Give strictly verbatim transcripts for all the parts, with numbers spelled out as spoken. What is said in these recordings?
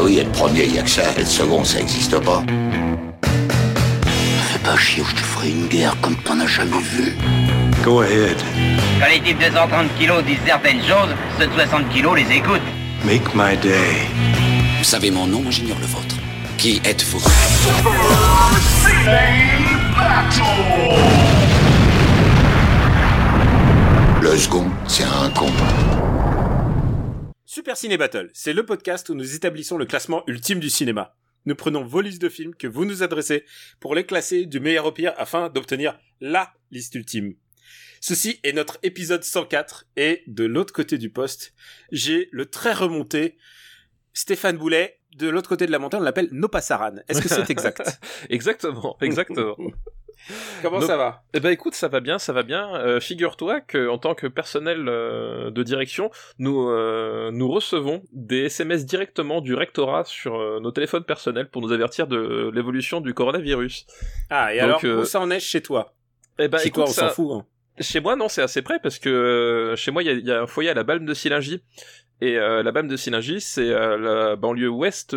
oui, et le premier, il y a que ça, et le second, ça existe pas. Fais pas chier ou je te ferai une guerre comme t'en as jamais vu. Go ahead. Quand les types de cent trente kilos disent certaines choses, ceux de soixante kilos les écoutent. Make my day. Vous savez mon nom, j'ignore le vôtre. Qui êtes-vous? Le second, c'est un con. Super Ciné Battle, c'est le podcast où nous établissons le classement ultime du cinéma. Nous prenons vos listes de films que vous nous adressez pour les classer du meilleur au pire afin d'obtenir LA liste ultime. Ceci est notre épisode cent quatre et de l'autre côté du poste, j'ai le très remonté Stéphane Boulet. De l'autre côté de la montagne, on l'appelle Nopassaran. Est-ce que c'est exact? Exactement, exactement. Comment Donc, ça va? Eh ben écoute, ça va bien, ça va bien. Euh, figure-toi que en tant que personnel euh, de direction, nous euh, nous recevons des S M S directement du rectorat sur euh, nos téléphones personnels pour nous avertir de l'évolution du coronavirus. Ah, et Donc, alors, euh, où ça en est chez toi? Eh ben Chez écoute, toi, on ça... s'en fout. Hein. Chez moi, non, c'est assez près parce que euh, chez moi, il y, y a un foyer à la Balme de Sillingy. Et euh, la Balme de Sillingy, c'est euh, la banlieue ouest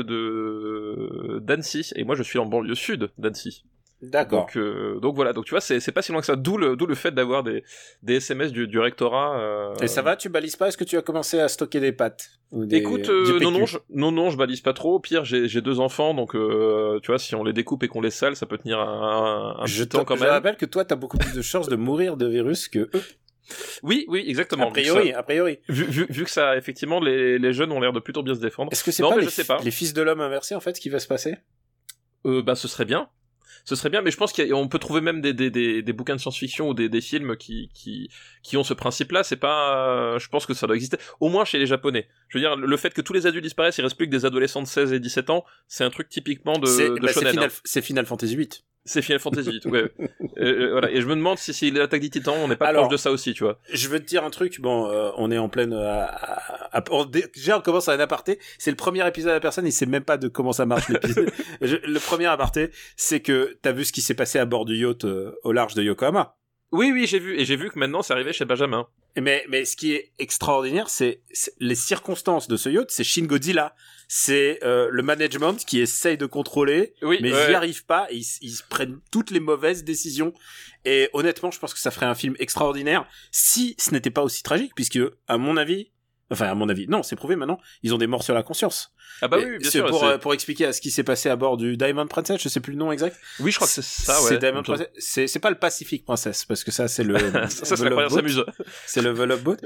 de d'Annecy. Et moi, je suis en banlieue sud d'Annecy. D'accord. Donc, euh, donc voilà, donc tu vois, c'est, c'est pas si loin que ça. D'où le, d'où le fait d'avoir des, des S M S du, du rectorat. Euh... Et ça va, tu balises pas? Est-ce que tu as commencé à stocker des pâtes ou des... Écoute, euh, du P Q? non, non, je, non, non, je balise pas trop. Au pire, j'ai, j'ai deux enfants, donc euh, tu vois, si on les découpe et qu'on les sale, ça peut tenir un, un je petit temps quand je même. rappelle que toi, t'as beaucoup plus de chances de mourir de virus que eux. Oui, oui, exactement. A priori, a priori. Vu, vu, vu que ça, effectivement, les, les jeunes ont l'air de plutôt bien se défendre. Est-ce que c'est non, pas, mais les, je sais pas les fils de l'homme inversé, en fait, qui va se passer? Euh, bah, ce serait bien. Ce serait bien, mais je pense qu'on peut trouver même des, des, des, des bouquins de science-fiction ou des, des films qui, qui, qui ont ce principe-là. C'est pas, euh, je pense que ça doit exister. Au moins chez les Japonais. Je veux dire, le fait que tous les adultes disparaissent, il reste plus que des adolescents de seize et dix-sept ans, c'est un truc typiquement de, c'est, de bah, shonen. C'est Final, hein. c'est Final Fantasy huit. C'est Final Fantasy huit, ouais. euh, voilà. Et je me demande si, si l'attaque des titans, on n'est pas Alors, proche de ça aussi, tu vois. Je veux te dire un truc, bon, euh, on est en pleine... Euh, à, à, on, déjà, on commence à un aparté. C'est le premier épisode à la personne, il sait même pas de comment ça marche l'épisode. je, le premier aparté, c'est que t'as vu ce qui s'est passé à bord du yacht euh, au large de Yokohama. Oui, oui, j'ai vu. Et j'ai vu que maintenant, c'est arrivé chez Benjamin. Mais, mais ce qui est extraordinaire, c'est, c'est les circonstances de ce yacht, c'est Shin Godzilla. C'est euh, le management qui essaye de contrôler, oui, mais ouais. ils n'y arrivent pas, et ils, ils prennent toutes les mauvaises décisions. Et honnêtement, je pense que ça ferait un film extraordinaire si ce n'était pas aussi tragique, puisque, à mon avis, enfin, à mon avis, non, c'est prouvé maintenant, ils ont des morts sur la conscience. Ah bah et oui, bien c'est sûr. Pour, c'est... euh, pour expliquer à ce qui s'est passé à bord du Diamond Princess, je sais plus le nom exact. Oui, je crois que c'est ça, ouais. C'est Diamond Princess. C'est, c'est pas le Pacific Princess, parce que ça, c'est le... ça, ça c'est la première s'amuse. C'est le Volop Boat.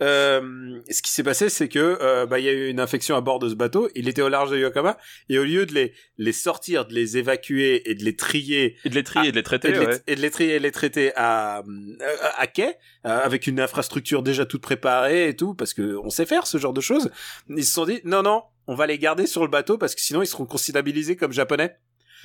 Euh, ce qui s'est passé, c'est que, euh, bah, il y a eu une infection à bord de ce bateau, il était au large de Yokohama, et au lieu de les, les sortir, de les évacuer et de les trier... Et de les trier à, et de les traiter, et de les, ouais. et de les trier et de les traiter à, à, à quai, euh, avec une infrastructure déjà toute préparée et tout, parce que on sait faire ce genre de choses, ils se sont dit, non, non, on va les garder sur le bateau parce que sinon ils seront considérabilisés comme japonais.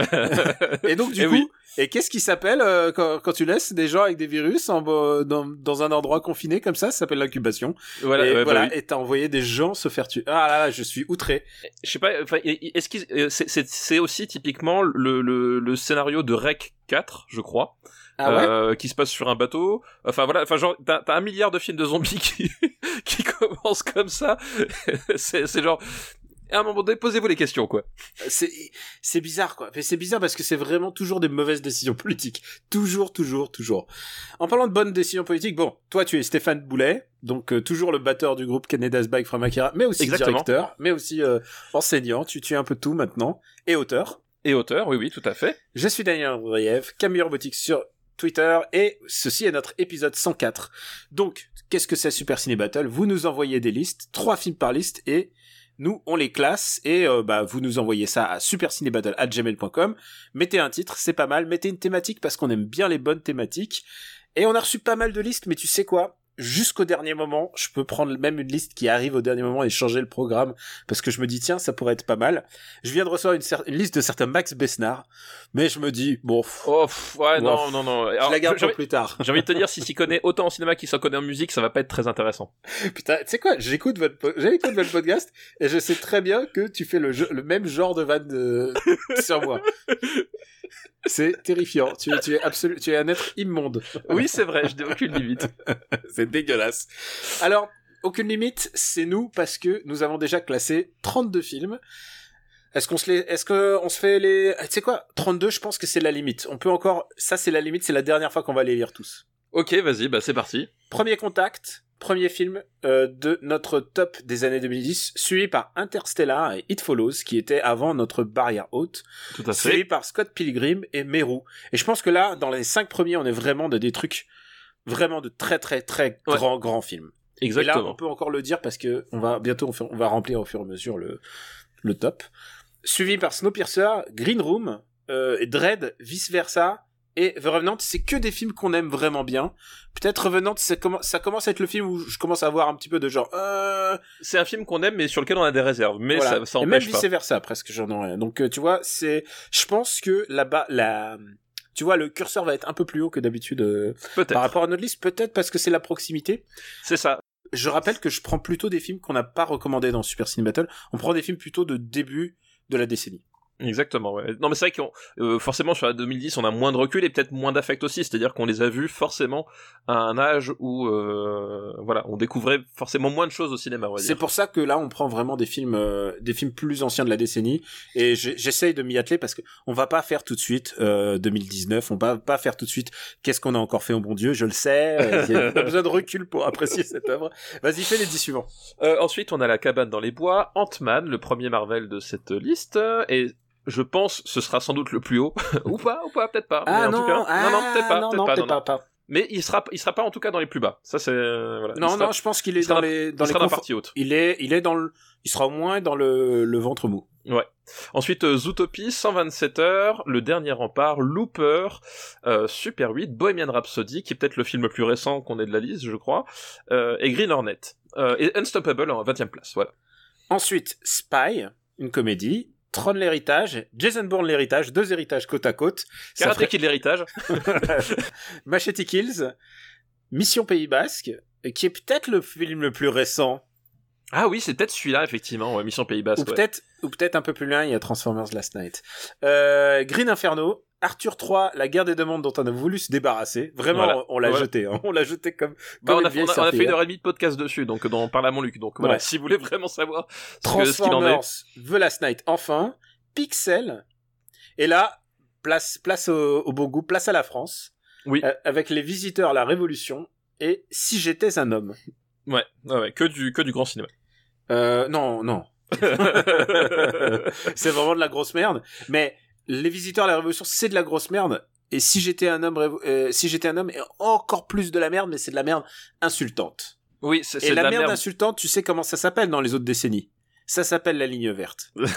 Et donc du et coup, oui. et qu'est-ce qui s'appelle euh, quand, quand tu laisses des gens avec des virus en, euh, dans, dans un endroit confiné comme ça, ça s'appelle l'incubation. Voilà, et ouais, voilà, bah oui. Et t'as envoyé des gens se faire tuer. Ah là là, je suis outré. Je sais pas, enfin, est-ce qu'il, c'est, c'est, c'est aussi typiquement le, le, le scénario de Rec quatre, je crois. Ah ouais euh, qui se passe sur un bateau. Enfin voilà, enfin genre t'as, t'as un milliard de films de zombies qui qui commencent comme ça. c'est, c'est genre à un moment donné, posez-vous les questions, quoi. C'est, c'est bizarre, quoi. Mais c'est bizarre parce que c'est vraiment toujours des mauvaises décisions politiques. Toujours, toujours, toujours. En parlant de bonnes décisions politiques, bon, toi, tu es Stéphane Boulet, donc euh, toujours le batteur du groupe Canada's Bike from Akira, mais aussi Exactement. directeur, mais aussi euh, enseignant. Tu, tu es un peu tout maintenant. Et auteur. Et auteur, oui, oui, tout à fait. Je suis Daniel Andreev, Camille Robotique sur Twitter, et ceci est notre épisode cent quatre. Donc, qu'est-ce que c'est Super Ciné Battle? Vous nous envoyez des listes, trois films par liste, et nous, on les classe, et euh, bah vous nous envoyez ça à supercinébattle arobase gmail point com. Mettez un titre, c'est pas mal. Mettez une thématique, parce qu'on aime bien les bonnes thématiques. Et on a reçu pas mal de listes, mais tu sais quoi? Jusqu'au dernier moment, je peux prendre même une liste qui arrive au dernier moment et changer le programme, parce que je me dis, tiens, ça pourrait être pas mal. Je viens de recevoir une, cer- une liste de certains Max Besnard, mais je me dis, bon... Pff, oh, pff, ouais, bon, non, pff, non, non. Je Alors, la garde j'ai, pour plus tard. J'ai envie de te dire, si s'y connaît autant en cinéma qu'il s'en connaît en musique, ça va pas être très intéressant. Putain, tu sais quoi, j'écoute votre, po- j'écoute votre podcast, et je sais très bien que tu fais le, jeu, le même genre de vanne de... sur moi. C'est terrifiant. Tu es, tu es absolu, tu es un être immonde. Oui, c'est vrai, je n'ai aucune limite. C'est dégueulasse. Alors, aucune limite, c'est nous, parce que nous avons déjà classé trente-deux films. Est-ce qu'on se les, est-ce que on se fait les, tu sais quoi, trente-deux, je pense que c'est la limite. On peut encore, ça c'est la limite, c'est la dernière fois qu'on va les lire tous. Ok, vas-y, bah c'est parti. Premier contact, premier film euh, de notre top des années deux mille dix, suivi par Interstellar et It Follows, qui était avant notre barrière haute. Tout à fait. Suivi par Scott Pilgrim et Meru. Et je pense que là, dans les cinq premiers, on est vraiment de des trucs, vraiment de très très très Ouais. grands grands films. Exactement. Et là, on peut encore le dire parce que on va bientôt, on, fait- on va remplir au fur et à mesure le le top. Suivi par Snowpiercer, Green Room, euh, et Dread, Vice Versa, et The Revenant. C'est que des films qu'on aime vraiment bien. Peut-être Revenant, ça, comm- ça commence à être le film où je commence à avoir un petit peu de genre... Euh... C'est un film qu'on aime, mais sur lequel on a des réserves. Mais voilà. ça, ça et même empêche pas. Vice Versa, presque, j'en ai rien. Donc, euh, tu vois, c'est... Je pense que là-bas, la... Tu vois, le curseur va être un peu plus haut que d'habitude euh, Peut-être. par rapport à notre liste. Peut-être parce que c'est la proximité. C'est ça. Je rappelle que je prends plutôt des films qu'on n'a pas recommandés dans Super Ciné Battle. On prend des films plutôt de début de la décennie. Exactement, ouais. Non, mais c'est vrai qu'on, euh, forcément, sur la deux mille dix, on a moins de recul et peut-être moins d'affect aussi. C'est-à-dire qu'on les a vus forcément à un âge où, euh, voilà, on découvrait forcément moins de choses au cinéma, on va dire. C'est pour ça que là, on prend vraiment des films, euh, des films plus anciens de la décennie. Et j'ai- j'essaye de m'y atteler parce que on va pas faire tout de suite euh, deux mille dix-neuf. On va pas faire tout de suite. Qu'est-ce qu'on a encore fait au bon Dieu? Je le sais. euh, il y a- on a besoin de recul pour apprécier cette œuvre. Vas-y, fais les dix suivants. Euh, ensuite, on a La cabane dans les bois, Ant-Man, le premier Marvel de cette liste, et je pense ce sera sans doute le plus haut, ou pas, ou pas, peut-être pas. mais en tout cas, non, non, peut-être pas, non, peut-être non, pas, peut-être non, non. pas, pas. Mais il sera, il sera pas en tout cas dans les plus bas. Ça c'est, euh, voilà. Il Non, sera- non, je pense qu'il est il sera dans dans- les, dans il les sera dans la confort- partie haute. Il est, il est dans le, il sera au moins dans le, le ventre mou. Ouais. Ensuite, euh, Zootopie, cent vingt-sept heures, Le Dernier Rempart, Looper, euh, Super huit, Bohemian Rhapsody, qui est peut-être le film le plus récent qu'on ait de la liste, je crois, euh, et Green Hornet. Euh, et Unstoppable en vingtième place, voilà. Ensuite, Spy, une comédie. Tron l'héritage, Jason Bourne l'héritage, deux héritages côte à côte. Ça Karate ferait- Kid l'héritage. Machete Kills, Mission Pays Basque, qui est peut-être le film le plus récent, Ah oui, c'est peut-être celui-là, effectivement, ouais, Mission Pays Basque. ou ouais. peut-être, ou peut-être un peu plus loin, il y a Transformers Last Night. Euh, Green Inferno, Arthur trois, La guerre des deux mondes dont on a voulu se débarrasser. Vraiment, Voilà. on, on l'a Voilà. jeté, hein. On l'a jeté comme, Bah, comme on, une a, vieille on, a, on a fait une serpillière. heure et demie de podcast dessus, donc dans Parle à mon Luc. Donc voilà, Ouais. si vous voulez vraiment savoir ce que- ce qu'il en Transformers, est. The Last Night, enfin, Pixel, et là, place, place au, au bon goût, place à la France, Oui, euh, avec Les Visiteurs, La Révolution, et Si j'étais un homme. ouais, ouais, ouais, que du, que du grand cinéma. Euh, non, non. C'est vraiment de la grosse merde. Mais Les Visiteurs, La Révolution, c'est de la grosse merde. Et Si j'étais un homme, révo- euh, Si j'étais un homme, est encore plus de la merde, mais c'est de la merde insultante. Oui, c'est Et c'est de la, la merde, merde. insultante, tu sais comment ça s'appelle dans les autres décennies. Ça s'appelle la ligne verte. Tu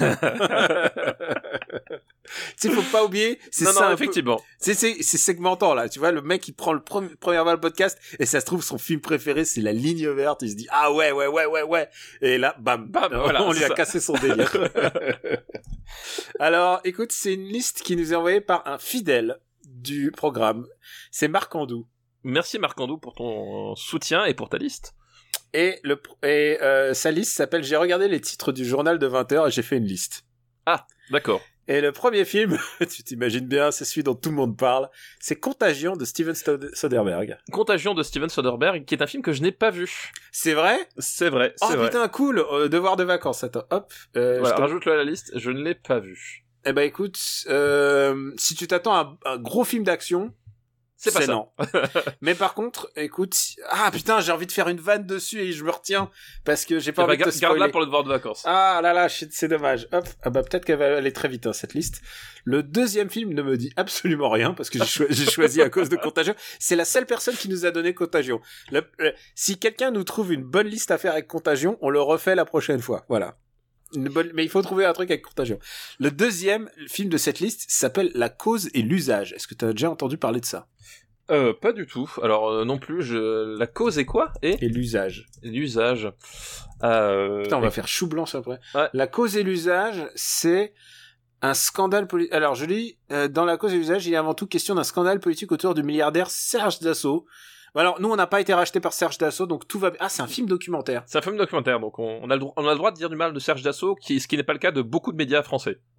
sais, faut pas oublier, c'est non, ça non, un peu- effectivement. C'est, c'est, c'est segmentant, là. Tu vois, le mec, il prend le premier, première fois le podcast, et ça se trouve, son film préféré, c'est la ligne verte. Il se dit, ah ouais, ouais, ouais, ouais, ouais. Et là, bam, Bam, voilà, on lui c'est a ça. cassé son délire. Alors, écoute, c'est une liste qui nous est envoyée par un fidèle du programme. C'est Marc Andou. Merci Marc Andou pour ton soutien et pour ta liste. Et le, et, euh, sa liste s'appelle, j'ai regardé les titres du journal de vingt heures et j'ai fait une liste. Ah, d'accord. Et le premier film, tu t'imagines bien, c'est celui dont tout le monde parle, c'est Contagion de Steven Stod- Soderbergh. Contagion de Steven Soderbergh, qui est un film que je n'ai pas vu. C'est vrai? C'est vrai, Oh c'est vrai. putain, cool, euh, devoir de vacances, attends, hop. Euh, Voilà, je te- rajoute-le à la liste, je ne l'ai pas vu. Eh ben écoute, euh, si tu t'attends à un gros film d'action, C'est pas ça. non. Mais par contre, écoute, si- ah putain, j'ai envie de faire une vanne dessus et je me retiens parce que j'ai pas Eh ben, envie de te garde- Garde-la spoiler. pour le devoir de vacances. Ah là là, shit, c'est dommage. Hop, ah bah peut-être qu'elle va aller très vite hein, cette liste. Le deuxième film ne me dit absolument rien parce que j'ai, choi- j'ai choisi à cause de Contagion. C'est la seule personne qui nous a donné Contagion. Le- le- si quelqu'un nous trouve une bonne liste à faire avec Contagion, on le refait la prochaine fois. Voilà. Une bonne... Mais il faut trouver un truc avec Contagion. Le deuxième film de cette liste s'appelle La cause et l'usage. Est-ce que tu as déjà entendu parler de ça? Euh, pas du tout. Alors, euh, non plus, je... la cause est quoi? Et Et l'usage. l'usage. Euh... Putain, on va faire chou blanc ça après. Ouais. La cause et l'usage, c'est un scandale politique. Alors, je lis, euh, dans La cause et l'usage, il est avant tout question d'un scandale politique autour du milliardaire Serge Dassault. Alors, nous, on n'a pas été racheté par Serge Dassault, donc tout va bien. Ah, c'est un film documentaire. C'est un film documentaire, donc on, on, a le droit, on a le droit de dire du mal de Serge Dassault, qui, ce qui n'est pas le cas de beaucoup de médias français. Voilà.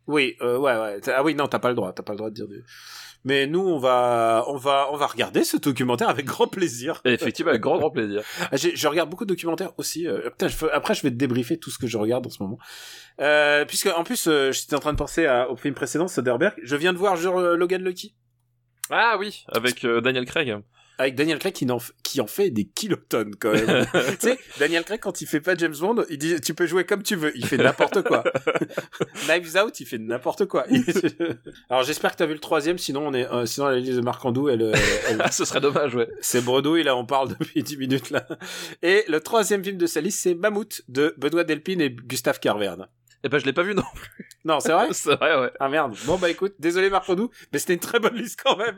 Oui, euh, ouais, ouais. Ah oui, non, t'as pas le droit, t'as pas le droit de dire du... Mais nous, on va, on va, on va regarder ce documentaire avec grand plaisir. Et effectivement, avec grand, grand plaisir. J'ai, je regarde beaucoup de documentaires aussi. Euh, putain, je, après, je vais te débriefer tout ce que je regarde en ce moment. Euh, puisque, en plus, euh, j'étais en train de penser à, au film précédent, Soderbergh. Je viens de voir genre, euh, Logan Lucky. Ah oui, avec euh, Daniel Craig. Avec Daniel Craig qui en, f... qui en fait des kilotonnes quand même. Tu sais, Daniel Craig quand il fait pas James Bond, il dit tu peux jouer comme tu veux, il fait n'importe quoi. Knives Out, il fait n'importe quoi. Alors j'espère que t'as vu le troisième, sinon on est, euh, sinon la liste de Marc Andou, elle, elle... Ce serait dommage, ouais. C'est bredouille, là on parle depuis dix minutes là. Et le troisième film de sa liste, c'est Mammouth de Benoît Delpine et Gustave Carverne. Eh ben je l'ai pas vu non plus. Non, c'est vrai. C'est vrai, ouais. Ah merde. Bon bah écoute, désolé Marc Andou, mais c'était une très bonne liste quand même.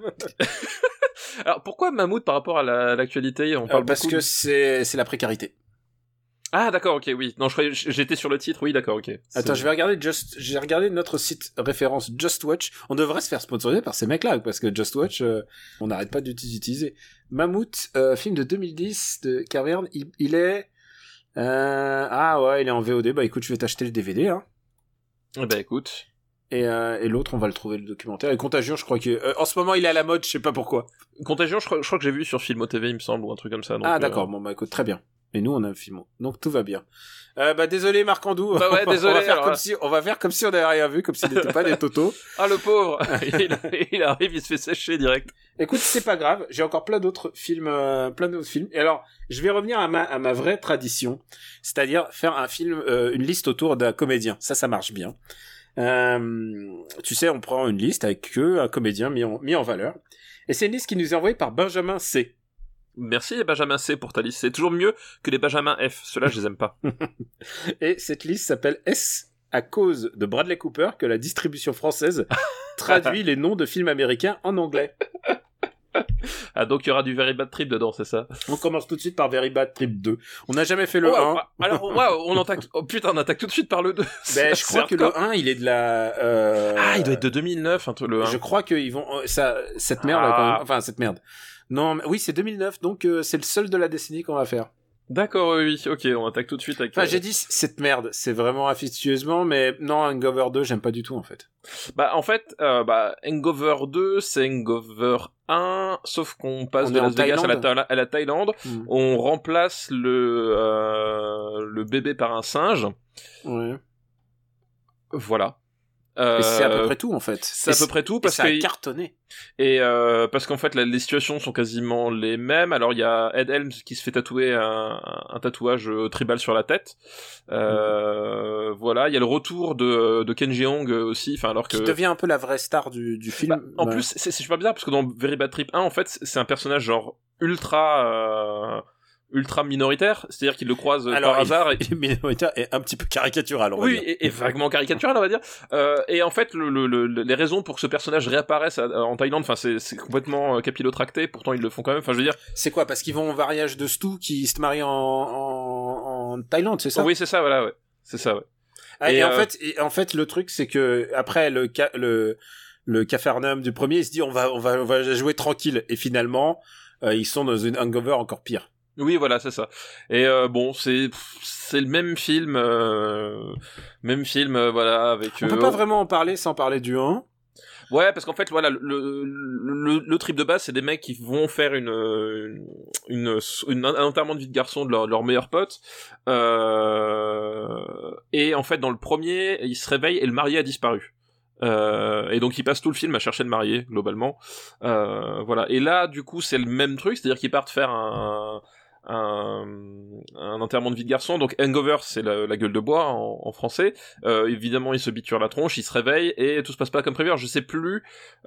Alors pourquoi Mammouth par rapport à la, l'actualité on parle euh, Parce beaucoup que de... c'est c'est la précarité. Ah d'accord, ok, oui. Non, je croyais, j'étais sur le titre, oui, d'accord, ok. Attends, C'est... je vais regarder Just, j'ai regardé notre site référence Just Watch. On devrait se faire sponsoriser par ces mecs-là, parce que Just Watch, euh, on n'arrête pas d'utiliser. Mammouth, euh, film de deux mille dix de Carverne, il, il est, euh, ah ouais, il est en V O D. Bah écoute, je vais t'acheter le D V D, hein. Eh ben écoute. Et, euh, et l'autre, on va le trouver, le documentaire. Et Contagion, je crois que, euh, en ce moment, il est à la mode, je sais pas pourquoi. Contagion, je crois, je crois que j'ai vu sur Filmo T V, il me semble, ou un truc comme ça. Donc, ah d'accord, euh... bon bah écoute, très bien. Mais nous, on a un film. Donc tout va bien. Euh, bah désolé Marc Andou. Bah ouais, désolé. on, va faire alors, comme là. si, on va faire comme si on n'avait rien vu, comme s'il n'était pas des totos. Ah le pauvre. il, il arrive, il se fait sécher direct. Écoute, c'est pas grave. J'ai encore plein d'autres films, euh, plein d'autres films. Et alors, je vais revenir à ma, à ma vraie tradition, c'est-à-dire faire un film, euh, une liste autour d'un comédien. Ça, ça marche bien. Euh, tu sais, on prend une liste avec que un comédien mis en, mis en valeur. Et c'est une liste qui nous est envoyée par Benjamin C. Merci les Benjamin C pour ta liste. C'est toujours mieux que les Benjamin F. Ceux-là, je les aime pas. Et cette liste s'appelle S à cause de Bradley Cooper que la distribution française traduit les noms de films américains en anglais. Ah, donc il y aura du Very Bad Trip dedans, c'est ça? On commence tout de suite par Very Bad Trip deux. On n'a jamais fait le oh, un. Alors, waouh, on attaque, oh putain, on attaque tout de suite par le deux. Ben, je crois que le un, il est de la, euh... Ah, il doit être de deux mille neuf, un truc, le un. Je crois qu'ils vont, ça, cette merde, ah. là, quand même... enfin, cette merde. Non, mais... oui, c'est deux mille neuf, donc euh, c'est le seul de la décennie qu'on va faire. D'accord, oui, ok, on attaque tout de suite avec... Enfin, euh... j'ai dit cette merde, c'est vraiment affectueusement, mais non, Hangover deux, j'aime pas du tout, en fait. Bah, en fait, euh, bah, Hangover deux, c'est Hangover un, sauf qu'on passe on de Las Vegas à la, Tha- à la Thaïlande, mm. on remplace le, euh, le bébé par un singe. Ouais. Voilà. Euh, et c'est à peu près tout en fait. C'est à peu près tout parce que ça que a cartonné. Et euh, parce qu'en fait la, les situations sont quasiment les mêmes. Alors il y a Ed Helms qui se fait tatouer un, un tatouage tribal sur la tête. Euh, mmh. Voilà, il y a le retour de, de Ken Jeong aussi. Enfin alors que qui devient un peu la vraie star du, du film. Bah, en ouais. plus c'est, c'est super bizarre parce que dans Very Bad Trip un en fait c'est un personnage genre ultra. Euh, ultra minoritaire, c'est-à-dire qu'il le croise alors, par il, hasard. Et... Il minoritaire et un petit peu caricatural, on va oui, dire. et, et vaguement caricatural, on va dire. Euh, et en fait, le, le, le, les raisons pour que ce personnage réapparaisse à, en Thaïlande, enfin, c'est, c'est complètement capillotracté. Pourtant, ils le font quand même. Enfin, je veux dire. C'est quoi? Parce qu'ils vont au mariage de Stu qui se marie en, en, en Thaïlande, c'est ça? Oui, c'est ça, voilà, ouais. C'est ça, ouais. Ah, et, et en euh... fait, et en fait, le truc, c'est que après le le le Capharnaüm du premier, il se dit on va on va on va jouer tranquille. Et finalement, euh, ils sont dans une hangover encore pire. Oui, voilà, c'est ça. Et euh, bon, c'est c'est le même film, euh, même film, euh, voilà, avec. On euh, peut pas vraiment en parler sans parler du un. Ouais, parce qu'en fait, voilà, le le, le trip de base, c'est des mecs qui vont faire une une, une un enterrement de vie de garçon de leur, leur meilleur pote. Euh, et en fait, dans le premier, ils se réveillent et le marié a disparu. Euh, et donc ils passent tout le film à chercher le marié globalement. Euh, voilà. Et là, du coup, c'est le même truc, c'est-à-dire qu'ils partent faire un Un, un enterrement de vie de garçon. Donc Hangover, c'est la, la gueule de bois en, en français. Euh, évidemment, il se bite sur la tronche, il se réveille et tout se passe pas comme prévu. Alors, je sais plus,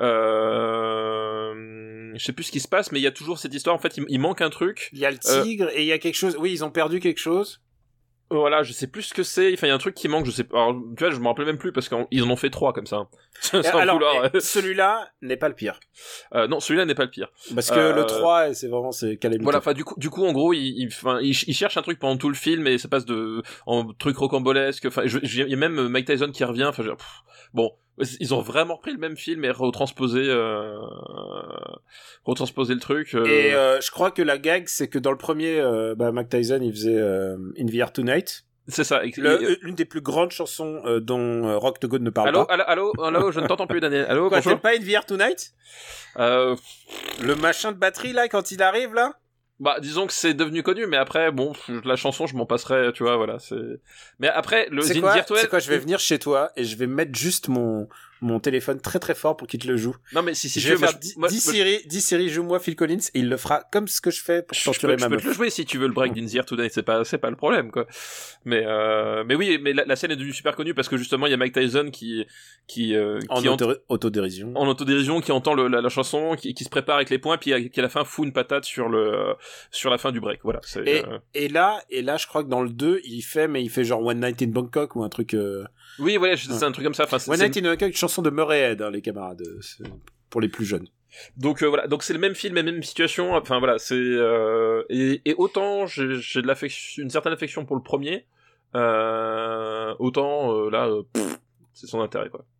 euh, je sais plus ce qui se passe, mais il y a toujours cette histoire. En fait, il, il manque un truc. Il y a le tigre euh, et il y a quelque chose. Oui, ils ont perdu quelque chose. Voilà, je sais plus ce que c'est. Enfin, il y a un truc qui manque. Je sais. Alors, tu vois, je me rappelle même plus parce qu'ils en ont fait trois comme ça. Sans alors, vouloir. Celui-là n'est pas le pire. Euh, non, celui-là n'est pas le pire. Parce que euh... le trois, c'est vraiment c'est calamiteux. Voilà. Enfin, du coup, du coup, en gros, il, il, enfin, il, il cherche un truc pendant tout le film et ça passe de en truc rocambolesque. Enfin, il y a même Mike Tyson qui revient. Enfin, je, pff, bon. Ils ont vraiment repris le même film et retransposé, euh, retransposé le truc. Euh... Et euh, je crois que la gag, c'est que dans le premier, euh, bah, Mike Tyson, il faisait euh, In the Air Tonight. C'est ça. Le, l'une des plus grandes chansons euh, dont euh, Rock the God ne parle allô, pas. Allô, allô, allô, je ne t'entends plus, Daniel. Allô, Quoi, bonjour. t'aimes pas In the Air Tonight? Euh... Le machin de batterie, là, quand il arrive, là? Bah, disons que c'est devenu connu, mais après, bon, la chanson, je m'en passerai, tu vois, voilà, c'est... Mais après, le c'est In quoi, Virtuel... C'est quoi, je vais venir chez toi et je vais mettre juste mon, mon téléphone très très fort pour qu'il te le joue. Non, mais si, si je tu vais veux... faire moi, dis, moi, dis moi, Siri, dis Siri, joue-moi Phil Collins et il le fera comme ce que je fais pour torturer ma meuf. Je peux te le jouer si tu veux le break d'In the Air Tonight, c'est pas, c'est pas le problème, quoi. Mais, euh, mais oui, mais la, la scène est devenue super connue parce que justement, il y a Mike Tyson qui, qui, euh, en qui auto- autodérision. En autodérision, qui entend le, la, la chanson, qui, qui se prépare avec les points, puis qui à la fin fout une patate sur le, euh, sur la fin du break, voilà. C'est, et, euh... et là, et là, je crois que dans le deux, il fait, mais il fait genre One Night in Bangkok ou un truc, euh... Oui, voilà, c'est ouais. un truc comme ça. Enfin, c'est, One c'est... Night in Bangkok, une chanson de Murray Head, hein, les camarades, c'est pour les plus jeunes. Donc euh, voilà, donc c'est le même film, la même situation. Enfin voilà, c'est euh, et, et autant j'ai, j'ai de l'affection, une certaine affection pour le premier, euh, autant euh, là, euh, pff, c'est son intérêt quoi.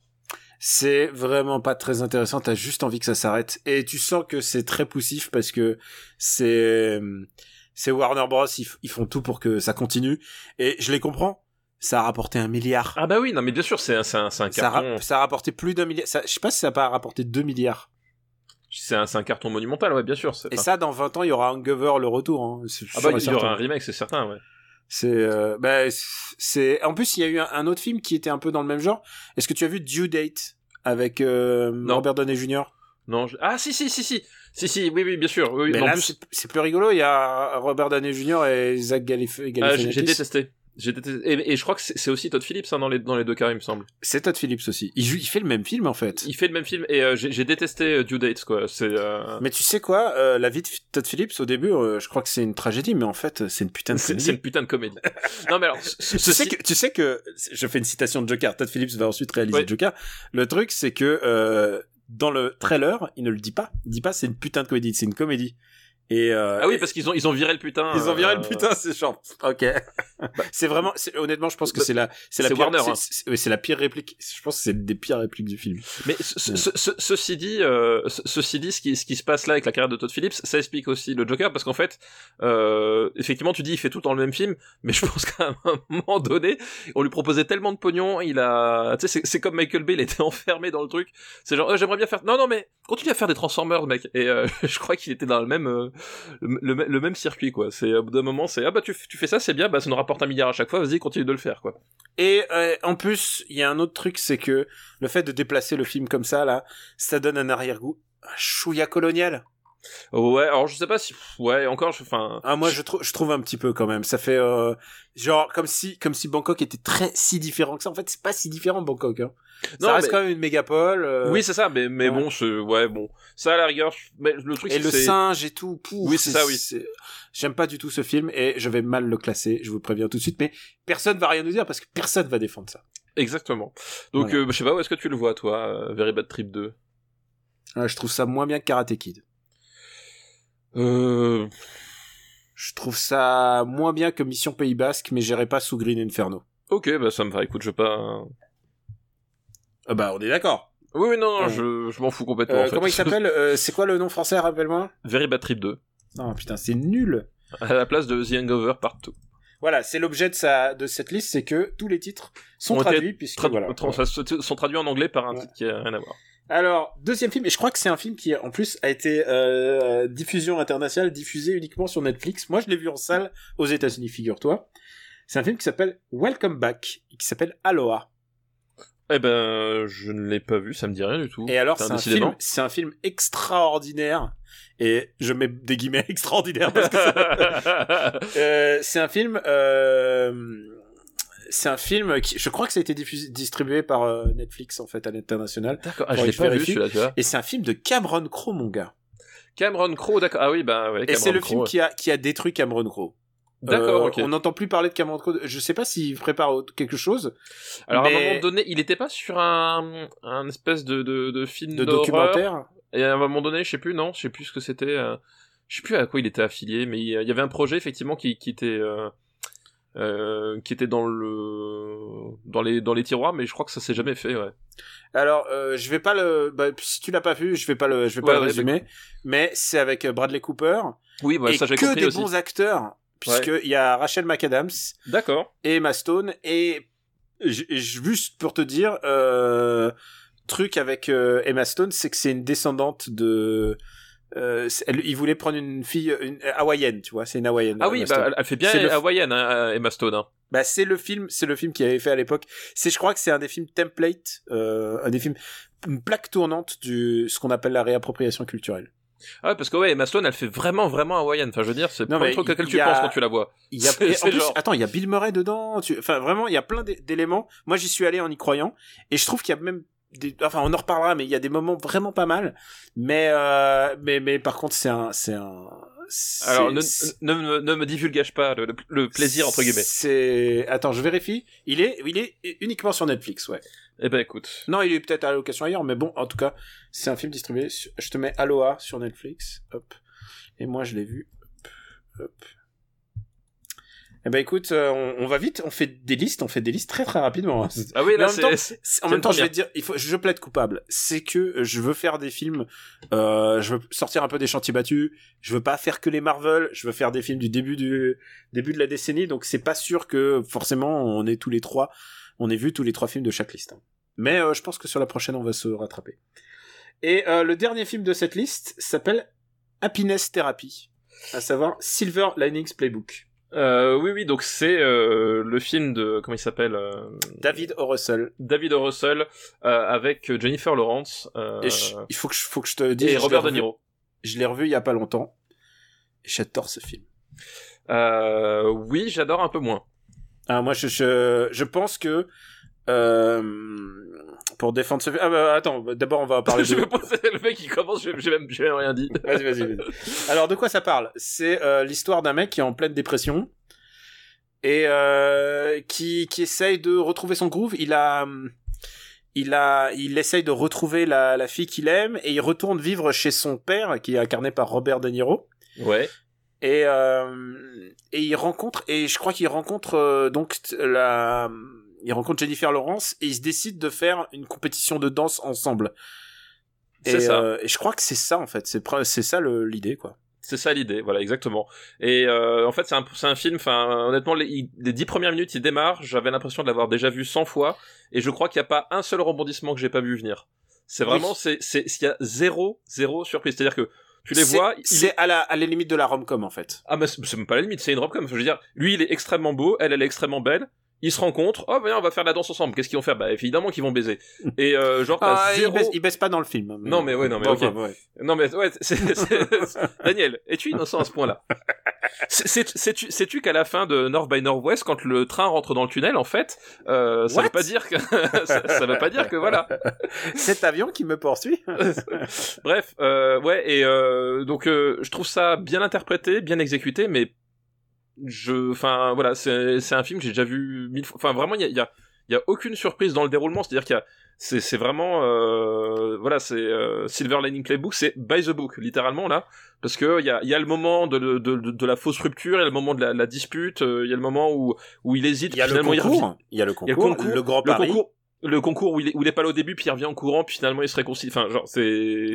C'est vraiment pas très intéressant. T'as juste envie que ça s'arrête et tu sens que c'est très poussif parce que c'est c'est Warner Bros. Ils, ils font tout pour que ça continue et je les comprends. Ça a rapporté un milliard. Ah bah oui, non mais bien sûr, c'est, c'est, un, c'est un carton. Ça a, ça a rapporté plus d'un milliard. Ça, je sais pas si ça a pas rapporté deux milliards. C'est un, c'est un carton monumental, ouais, bien sûr. C'est, et enfin... ça, dans vingt ans, il y aura Hangover le retour. Hein. Ah bah il y certain. aura un remake, c'est certain, ouais. C'est, euh, bah, c'est. En plus, il y a eu un, un autre film qui était un peu dans le même genre. Est-ce que tu as vu Due Date avec euh, Robert Downey junior? Non. Je... Ah si si si si si si oui oui bien sûr. Oui, mais en là, plus... c'est, c'est plus rigolo. Il y a Robert Downey junior et Zach Galifianakis. Ah, j'ai, j'ai détesté. J'ai détesté. Et, et je crois que c'est, c'est aussi Todd Phillips hein, dans les dans les deux cas, il me semble. C'est Todd Phillips aussi. Il joue, il fait le même film en fait. Il fait le même film et euh, j'ai, j'ai détesté euh, Due Dates quoi. C'est. Euh... Mais tu sais quoi, euh, la vie de Todd Phillips au début, euh, je crois que c'est une tragédie, mais en fait c'est une putain de comédie. C'est, c'est une putain de comédie. Non mais alors, ce, tu sais que tu sais que je fais une citation de Joker. Todd Phillips va ensuite réaliser ouais. Joker. Le truc c'est que euh, dans le trailer, il ne le dit pas. Il dit pas c'est une putain de comédie, c'est une comédie. Et euh, ah oui, parce qu'ils ont ils ont viré le putain. Ils ont viré euh... le putain, c'est genre. Ok. Bah, c'est vraiment, c'est, honnêtement, je pense que c'est la, c'est la c'est pire, Warner, c'est, hein. c'est, c'est, c'est la pire réplique. Je pense que c'est une des pires répliques du film. Mais ce, ce, ce, ceci dit, euh, ce, ceci dit, ce qui, ce qui se passe là avec la carrière de Todd Phillips, ça explique aussi le Joker, parce qu'en fait, euh, effectivement, tu dis, il fait tout dans le même film, mais je pense qu'à un moment donné, on lui proposait tellement de pognon, il a, tu sais, c'est, c'est comme Michael Bay, il était enfermé dans le truc. C'est genre, euh, j'aimerais bien faire, non, non, mais continue à faire des Transformers, mec. Et euh, je crois qu'il était dans le même, euh, le, le, le même circuit, quoi. C'est au bout d'un moment, c'est ah bah tu, tu fais ça, c'est bien, bah ça nous rapporte un milliard à chaque fois. Vas-y, continue de le faire, quoi. Et euh, en plus, il y a un autre truc, c'est que le fait de déplacer le film comme ça, là, ça donne un arrière-goût, un chouïa colonial. Ouais, alors je sais pas si, ouais, encore, enfin. Ah moi je trouve, je trouve un petit peu quand même. Ça fait euh, genre comme si, comme si Bangkok était très si différent que ça. En fait, c'est pas si différent Bangkok. Hein. Non, ça reste mais... quand même une mégapole. Euh... Oui, c'est ça, mais mais ouais. bon, c'est, ouais, bon, ça à la rigueur. Mais le truc, et c'est le c'est... singe et tout. Pouf, oui, c'est, c'est ça, oui. C'est... J'aime pas du tout ce film et je vais mal le classer. Je vous préviens tout de suite. Mais personne va rien nous dire parce que personne va défendre ça. Exactement. Donc, voilà. euh, je sais pas où est-ce que tu le vois, toi, euh, Very Bad Trip deux. Euh, je trouve ça moins bien que Karate Kid. Euh... Je trouve ça moins bien que Mission Pays Basque, mais j'irai pas sous Green Inferno. Ok, bah ça me va. Écoute, je vais pas. Ah bah on est d'accord. Oui, non, non, je, je m'en fous complètement. Euh, en fait. Comment il s'appelle euh, c'est quoi le nom français, rappelle-moi? Very Bad Trip deux. Non, putain, c'est nul. À la place de The Hangover Part deux. Voilà, c'est l'objet de sa de cette liste, c'est que tous les titres sont On traduits puisque tradu- voilà. Tra- sont traduits en anglais par un ouais. titre qui a rien à voir. Alors, deuxième film, et je crois que c'est un film qui, en plus, a été euh, diffusion internationale, diffusé uniquement sur Netflix. Moi, je l'ai vu en salle aux États-Unis, figure-toi. C'est un film qui s'appelle Welcome Back, et qui s'appelle Aloha. Eh ben, je ne l'ai pas vu, ça me dit rien du tout. Et alors, c'est un, film, c'est un film extraordinaire, et je mets des guillemets extraordinaires parce que c'est, euh, c'est un film... Euh... C'est un film qui, je crois que ça a été diffusé, distribué par euh, Netflix en fait à l'international. D'accord, ah, je l'ai pas vu celui-là, tu vois. Et c'est un film de Cameron Crowe, mon gars. Cameron Crowe, d'accord. Ah oui, bah ouais. Et c'est le Crowe, film ouais. qui a qui a détruit Cameron Crowe. D'accord, euh, ok. On n'entend plus parler de Cameron Crowe. Je sais pas s'il prépare quelque chose. Alors mais... à un moment donné, il était pas sur un un espèce de de, de film de d'horreur. documentaire. Et à un moment donné, je sais plus, non, je sais plus ce que c'était. Euh... Je sais plus à quoi il était affilié, mais il y avait un projet effectivement qui qui était. Euh... Euh, qui était dans le dans les dans les tiroirs, mais je crois que ça s'est jamais fait, ouais. Alors euh, je vais pas le bah, si tu l'as pas vu, je vais pas le je vais pas ouais, le résumer, ouais, mais c'est avec Bradley Cooper. Oui, bah, et ça j'ai que compris des aussi. bons acteurs, puisque Ouais. il y a Rachel McAdams D'accord. et Emma Stone, et j- j- juste pour te dire, euh, truc avec euh, Emma Stone, c'est que c'est une descendante de... Euh, c'est- elle, il voulait prendre une fille une, hawaïenne, tu vois, c'est une hawaïenne. Ah oui, Emma Stone. bah, elle- elle fait bien C'est le- hawaïenne, hein, Emma Stone. Hein. Bah c'est le film, c'est le film qu'il avait fait à l'époque. C'est, je crois que c'est un des films template, euh, un des films, une plaque tournante du ce qu'on appelle la réappropriation culturelle. Ah ouais, parce que ouais, Emma Stone, elle fait vraiment, vraiment hawaïenne. Enfin, je veux dire, c'est Non, pas mais le truc il auquel y tu a- penses quand tu la vois. Il y a, C'est- et en c'est plus, genre- attends, il y a Bill Murray dedans. Tu, enfin vraiment, il y a plein d'é- d'éléments. Moi, j'y suis allé en y croyant, et je trouve qu'il y a même des, enfin, on en reparlera, mais il y a des moments vraiment pas mal. Mais, euh, mais, mais par contre, c'est un, c'est un. c'est- Alors, ne, c'est- ne, ne, ne me divulgage pas le, le, le plaisir, entre guillemets. C'est, attends, je vérifie. Il est, il est uniquement sur Netflix, ouais. Eh ben, écoute. Non, il est peut-être à la location ailleurs, mais bon, en tout cas, c'est un film distribué. Sur... Je te mets Aloha sur Netflix, hop. Et moi, je l'ai vu. Hop, hop. Eh ben, écoute, euh, on, on va vite. On fait des listes. On fait des listes très très rapidement. hein. Ah oui, Mais là, en même temps, c'est... c'est- En c'est même temps, une je vais te dire, il faut, je plaide coupable. C'est que je veux faire des films. Euh, je veux sortir un peu des chantiers battus. Je veux pas faire que les Marvel. Je veux faire des films du début du début de la décennie. Donc, c'est pas sûr que forcément on ait tous les trois. On ait vu tous les trois films de chaque liste. hein. Mais euh, je pense que sur la prochaine, on va se rattraper. Et euh, le dernier film de cette liste s'appelle Happiness Therapy, à savoir Silver Linings Playbook. Euh, oui, oui, donc c'est euh, le film de... Comment il s'appelle euh, David O. Russell. David O. Russell, euh, avec Jennifer Lawrence. Euh, Et je- il faut que je, faut que je te dise. et je Robert l'ai De revu- Niro. Je l'ai revu il y a pas longtemps. Et j'adore ce film. Euh, oui, j'adore un peu moins. Ah, moi, je, je, je pense que euh, pour défendre ce film. Ah bah attends, d'abord on va parler Je de. me pose le mec qui commence, j'ai j'ai même, j'ai même rien dit. Vas-y, vas-y, vas-y. Alors, de quoi ça parle? C'est euh, l'histoire d'un mec qui est en pleine dépression et euh, qui qui essaye de retrouver son groove. Il a il a il essaye de retrouver la la fille qu'il aime et il retourne vivre chez son père qui est incarné par Robert De Niro. Ouais. Et euh, et il rencontre et je crois qu'il rencontre euh, donc la il rencontre Jennifer Lawrence et ils se décident de faire une compétition de danse ensemble. C'est et, ça. euh, et je crois que c'est ça en fait, c'est pre- c'est ça le, l'idée quoi. C'est ça l'idée, voilà, exactement. Et euh, en fait, c'est un, c'est un film, enfin, honnêtement, les, il- les dix premières minutes, il démarre, j'avais l'impression de l'avoir déjà vu cent fois, et je crois qu'il n'y a pas un seul rebondissement que j'ai pas vu venir. C'est vraiment, Oui. c'est, c'est, il y a zéro, zéro surprise. C'est-à-dire que tu les C'est- vois, il c'est est... à la à la limite de la rom-com en fait. Ah, mais c'est c'est même pas la limite, c'est une robe comme, je veux dire, lui, il est extrêmement beau, elle, elle est extrêmement belle, ils se rencontrent, oh, viens, on va faire la danse ensemble, qu'est-ce qu'ils vont faire? Bah, évidemment qu'ils vont baiser. Et euh, genre, t'as Ah, zéro... il, baisse, il baisse pas dans le film. hein, Non, mais ouais, non, mais Bon, ok. bon, ouais. Non mais ouais, c'est, c'est, c'est- Daniel, es-tu innocent à ce point-là? C'est- c'est- Sais-tu, sais-tu qu'à la fin de North by Northwest, quand le train rentre dans le tunnel, en fait, euh, ça What veut pas dire que ça, ça veut pas dire que voilà. Cet avion qui me poursuit. Bref, euh, ouais, et euh, donc euh, je trouve ça bien interprété, bien exécuté, mais je, enfin voilà, c'est c'est un film que j'ai déjà vu mille fois. Enfin vraiment, il y a, il y a il y a aucune surprise dans le déroulement, c'est-à-dire qu'il y a c'est c'est vraiment euh, voilà, c'est euh, Silver Lining Playbook, c'est by the book littéralement là, parce que il y a il y a le moment de de de, de la fausse rupture, il y a le moment de la, la dispute, euh, il y a le moment où où il hésite, Il y a le finalement il revient. concours. Il y a le Il y a concours. le concours, Le grand le pari. concours, le concours où il est, où il est pas là au début, puis il revient en courant, puis finalement il se réconcilie. Enfin, genre, c'est...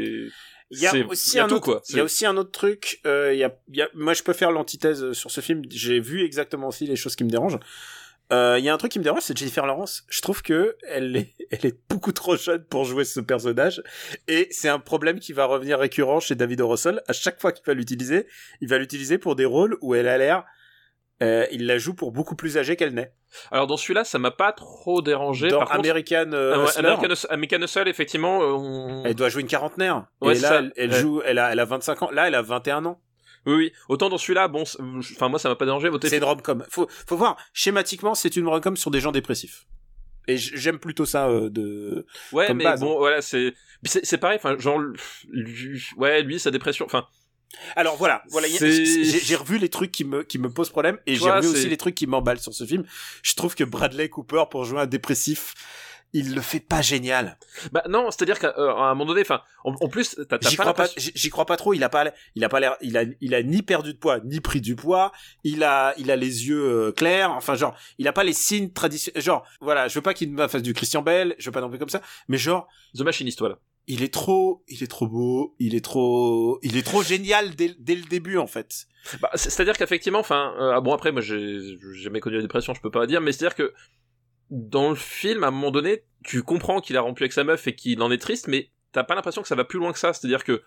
Il y a c'est- aussi il y a un tout, autre, quoi. il y a C'est- aussi un autre truc. Euh, il y a, il y a, moi, je peux faire l'antithèse sur ce film. J'ai vu exactement aussi les choses qui me dérangent. Euh, il y a un truc qui me dérange, c'est Jennifer Lawrence. Je trouve que elle est, elle est beaucoup trop jeune pour jouer ce personnage, et c'est un problème qui va revenir récurrent chez David O. Russell. À chaque fois qu'il va l'utiliser, il va l'utiliser pour des rôles où elle a l'air, euh, il la joue pour beaucoup plus âgée qu'elle n'est. Alors, dans celui-là, ça m'a pas trop dérangé. Dans Par contre, American euh, ah ouais, Hustler, American, Hus- American Hustle, effectivement, euh, on... elle doit jouer une quarantenaire. Ouais, et là, ça, elle, elle ouais. joue, elle a, elle a vingt-cinq ans. Là, elle a vingt et un ans. Oui, oui. Autant dans celui-là, bon, c'est- enfin, moi, ça m'a pas dérangé. Votre C'est une rom-com. Faut, faut voir, schématiquement, c'est une rom-com sur des gens dépressifs. Et j- j'aime plutôt ça euh, de... Ouais, comme mais base, bon, voilà, c'est... c'est, c'est pareil, enfin, genre, lui, ouais, lui, sa dépression, enfin, Alors voilà, voilà, y a- C'est- j'ai j'ai revu les trucs qui me qui me posent problème et Tu j'ai vois, revu c'est- aussi les trucs qui m'emballent sur ce film. Je trouve que Bradley Cooper pour jouer un dépressif, il le fait pas génial. bah, non, c'est-à-dire qu'à euh, à un moment donné, enfin, en, en plus, t'as, t'as J'y pas crois pas, l'impression- j'y j'y crois pas trop. Il a pas, il a pas l'air, il a, il a ni perdu de poids ni pris du poids. Il a, il a les yeux euh, clairs. Enfin genre, il a pas les signes traditionnels. Genre, voilà, je veux pas qu'il me fasse du Christian Bale. Je veux pas non plus comme ça. Mais genre, The Machinist, voilà. il est trop, il est trop beau, il est trop, il est trop génial dès, dès le début en fait. Bah, c'est-à-dire qu'effectivement, enfin, euh, bon après moi j'ai, j'ai jamais connu la dépression, je peux pas dire, mais c'est-à-dire que dans le film, à un moment donné, tu comprends qu'il a rompu avec sa meuf et qu'il en est triste, mais t'as pas l'impression que ça va plus loin que ça, c'est-à-dire que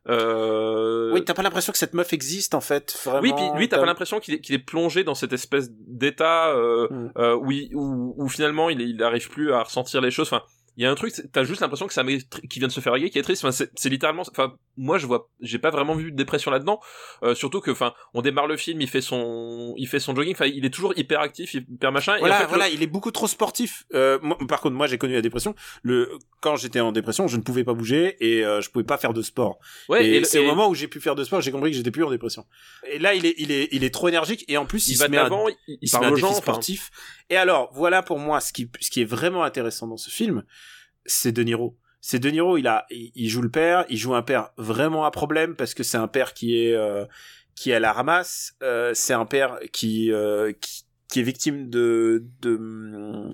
Euh... Oui, t'as pas l'impression que cette meuf existe en fait, vraiment. Oui, puis lui, t'as t'as... pas l'impression qu'il est, qu'il est plongé dans cette espèce d'état euh, mm. euh, où, il, où, où finalement il, il arrive plus à ressentir les choses. Enfin, il y a un truc, t'as juste l'impression que c'est un mec qui vient de se faire haguer, qui est triste. Enfin, c'est, c'est littéralement. Enfin, moi, je vois, j'ai pas vraiment vu de dépression là-dedans. Euh, surtout que, enfin, on démarre le film, il fait son, il fait son jogging. Enfin, il est toujours hyper actif, hyper machin. Voilà, et en fait, voilà, le... il est beaucoup trop sportif. Euh, moi, par contre, moi, j'ai connu la dépression. Le, quand j'étais en dépression, je ne pouvais pas bouger et euh, je pouvais pas faire de sport. Ouais, et, et c'est et... au moment où j'ai pu faire de sport, j'ai compris que j'étais plus en dépression. Et là, il est, il est, il est trop énergique et en plus, il, il se va met de l'avant, un, il, il, il se met un aux défi gens, sportif. Enfin... Et alors, voilà pour moi ce qui, ce qui est vraiment intéressant dans ce film. C'est De Niro. C'est De Niro, il a, il, il joue le père, il joue un père vraiment à problème parce que c'est un père qui est, euh, qui est à la ramasse, euh, c'est un père qui, euh, qui, qui est victime de, de,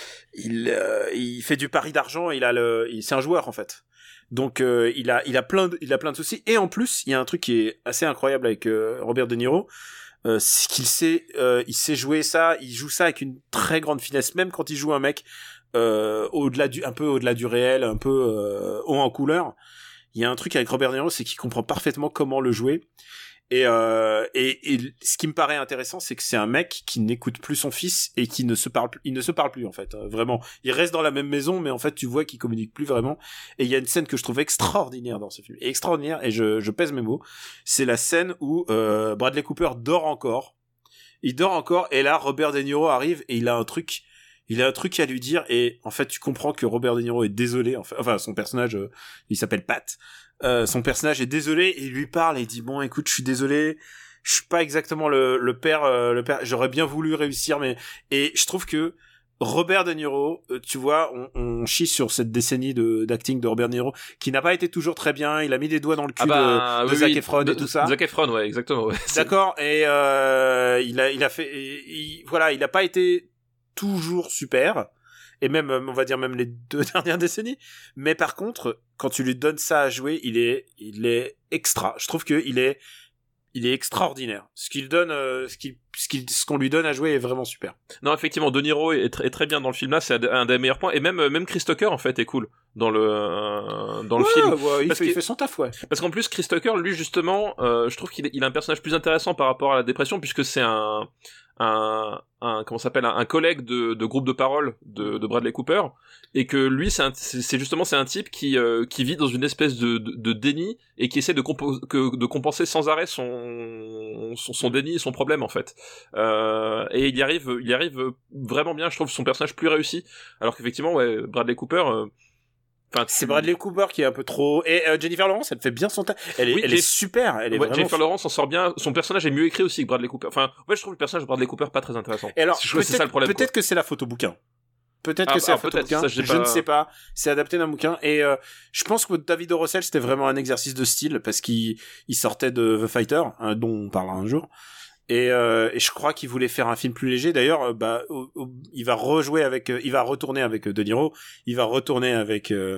il, euh, il fait du pari d'argent, il a le, il, c'est un joueur en fait. Donc euh, il a, il a plein de, il a plein de soucis. Et en plus, il y a un truc qui est assez incroyable avec euh, Robert De Niro. Euh, c'est qu'il sait, euh, il sait jouer ça, il joue ça avec une très grande finesse, même quand il joue un mec euh, au-delà du, un peu au-delà du réel, un peu euh, haut en couleur. Il y a un truc avec Robert De Niro, c'est qu'il comprend parfaitement comment le jouer. Et, euh, et, et ce qui me paraît intéressant, c'est que c'est un mec qui n'écoute plus son fils et qui ne se parle plus, il ne se parle plus en fait, euh, vraiment. Il reste dans la même maison, mais en fait, tu vois qu'il communique plus vraiment. Et il y a une scène que je trouve extraordinaire dans ce film, extraordinaire, et je, je pèse mes mots. C'est la scène où euh, Bradley Cooper dort encore. Il dort encore, et là, Robert De Niro arrive et il a un truc, il a un truc à lui dire, et en fait, tu comprends que Robert De Niro est désolé. Enfin, enfin son personnage, euh, il s'appelle Pat. Euh, son personnage est désolé et il lui parle et il dit bon écoute je suis désolé, je suis pas exactement le, le père euh, le père j'aurais bien voulu réussir mais et je trouve que Robert De Niro euh, tu vois on, on chie sur cette décennie de d'acting de Robert De Niro qui n'a pas été toujours très bien, il a mis des doigts dans le cul ah bah, de, de oui, Zac Efron de, et tout ça. Zac Efron ouais exactement ouais, d'accord et euh, il a il a fait il, il, voilà il a pas été toujours super. Et même, on va dire même les deux dernières décennies. Mais par contre, quand tu lui donnes ça à jouer, il est, il est extra. Je trouve que il est, il est extraordinaire. Ce qu'il donne, euh, ce qu'il, ce qu'il, ce qu'on lui donne à jouer est vraiment super. Non, effectivement, De Niro est très, est très bien dans le film là. C'est un des meilleurs points. Et même, même Chris Tucker en fait est cool dans le, euh, dans le ouais, film. Ouais, il, fait, il fait son taf, ouais. Parce qu'en plus, Chris Tucker, lui justement, euh, je trouve qu'il il a un personnage plus intéressant par rapport à la dépression puisque c'est un un, un comment s'appelle un, un collègue de, de groupe de parole de, de Bradley Cooper et que lui c'est, un, c'est, c'est justement c'est un type qui euh, qui vit dans une espèce de, de, de déni et qui essaie de, compo- que, de compenser sans arrêt son, son son déni et son problème en fait euh, et il y arrive il y arrive vraiment bien. Je trouve son personnage plus réussi alors qu'effectivement ouais Bradley Cooper euh, Enfin, c'est Bradley Cooper qui est un peu trop et euh, Jennifer Lawrence elle fait bien son tas elle est oui, elle Jeff... est super elle est ouais, vraiment Jennifer Lawrence s'en sort bien, son personnage est mieux écrit aussi que Bradley Cooper. Enfin ouais je trouve le personnage de Bradley Cooper pas très intéressant. Et alors je c'est ça le problème, peut-être quoi. que c'est la photo bouquin peut-être ah, que c'est ah, la photo bouquin ça, je pas... ne sais pas c'est adapté d'un bouquin et euh, je pense que David O. Russell c'était vraiment un exercice de style parce qu'il il sortait de The Fighter hein, dont on parlera un jour. Et, euh, et je crois qu'il voulait faire un film plus léger. D'ailleurs, euh, bah, au, au, il va rejouer avec, euh, il va retourner avec euh, De Niro. Il va retourner avec euh,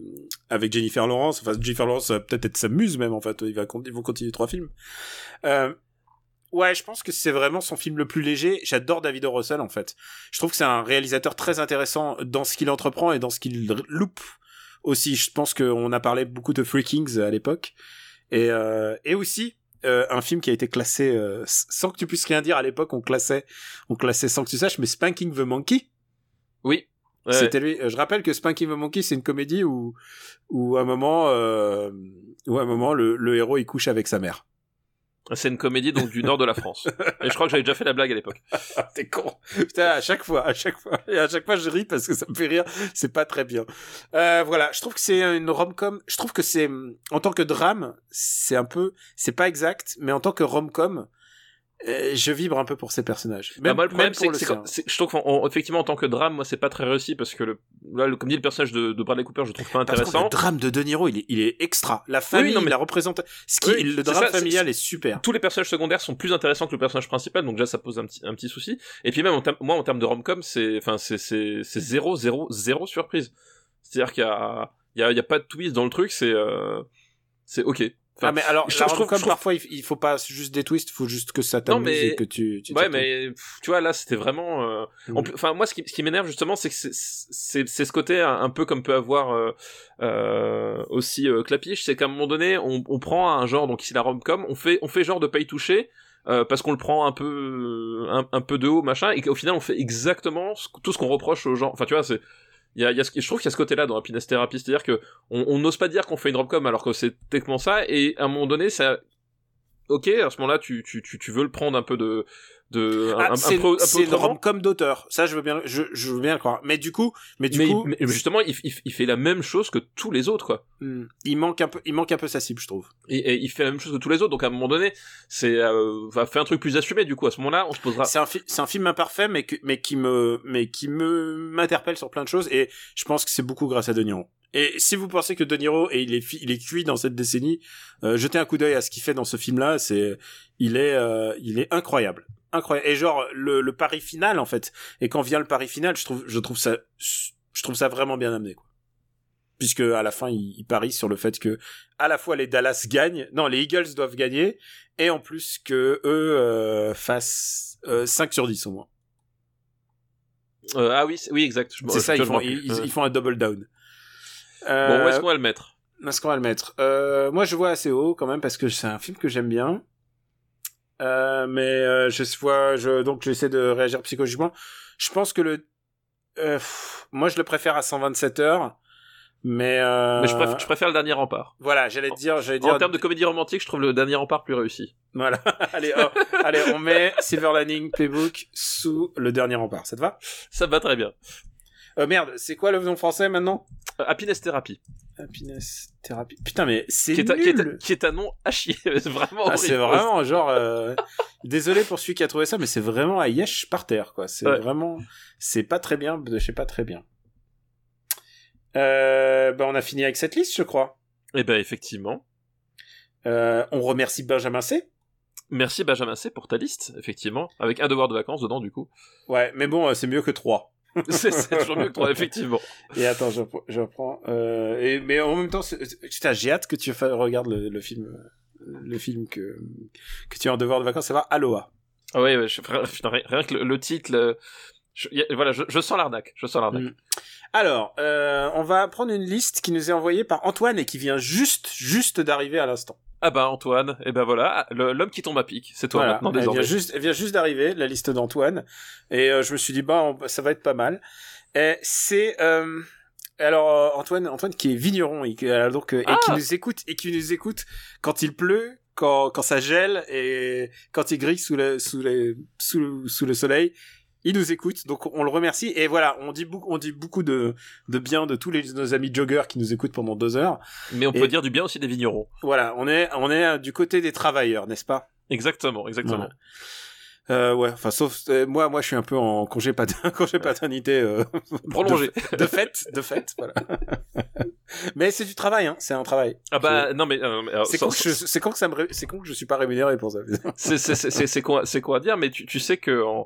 avec Jennifer Lawrence. Enfin, Jennifer Lawrence ça va peut-être être sa muse même en fait. Il va, ils vont continuer trois films. Euh, ouais, je pense que c'est vraiment son film le plus léger. J'adore David O. Russell en fait. Je trouve que c'est un réalisateur très intéressant dans ce qu'il entreprend et dans ce qu'il loupe aussi. Je pense qu'on a parlé beaucoup de Freakings à l'époque et euh, et aussi. Euh, un film qui a été classé euh, sans que tu puisses rien dire à l'époque on classait on classait sans que tu saches mais Spanking the Monkey oui ouais, c'était lui. Je rappelle que Spanking the Monkey c'est une comédie où où à un moment euh, où à un moment le, le héros il couche avec sa mère. C'est une comédie donc du nord de la France. Et je crois que j'avais déjà fait la blague à l'époque. T'es con. Putain, à chaque fois, à chaque fois, et à chaque fois je ris parce que ça me fait rire. C'est pas très bien. Euh, voilà, je trouve que c'est une rom-com. Je trouve que c'est en tant que drame, c'est un peu, c'est pas exact, mais en tant que rom-com, euh, je vibre un peu pour ces personnages. Même, bah, moi, le problème, même c'est que c'est quand, c'est, je trouve qu'effectivement en tant que drame, moi c'est pas très réussi parce que le, là, le, comme dit le personnage de, de Bradley Cooper, je trouve pas intéressant. Le drame de De Niro, il est, il est extra. La famille, oui, non, mais... la représente. Ce qui, oui, le drame ça, familial est, est super. Tous les personnages secondaires sont plus intéressants que le personnage principal, donc déjà ça pose un petit, un petit souci. Et puis même en termes, moi en termes de rom-com, c'est, enfin c'est, c'est, c'est zéro, zéro, zéro surprise. C'est-à-dire qu'il y a Il y a, y a pas de twist dans le truc, c'est, euh, c'est ok. Enfin, ah mais alors, je, je, je trouve comme je trouve... parfois il faut pas juste des twists, il faut juste que ça t'amuse mais... et que tu. tu ouais, mais pff, tu vois là, c'était vraiment. Euh... Mmh. Enfin, moi, ce qui, ce qui m'énerve justement, c'est que c'est, c'est, c'est ce côté un, un peu comme peut avoir euh, euh, aussi euh, Clapiche, c'est qu'à un moment donné, on, on prend un genre, donc ici la rom-com, on fait, on fait genre de pas y toucher. Euh, parce qu'on le prend un peu un, un peu de haut machin et qu'au final on fait exactement ce, tout ce qu'on reproche aux gens. Enfin tu vois, c'est il y a, il y a ce, je trouve qu'il y a ce côté-là dans Happiness Therapy, c'est-à-dire que on, on n'ose pas dire qu'on fait une rom-com alors que c'est techniquement ça, et à un moment donné ça, ok, à ce moment-là tu tu tu, tu veux le prendre un peu de de ah, un, c'est, un peu, un peu c'est le rom-com d'auteur, ça je veux bien je je veux bien le croire, mais du coup mais du mais, coup mais justement il, il, il fait la même chose que tous les autres quoi. Hmm. il manque un peu il manque un peu sa cible je trouve, et, et il fait la même chose que tous les autres, donc à un moment donné c'est euh, va faire un truc plus assumé, du coup à ce moment-là on se posera. C'est un fi- c'est un film imparfait mais que, mais qui me mais qui me m'interpelle sur plein de choses, et je pense que c'est beaucoup grâce à De Niro. Et si vous pensez que De Niro et il est fi- il est cuit dans cette décennie, euh, jetez un coup d'œil à ce qu'il fait dans ce film-là, c'est il est euh, il est incroyable. Incroyable. Et genre le, le pari final en fait, et quand vient le pari final, je trouve je trouve ça je trouve ça vraiment bien amené quoi. Puisque à la fin il, il parie sur le fait que à la fois les Dallas gagnent, non les Eagles doivent gagner, et en plus que eux euh, fassent euh, cinq sur dix au moins. Euh, ah oui, c'est, oui exact. Je, c'est je, ça, je, ils, je font, ils, ils font un double down. Euh, bon, où est-ce qu'on va le mettre? Où est-ce qu'on va le mettre? euh, Moi je vois assez haut quand même parce que c'est un film que j'aime bien. Euh, mais euh, je vois, je, donc j'essaie de réagir psychologiquement. Je pense que le, euh, pff, moi je le préfère à cent vingt-sept heures, mais. Euh... Mais je préfère, je préfère le Dernier Rempart. Voilà, j'allais te dire, j'allais en, dire. En termes de comédie romantique, je trouve le Dernier Rempart plus réussi. Voilà, allez, oh, allez, on met Silver Lining Playbook sous le Dernier Rempart. Ça te va? Ça me va très bien. Euh, merde, c'est quoi le nom français maintenant? euh, Happiness Therapy. Happiness Therapy. Putain, mais c'est qui est, nul. Qui est, qui est un nom à chier, c'est vraiment. Ah, c'est vraiment genre. Euh... Désolé pour celui qui a trouvé ça, mais c'est vraiment à yesh par terre, quoi. C'est ouais. vraiment, c'est pas très bien, je sais pas très bien. Euh, bah, on a fini avec cette liste, je crois. Eh ben, effectivement. Euh, on remercie Benjamin C. Merci Benjamin C pour ta liste, effectivement, avec un devoir de vacances dedans, du coup. Ouais, mais bon, c'est mieux que trois. c'est, c'est toujours mieux que trois, effectivement. Et attends, je, je reprends. Euh, et, mais en même temps, c'est, putain, j'ai hâte que tu regardes le, le film, le film que que tu as en devoir de vacances. Ça va, Aloha. Ah ouais, ouais je, rien, rien que le, le titre, le, je, y a, voilà, je, je sens l'arnaque, je sens l'arnaque. Mm. Alors, euh, on va prendre une liste qui nous est envoyée par Antoine et qui vient juste, juste d'arriver à l'instant. Ah bah Antoine, et ben voilà, le, l'homme qui tombe à pic, c'est toi voilà, maintenant désormais. Elle vient juste, elle vient juste d'arriver, la liste d'Antoine, et euh, je me suis dit bah on, ça va être pas mal. Et c'est euh, alors Antoine, Antoine qui est vigneron et, donc euh, ah. et qui nous écoute et qui nous écoute quand il pleut, quand quand ça gèle et quand il grille sous le sous les sous sous le soleil. Il nous écoute, donc on le remercie, et voilà, on dit beaucoup, on dit beaucoup de, de bien de tous les, nos amis joggers qui nous écoutent pendant deux heures. Mais on et, peut dire du bien aussi des vignerons. Voilà, on est, on est du côté des travailleurs, n'est-ce pas? Exactement, exactement. Voilà. Euh, ouais, enfin, sauf, euh, moi, moi, je suis un peu en congé paternité, congé paternité, euh, prolongé. De, de fait, de fait, voilà. Mais c'est du travail, hein, c'est un travail. Ah bah, je... non mais, euh, alors, c'est, con que je, c'est con que ça me, ré... c'est con que je suis pas rémunéré pour ça. c'est, c'est, c'est, c'est, c'est quoi, c'est quoi dire, mais tu, tu sais que en,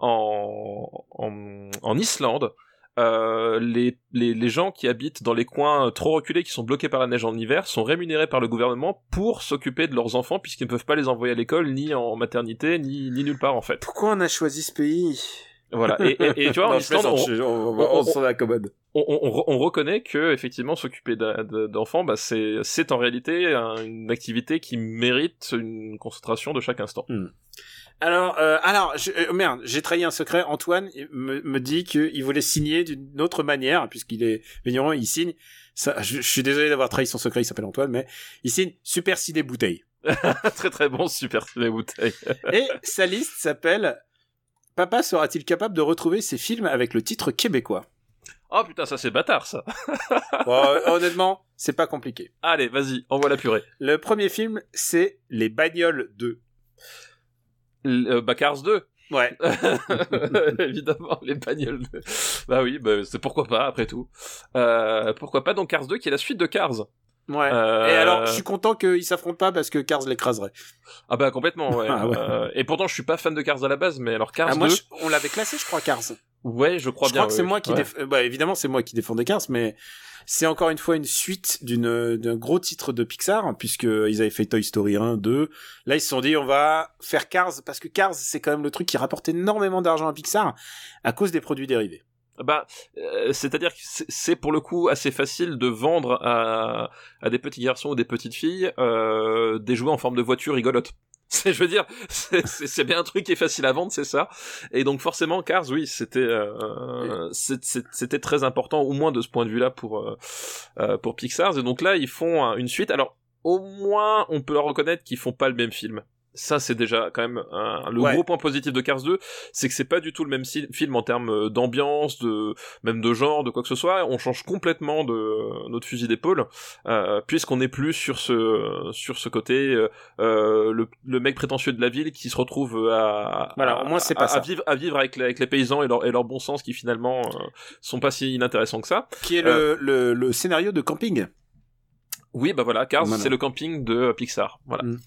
en, en, en Islande, Euh, les, les, les gens qui habitent dans les coins trop reculés, qui sont bloqués par la neige en hiver, sont rémunérés par le gouvernement pour s'occuper de leurs enfants, puisqu'ils ne peuvent pas les envoyer à l'école, ni en maternité, ni, ni nulle part en fait. Pourquoi on a choisi ce pays? Voilà, et, et, et tu vois, non, en Islande, on, on, on, on, on s'en accommode. On, on, on reconnaît que effectivement s'occuper de, de, d'enfants, bah c'est, c'est en réalité un, une activité qui mérite une concentration de chaque instant. Hmm. Alors, euh, alors, je, euh, merde, j'ai trahi un secret. Antoine me, me dit qu'il voulait signer d'une autre manière, puisqu'il est vigneron, il signe. Ça, je, je suis désolé d'avoir trahi son secret. Il s'appelle Antoine, mais il signe Super Ciné Bouteille. Très très bon Super Ciné Bouteille. Et sa liste s'appelle Papa sera-t-il capable de retrouver ses films avec le titre québécois? Oh putain, ça c'est bâtard ça. Bon, honnêtement, c'est pas compliqué. Allez, vas-y, envoie la purée. Le premier film, c'est Les Bagnoles deux. Euh, bah Cars deux. Ouais. Évidemment, les bagnoles deux. Bah oui, bah, c'est pourquoi pas, après tout. Euh, pourquoi pas donc Cars deux, qui est la suite de Cars. Ouais. Euh... Et alors, je suis content qu'ils s'affrontent pas parce que Cars l'écraserait. Ah bah complètement, ouais. Ah ouais. Euh, et pourtant, je suis pas fan de Cars à la base, mais alors Cars Ah, moi, deux... je- on l'avait classé, je crois, Cars. Ouais, je crois je bien. crois que c'est ouais. moi qui Ouais. déf... bah, évidemment, c'est moi qui défendais Cars, mais c'est encore une fois une suite d'une, d'un gros titre de Pixar, puisque ils avaient fait Toy Story un, deux. Là, ils se sont dit, on va faire Cars, parce que Cars, c'est quand même le truc qui rapporte énormément d'argent à Pixar à cause des produits dérivés. Bah, euh, c'est-à-dire que c'est, c'est pour le coup assez facile de vendre à, à des petits garçons ou des petites filles euh, des jouets en forme de voiture rigolote. C'est, je veux dire, c'est, c'est, c'est bien un truc qui est facile à vendre, c'est ça. Et donc forcément, Cars, oui, c'était, euh, c'est, c'est, c'était très important, au moins de ce point de vue-là pour euh, euh, pour Pixar. Et donc là, ils font un, une suite. Alors, au moins, on peut leur reconnaître qu'ils font pas le même film. Ça, c'est déjà quand même un, le Ouais. gros point positif de Cars deux, c'est que c'est pas du tout le même si- film en termes d'ambiance, de même de genre, de quoi que ce soit. On change complètement de notre fusil d'épaule, euh, puisqu'on n'est plus sur ce sur ce côté euh, le, le mec prétentieux de la ville qui se retrouve à Voilà, à, au moins, c'est pas à, ça. à vivre à vivre avec les, avec les paysans et leur et leur bon sens qui finalement euh, sont pas si inintéressants que ça. Qui est Euh, le, le, le scénario de Camping. Oui, bah voilà, Cars, Voilà. c'est le camping de Pixar. Voilà. Mm.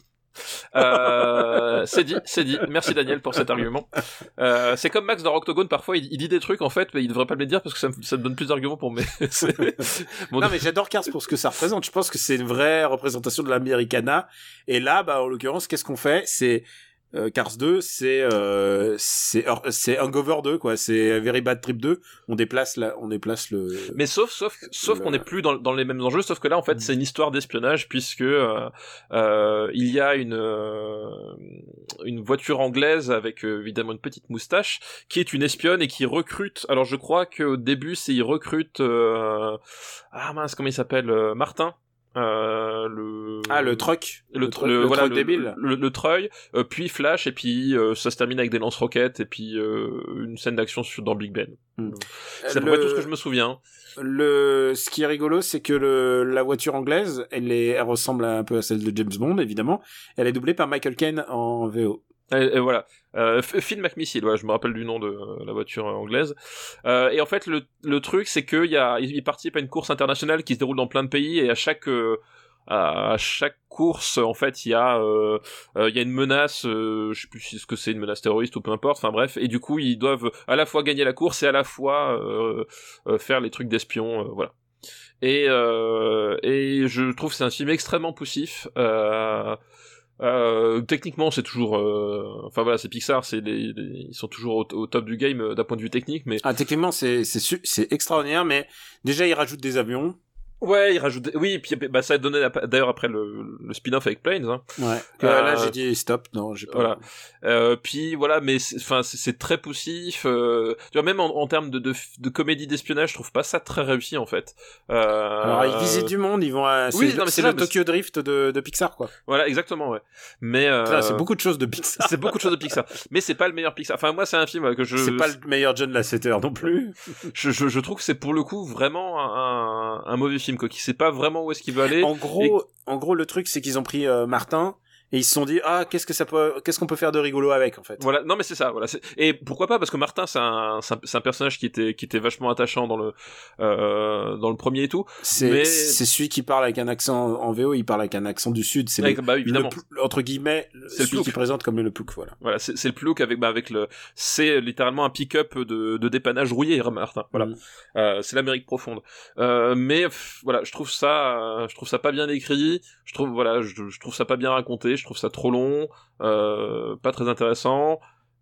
Euh, c'est dit, c'est dit. Merci Daniel pour cet argument. Euh, c'est comme Max dans Octogone, parfois il, il dit des trucs en fait, mais il devrait pas me les dire parce que ça me, ça me donne plus d'arguments pour mes. c'est... Bon, Non, mais j'adore Cars pour ce que ça représente. Je pense que c'est une vraie représentation de l'Americana. Et là, bah, en l'occurrence, qu'est-ce qu'on fait? C'est, euh, Cars deux, c'est, euh, c'est, c'est Hangover deux, quoi. C'est Very Bad Trip deux. On déplace la, on déplace le... Mais sauf, sauf, sauf Le- qu'on n'est plus dans, dans les mêmes enjeux, sauf que là, en fait, c'est une histoire d'espionnage puisque euh, euh, il y a une euh, une voiture anglaise avec euh, évidemment une petite moustache qui est une espionne et qui recrute. Alors, je crois qu'au début, c'est il recrute euh, ah mince, comment il s'appelle, euh, Martin. Euh, le Ah, le truck. le, truck, le, le voilà, truck le, débile. le, le, le treuil, euh, puis Flash, et puis euh, ça se termine avec des lance-roquettes, et puis euh, une scène d'action sur, dans Big Ben. Mm. C'est à peu Le- près tout ce que je me souviens. Le, ce qui est rigolo, c'est que le, la voiture anglaise, elle est, elle ressemble un peu à celle de James Bond, évidemment. Elle est doublée par Michael Caine en V O. Et, et voilà. Euh, F- Finn McMissile, ouais, je me rappelle du nom de euh, la voiture euh, anglaise. Euh, et en fait, le, le truc, c'est qu'il y a, il participe à une course internationale qui se déroule dans plein de pays, et à chaque, euh, à chaque course, en fait, il y a, euh, euh, il y a une menace, euh, je sais plus si ce que c'est une menace terroriste ou peu importe, enfin bref, et du coup, ils doivent à la fois gagner la course et à la fois euh, euh, faire les trucs d'espion, euh, voilà. Et, euh, et je trouve que c'est un film extrêmement poussif. Euh, euh, techniquement, c'est toujours, euh, enfin voilà, c'est Pixar, c'est les, les- ils sont toujours au, au top du game euh, d'un point de vue technique, mais Ah, techniquement, c'est, c'est, su- c'est extraordinaire, mais déjà, ils rajoutent des avions. ouais, ils rajoutent, oui, et puis bah ça a donné la- d'ailleurs après le, le spin-off avec Planes, hein. Ouais. Euh, Euh, là, j'ai dit stop. Non, j'ai pas. Voilà. Euh, puis voilà, mais enfin c'est, c'est très poussif. Euh, tu vois, même en, en termes de, de, de comédie d'espionnage, je trouve pas ça très réussi en fait. Euh, Alors, ils visitent du monde, ils vont à... Oui, c'est, non, mais c'est c'est le ça, mais Tokyo Drift de, de Pixar, quoi. Voilà, exactement, ouais. Mais euh, Enfin, c'est beaucoup de choses de Pixar. c'est beaucoup de choses de Pixar, mais c'est pas le meilleur Pixar. Enfin, moi, c'est un film voilà, que je, C'est pas le meilleur John Lasseter non plus. je, je, je trouve que c'est pour le coup vraiment un, un, un mauvais film, quoi, qui sait pas vraiment où est-ce qu'il veut aller. En gros, en gros, le truc, c'est qu'ils ont pris euh, Martin et ils se sont dit, ah, qu'est-ce que ça peut, qu'est-ce qu'on peut faire de rigolo avec, en fait. Voilà, non mais c'est ça, voilà. C'est... Et pourquoi pas, parce que Martin, c'est un, c'est un, c'est un personnage qui était, qui était vachement attachant dans le, euh, dans le premier et tout. C'est, Mais- c'est celui qui parle avec un accent en V O, il parle avec un accent du sud. C'est Ouais, le, bah évidemment. le pl- entre guillemets, C'est le celui plouc. qui présente comme le plouc, voilà. Voilà, c'est, c'est le plouc avec, bah, avec le, c'est littéralement un pick-up de, de dépannage rouillé, Martin. Voilà. Mm. Euh, c'est l'Amérique profonde. Euh, mais pff, voilà, je trouve ça, euh, je trouve ça pas bien écrit. Je trouve, voilà, je, je trouve ça pas bien raconté. Je trouve ça trop long, euh, pas très intéressant.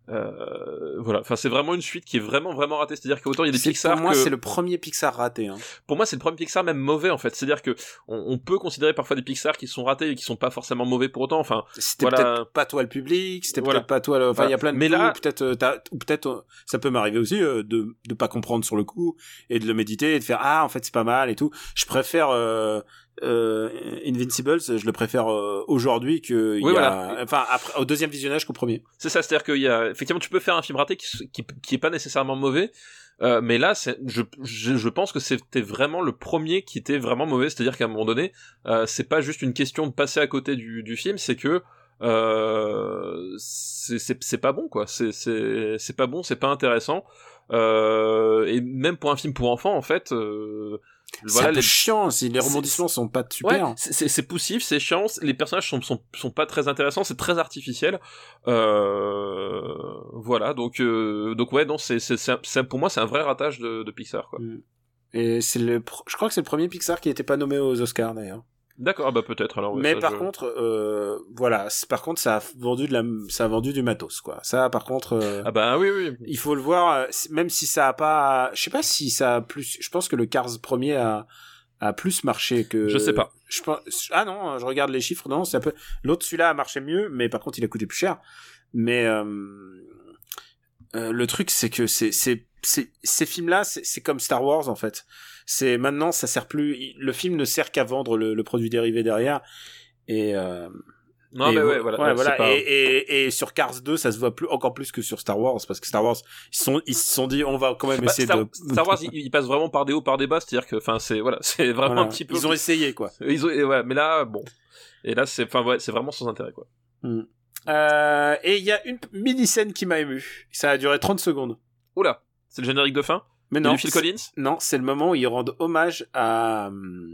Euh, voilà, enfin c'est vraiment une suite qui est vraiment vraiment ratée. C'est-à-dire qu'autant il y a des C'est- Pixar pour moi, que... c'est le premier Pixar raté. Hein. Pour moi, c'est le premier Pixar même mauvais en fait. C'est-à-dire que on, on peut considérer parfois des Pixar qui sont ratés et qui sont pas forcément mauvais pour autant. Enfin, C'était Voilà. peut-être pas toi le public, c'était Voilà. peut-être pas toi. Le... Enfin, il Voilà. y a plein de Mais coups, là- ou peut-être, euh, t'as- ou peut-être, euh, ça peut m'arriver aussi euh, de de pas comprendre sur le coup et de le méditer et de faire ah en fait c'est pas mal et tout. Je préfère euh, euh, Invincible, je le préfère euh, aujourd'hui que il y a, voilà. enfin après au deuxième visionnage qu'au premier. c'est ça. C'est-à-dire qu'il y a effectivement, tu peux faire un film raté qui qui, qui est pas nécessairement mauvais. Euh, mais là, c'est, je, je, je pense que c'était vraiment le premier qui était vraiment mauvais. C'est-à-dire qu'à un moment donné, euh, c'est pas juste une question de passer à côté du, du film, c'est que euh, c'est, c'est, c'est pas bon, quoi. C'est, c'est, c'est pas bon, c'est pas intéressant. Euh, et même pour un film pour enfants, en fait, euh, c'est voilà, un peu les... chiant, si les rebondissements sont pas super. Ouais, c'est, c'est, c'est poussif, c'est chiant, les personnages sont, sont, sont pas très intéressants, c'est très artificiel. Euh, voilà, donc, euh, donc ouais, non, c'est, c'est, c'est, c'est, pour moi, c'est un vrai ratage de, de Pixar, quoi. Et c'est le, je crois que c'est le premier Pixar qui n'était pas nommé aux Oscars, d'ailleurs. D'accord, bah peut-être alors. Ouais, mais ça, par je... contre, euh, voilà, par contre, ça a vendu de la, ça a vendu du matos, quoi. Ça, par contre, euh, ah bah oui, oui. Il faut le voir, même si ça a pas, je sais pas si ça a plus. Je pense que le Cars premier a a plus marché que. Je sais pas. Je pense. Ah non, je regarde les chiffres. Non, ça peut. L'autre, celui-là a marché mieux, mais par contre, il a coûté plus cher. Mais euh, euh, le truc, c'est que c'est c'est c'est ces films-là, c'est, c'est comme Star Wars en fait. C'est maintenant, ça sert plus. Le film ne sert qu'à vendre le, le produit dérivé derrière. Et euh, non, et mais ouais, ouais, voilà. ouais, ouais, voilà. Pas... Et, et, et sur Cars deux, ça se voit plus, encore plus que sur Star Wars, parce que Star Wars, ils sont, ils se sont dit, on va quand même bah, essayer Star, de. Star Wars, ils, ils passent vraiment par des hauts, par des bas, c'est-à-dire que, enfin, c'est, voilà, c'est vraiment voilà. un petit peu. Ils ont essayé, quoi. Ils ont, et ouais, mais là, bon. Et là, c'est, enfin, ouais, c'est vraiment sans intérêt, quoi. Mm. Euh, et il y a une mini-scène qui m'a ému. Ça a duré trente secondes. Oula, c'est le générique de fin? Mais non. Du Phil Collins? Non, c'est le moment où ils rendent hommage à,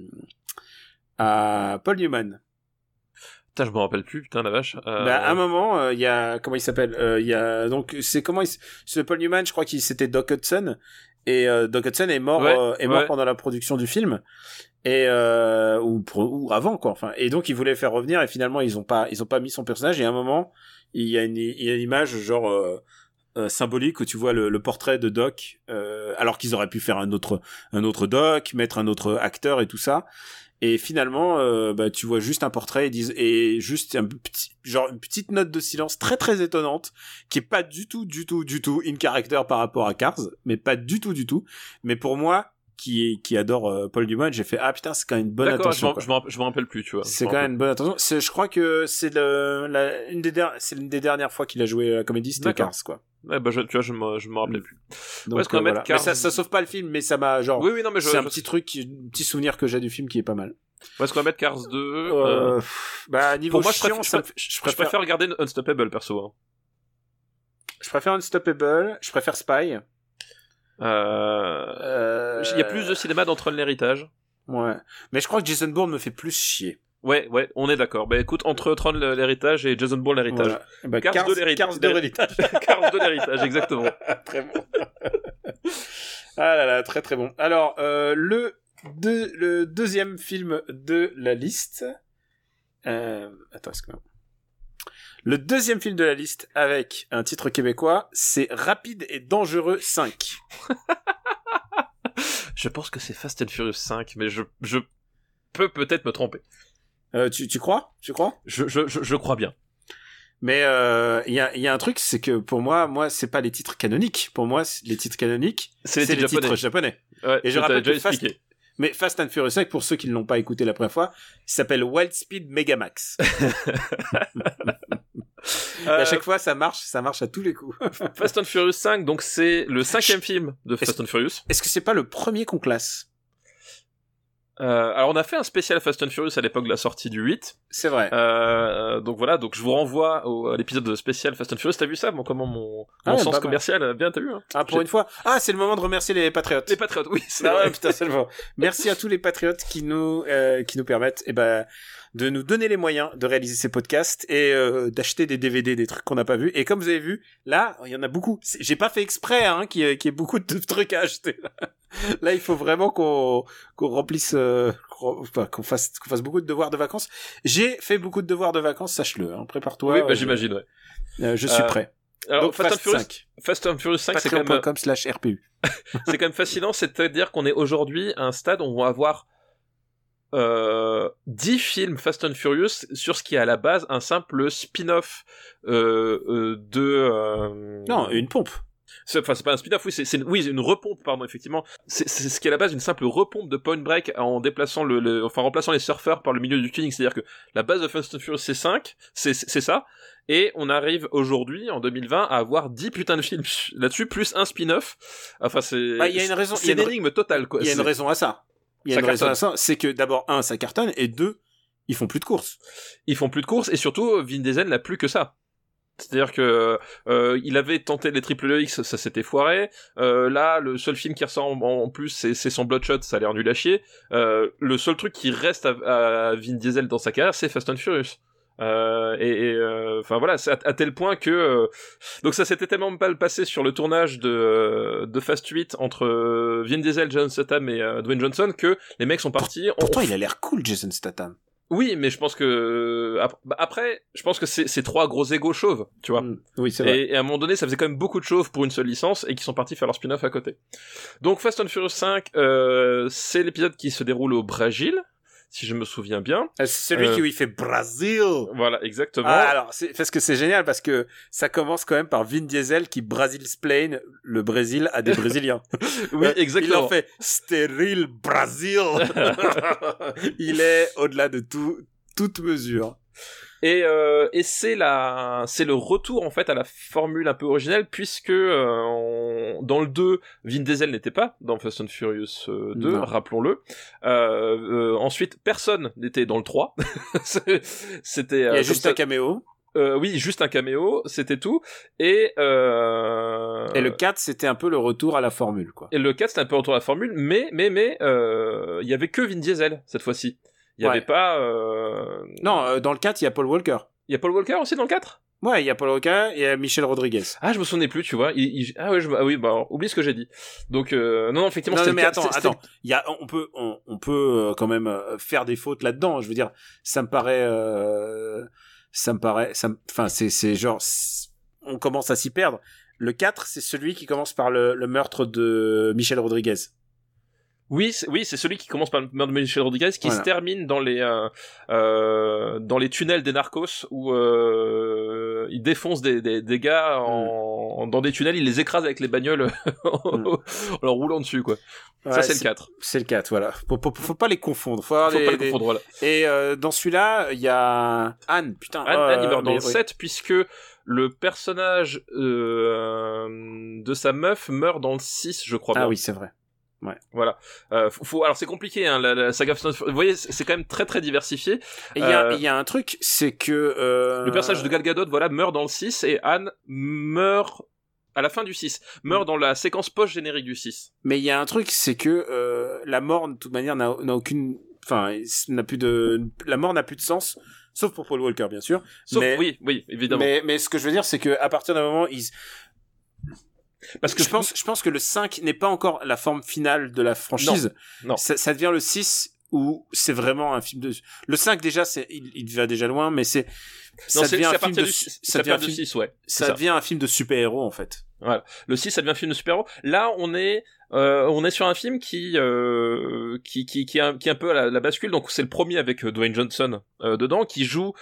à Paul Newman. Putain, je me rappelle plus, putain, la vache. Euh... Bah, à un moment, il euh, y a, comment il s'appelle, il euh, y a, donc, c'est comment il, ce Paul Newman, je crois qu'il c'était Doc Hudson, et euh, Doc Hudson est mort, ouais, euh, est mort ouais. pendant la production du film, et, euh, ou, ou avant, quoi, enfin, et donc, ils voulaient faire revenir, et finalement, ils ont pas, ils ont pas mis son personnage, et à un moment, il y a une, il y a une image, genre, euh, Euh, symbolique où tu vois le, le portrait de Doc, euh, alors qu'ils auraient pu faire un autre un autre Doc, mettre un autre acteur et tout ça, et finalement euh, bah tu vois juste un portrait et, disent, et juste un petit genre une petite note de silence très très étonnante qui est pas du tout du tout du tout in character par rapport à Cars, mais pas du tout du tout, mais pour moi qui qui adore euh, Paul Newman, j'ai fait ah putain c'est quand même une bonne D'accord, attention. D'accord, je, m'en, je m'en rappelle plus, tu vois. C'est quand même une bonne attention. C'est, je crois que c'est le la, une des der- c'est l'une des dernières fois qu'il a joué à la comédie, c'était Cars, quoi. Ouais, bah je, tu vois, je me, je me rappelais plus. Donc, ouais, euh, voilà. Cars... Mais ça, ça sauve pas le film, mais ça m'a genre. Oui, oui, non, mais je, c'est un je... petit truc, un petit souvenir que j'ai du film qui est pas mal. Où est-ce qu'on va mettre Cars deux? euh... euh... Bah niveau pour moi, chiant, je, préfère, ça me... je, préfère... je préfère regarder Unstoppable perso. Hein. Je préfère Unstoppable. Je préfère Spy. Euh... Euh... Il y a plus de cinéma dans Tron l'héritage. Ouais. Mais je crois que Jason Bourne me fait plus chier. Ouais, ouais, on est d'accord. Bah écoute, entre Tron l'héritage et Jason Bourne l'héritage. Voilà. Bah, Cars, Cars de l'héritage. Cars de l'héritage. Cars de l'héritage, exactement. Très bon. Ah là là, très très bon. Alors, euh, le, deux, le deuxième film de la liste. Euh, attends, est-ce que... Le deuxième film de la liste avec un titre québécois, c'est Rapide et Dangereux cinq. Je pense que c'est Fast and Furious cinq, mais je, je peux peut-être me tromper. Euh, tu, tu crois? Tu crois? Je, je, je, je crois bien. Mais il euh, y, a, y a un truc, c'est que pour moi, moi, c'est pas les titres canoniques. Pour moi, les titres canoniques, c'est les, c'est titres, les titres japonais. japonais. Ouais, et je rappelle déjà que Fast... Mais Fast and Furious cinq, pour ceux qui ne l'ont pas écouté la première fois, il s'appelle Wild Speed Megamax. euh... À chaque fois, ça marche, ça marche à tous les coups. Fast and Furious cinq, donc c'est le cinquième film de Fast est-ce... and Furious. Est-ce que c'est pas le premier qu'on classe? Euh, alors on a fait un spécial Fast and Furious à l'époque de la sortie du huit. C'est vrai. Euh, donc voilà, donc je vous renvoie au, à l'épisode spécial Fast and Furious. T'as vu ça, mon, comment mon, ah mon ouais, sens bah, commercial, bah. Bien t'as vu hein. Ah pour J'ai... une fois. Ah c'est le moment de remercier les patriotes. Les patriotes, oui. C'est ah vrai. Ouais, putain c'est le moment. Merci à tous les patriotes qui nous euh, qui nous permettent eh ben de nous donner les moyens de réaliser ces podcasts et euh, d'acheter des D V D, des trucs qu'on n'a pas vus. Et comme vous avez vu, là, il y en a beaucoup. C'est... J'ai pas fait exprès hein, qu'il y ait, qu'il y ait beaucoup de trucs à acheter. Là, là il faut vraiment qu'on, qu'on remplisse, euh, qu'on, enfin, qu'on, fasse, qu'on fasse beaucoup de devoirs de vacances. J'ai fait beaucoup de devoirs de vacances, sache-le. Hein. Prépare-toi. Oui, bah, euh, j'imagine, ouais. Euh, je suis euh... près. Alors, donc, Fast, Fast, and Furious, cinq. Fast and Furious cinq, c'est quand même... com slash R P U. C'est quand même fascinant, c'est-à-dire qu'on est aujourd'hui à un stade où on va avoir euh, dix films Fast and Furious sur ce qui est à la base un simple spin-off euh, euh, de... Euh... Non, une pompe. C'est, enfin, c'est pas un spin-off, oui, c'est, c'est, oui, une repompe, pardon, effectivement. C'est, c'est ce qui est à la base une simple repompe de Point Break en déplaçant le, le enfin, remplaçant les surfeurs par le milieu du tuning. C'est-à-dire que la base de Fast and Furious, c'est cinq, c'est, c'est, c'est ça. Et on arrive aujourd'hui, en deux mille vingt, à avoir dix putains de films là-dessus, plus un spin-off. Enfin, c'est, bah, y a une raison, c'est une énigme totale, quoi. Il y a une raison à ça. Il y a ça une cartonne. raison à ça. C'est que d'abord, un, ça cartonne, et deux, ils font plus de courses. Ils font plus de courses, et surtout, Vin Diesel n'a plus que ça. C'est-à-dire que euh, il avait tenté les Triple X, ça s'était foiré. Euh, là, le seul film qui ressort en, en plus, c'est, c'est son Bloodshot, ça a l'air nul à chier. Euh, le seul truc qui reste à, à Vin Diesel dans sa carrière, c'est Fast and Furious. Euh, et enfin euh, voilà, c'est à, à tel point que euh, donc ça s'était tellement mal passé sur le tournage de de Fast huit entre euh, Vin Diesel, Jason Statham et euh, Dwayne Johnson que les mecs sont partis. Pour, pourtant, on... il a l'air cool, Jason Statham. Oui, mais je pense que après, je pense que c'est, c'est trois gros égos chauves, tu vois. Mmh. Oui, c'est vrai. Et, et à un moment donné, ça faisait quand même beaucoup de chauves pour une seule licence et qui sont partis faire leur spin-off à côté. Donc Fast and Furious cinq, euh, c'est l'épisode qui se déroule au Brésil, si je me souviens bien. C'est celui euh... qui où il fait Brazil. Voilà, exactement. Ah, alors, c'est, parce que c'est génial, parce que ça commence quand même par Vin Diesel qui Brasil-splain le Brésil à des Brésiliens. Oui, exactement. Il en fait stérile Brazil. Il est au-delà de tout, toute mesure. Et, euh, et c'est la, c'est le retour en fait à la formule un peu originelle puisque euh, on, dans le deux, Vin Diesel n'était pas dans Fast and Furious deux, non. rappelons-le. Euh, euh, ensuite, personne n'était dans le trois. C'était. Euh, Il y a juste ça... un caméo. Euh, oui, juste un caméo, c'était tout. Et euh... et le quatre, c'était un peu le retour à la formule, quoi. Et le quatre, c'était un peu le retour à la formule, mais mais mais euh, il y avait que Vin Diesel cette fois-ci. Il y ouais. avait pas. Euh... Non, euh, dans le quatre, il y a Paul Walker. Il y a Paul Walker aussi dans le quatre ? Ouais, il y a Paul Walker et Michel Rodriguez. Ah, je me souvenais plus, tu vois. Il, il... Ah ouais, je... ah oui, bah alors, oublie ce que j'ai dit. Donc euh... non, non, effectivement. Non, c'était non mais le... attends, c'était... attends. Il y a, on peut, on, on peut quand même faire des fautes là-dedans. Je veux dire, ça me paraît, euh... ça me paraît, ça, me... enfin, c'est, c'est genre, c'est... on commence à s'y perdre. Le quatre, c'est celui qui commence par le, le meurtre de Michel Rodriguez. Oui, c'est, oui, c'est celui qui commence par le meurtre de Michel Rodriguez, qui voilà. se termine dans les euh, euh, dans les tunnels des narcos où euh, il défonce des, des, des gars en, mm. dans des tunnels, il les écrase avec les bagnoles en, mm. en leur roulant dessus, quoi. Ouais, ça, c'est, c'est le quatre. C'est le quatre, voilà. Faut, faut, faut pas les confondre. Faut, faut des, pas les des... confondre, voilà. Et euh, dans celui-là, il y a Anne, putain. Anne, euh, Anne il meurt dans mais, le oui. sept, puisque le personnage euh, de sa meuf meurt dans le six, je crois bien. Ah oui, c'est vrai. Ouais. Voilà. Euh, faut, faut, alors c'est compliqué, hein, la, la saga. Vous voyez, c'est quand même très très diversifié. Et il y a, euh, il y a un truc, c'est que euh... le personnage de Gal Gadot, voilà, meurt dans le six et Anne meurt à la fin du six, meurt dans la séquence post-générique du six. Mais il y a un truc, c'est que euh, la mort, de toute manière, n'a, n'a aucune, enfin, n'a plus de, la mort n'a plus de sens, sauf pour Paul Walker, bien sûr. Sauf, mais, oui, oui, évidemment. Mais, mais ce que je veux dire, c'est que à partir d'un moment, ils Parce que je pense, je pense que le cinq n'est pas encore la forme finale de la franchise. Non. non. Ça, ça devient le six où c'est vraiment un film de, le cinq déjà, c'est, il, il va déjà loin, mais c'est, non, ça c'est, devient c'est un film de, du, ça devient un film, six, ouais. Ça, ça devient un film de super-héros, en fait. Voilà. Le six, ça devient un film de super-héros. Là, on est, euh, on est sur un film qui, euh, qui, qui, qui est un, qui est un peu à la, la bascule. Donc, c'est le premier avec Dwayne Johnson, euh, dedans, qui joue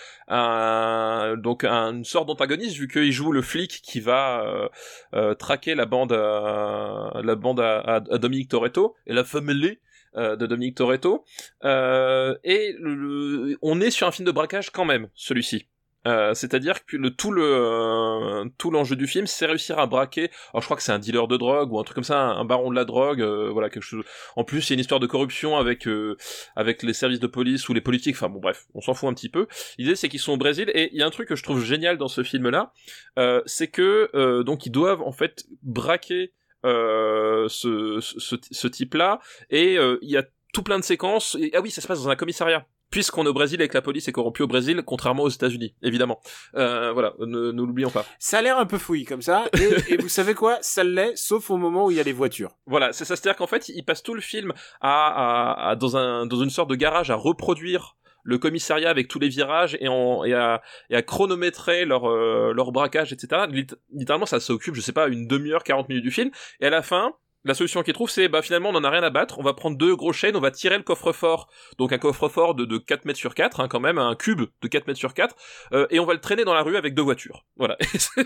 un, donc, un, une sorte d'antagoniste, vu qu'il joue le flic qui va, euh, euh, traquer la bande à, la bande à, à, à Dominique Toretto, et la famille euh, de Dominique Toretto. Euh, et le, le, on est sur un film de braquage quand même, celui-ci. Euh, c'est-à-dire que le tout le euh, tout l'enjeu du film, c'est réussir à braquer. Alors je crois que c'est un dealer de drogue ou un truc comme ça, un, un baron de la drogue, euh, voilà quelque chose. En plus, il y a une histoire de corruption avec euh, avec les services de police ou les politiques. Enfin bon, bref, on s'en fout un petit peu. L'idée, c'est qu'ils sont au Brésil et il y a un truc que je trouve génial dans ce film-là, euh, c'est que euh, donc ils doivent en fait braquer euh, ce, ce ce type-là et euh, il y a tout plein de séquences. Et, ah oui, ça se passe dans un commissariat. Puisqu'on est au Brésil et que la police est corrompue au Brésil, contrairement aux États-Unis, évidemment. Euh, voilà, ne, ne l'oublions pas. Ça a l'air un peu fouillis comme ça, et, et vous savez quoi, ça l'est, sauf au moment où il y a les voitures. Voilà, c'est ça, c'est-à-dire qu'en fait, ils passent tout le film à, à, à dans un dans une sorte de garage à reproduire le commissariat avec tous les virages et, en, et, à, et à chronométrer leur euh, leur braquage, et cetera. Littéralement, ça s'occupe, je sais pas, une demi-heure, quarante minutes du film, et à la fin. La solution qu'ils trouvent, c'est, bah, finalement, on en a rien à battre, on va prendre deux gros chaînes, on va tirer le coffre-fort, donc un coffre-fort de, de quatre mètres sur quatre, hein, quand même, un cube de quatre mètres sur quatre, euh, et on va le traîner dans la rue avec deux voitures. Voilà.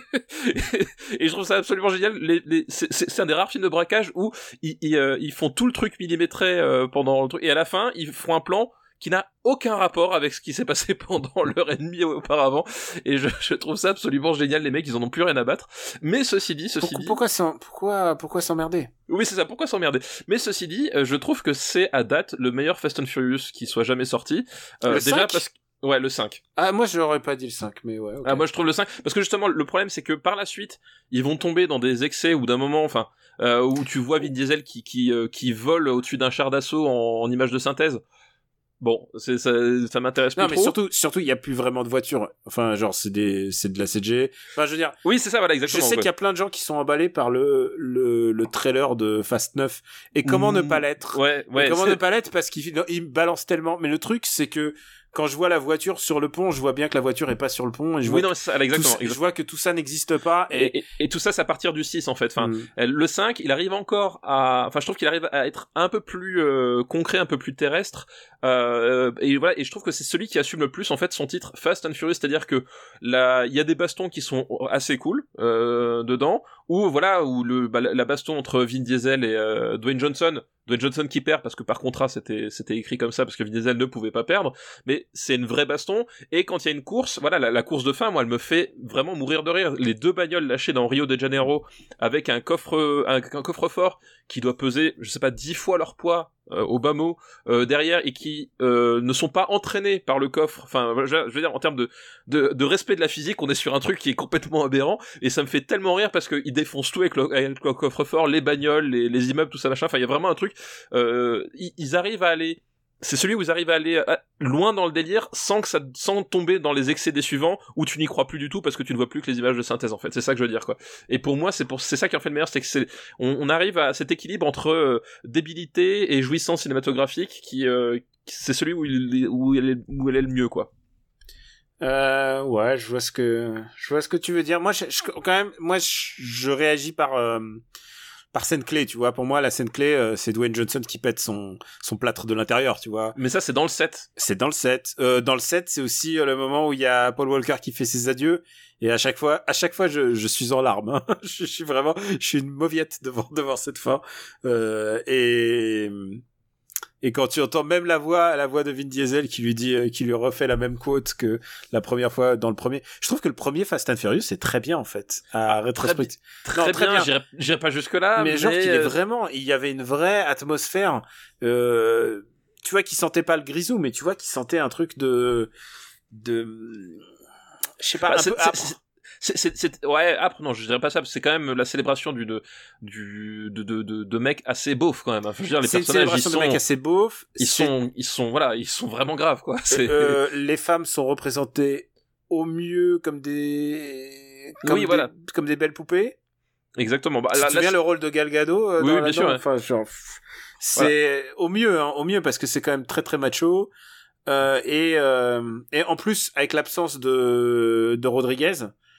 Et je trouve ça absolument génial, les, les, c'est, c'est un des rares films de braquage où ils, ils, euh, ils font tout le truc millimétré, euh, pendant le truc, et à la fin, ils font un plan qui n'a aucun rapport avec ce qui s'est passé pendant l'heure et demie auparavant, et je, je trouve ça absolument génial, les mecs, ils en ont plus rien à battre, mais ceci dit, ceci pourquoi, dit... Pourquoi, s'en, pourquoi, pourquoi s'emmerder ? Oui, c'est ça, pourquoi s'emmerder ? Mais ceci dit, euh, je trouve que c'est, à date, le meilleur Fast and Furious qui soit jamais sorti, euh, le déjà cinq parce que... Ouais, le cinq. Ah, moi, je n'aurais pas dit le cinq, mais ouais. Okay. Ah, moi, je trouve le cinq. Parce que justement, le problème, c'est que par la suite, ils vont tomber dans des excès ou d'un moment, enfin, euh, où tu vois Vin Diesel qui, qui, euh, qui vole au-dessus d'un char d'assaut en, en image de synthèse. Bon, c'est, ça, ça m'intéresse plus non, trop. Non, mais surtout, surtout, il y a plus vraiment de voitures. Enfin, genre, c'est des, c'est de la C G. Enfin, je veux dire. Oui, c'est ça, voilà, exactement. Je sais ouais. qu'il y a plein de gens qui sont emballés par le, le, le trailer de Fast neuf. Et comment mmh, ne pas l'être? Ouais, ouais. Et comment c'est... ne pas l'être? Parce qu'il, il balance tellement. Mais le truc, c'est que, quand je vois la voiture sur le pont, je vois bien que la voiture est pas sur le pont. Et je oui, vois non, c'est ça, exactement, tout, je vois que tout ça n'existe pas. Et, et, et, et tout ça, c'est à partir du six, en fait. Enfin, mm. le cinq, il arrive encore à, enfin, je trouve qu'il arrive à être un peu plus euh, concret, un peu plus terrestre. Euh, et voilà, et je trouve que c'est celui qui assume le plus, en fait, son titre Fast and Furious, c'est-à-dire que là, il y a des bastons qui sont assez cool euh, dedans, ou voilà, où le, bah, la baston entre Vin Diesel et euh, Dwayne Johnson. Dwayne Johnson qui perd parce que par contrat c'était c'était écrit comme ça parce que Vin Diesel ne pouvait pas perdre, mais c'est une vraie baston. Et quand il y a une course, voilà, la, la course de fin, moi elle me fait vraiment mourir de rire. Les deux bagnoles lâchées dans Rio de Janeiro avec un coffre un, un coffre-fort qui doit peser je sais pas dix fois leur poids euh, au bas mot euh, derrière et qui euh, ne sont pas entraînés par le coffre. Enfin je, je veux dire en termes de, de de respect de la physique, on est sur un truc qui est complètement aberrant et ça me fait tellement rire parce que ils défoncent tout avec le, avec le coffre-fort, les bagnoles, les, les immeubles, tout ça machin. Enfin il y a vraiment un truc. Euh, ils, ils arrivent à aller, c'est celui où ils arrivent à aller à, loin dans le délire sans que ça, sans tomber dans les excès des suivants où tu n'y crois plus du tout parce que tu ne vois plus que les images de synthèse en fait. C'est ça que je veux dire quoi. Et pour moi c'est pour c'est ça qui en fait le meilleur, c'est que c'est on, on arrive à cet équilibre entre euh, débilité et jouissance cinématographique qui euh, c'est celui où il où elle est où elle est le mieux quoi. Euh, ouais, je vois ce que je vois ce que tu veux dire. Moi, je, je, quand même, moi, je, je réagis par euh, par scène clé, tu vois. Pour moi, la scène clé, euh, c'est Dwayne Johnson qui pète son son plâtre de l'intérieur, tu vois. Mais ça, c'est dans le sept. C'est dans le sept. Euh, dans le sept, c'est aussi euh, le moment où il y a Paul Walker qui fait ses adieux. Et à chaque fois, à chaque fois, je, je suis en larmes. Hein. je, je suis vraiment, je suis une mauviette devant devant cette fin. Euh, et Et quand tu entends même la voix, la voix de Vin Diesel qui lui dit, euh, qui lui refait la même quote que la première fois dans le premier. Je trouve que le premier Fast and Furious c'est très bien en fait. À rétrospective. Très, très, très bien. bien. J'irai, j'irai pas jusque là. Mais, mais genre qu'il est vraiment, il y avait une vraie atmosphère. Euh, tu vois qu'il sentait pas le grisou, mais tu vois qu'il sentait un truc de, de, je sais pas. Bah, un c'est, peu c'est, c'est, c'est, c'est, ouais, après, non, je dirais pas ça, parce que c'est quand même la célébration du, de, du, de, de, de, de mecs assez beaufs, quand même. Enfin, je veux dire, les c'est personnages, une ils sont, de mecs assez beaufs. Ils c'est... sont, ils sont, voilà, ils sont vraiment graves, quoi. C'est... Euh, les femmes sont représentées au mieux comme des, comme oui, des, voilà. comme des belles poupées. Exactement. Bah, tu là, te souviens là, le rôle de Gal Gadot euh, oui, dans oui, bien sûr. Ouais. Enfin, genre, c'est voilà. au mieux, hein, au mieux parce que c'est quand même très très macho. Euh, et euh, et en plus avec l'absence de de Rodriguez,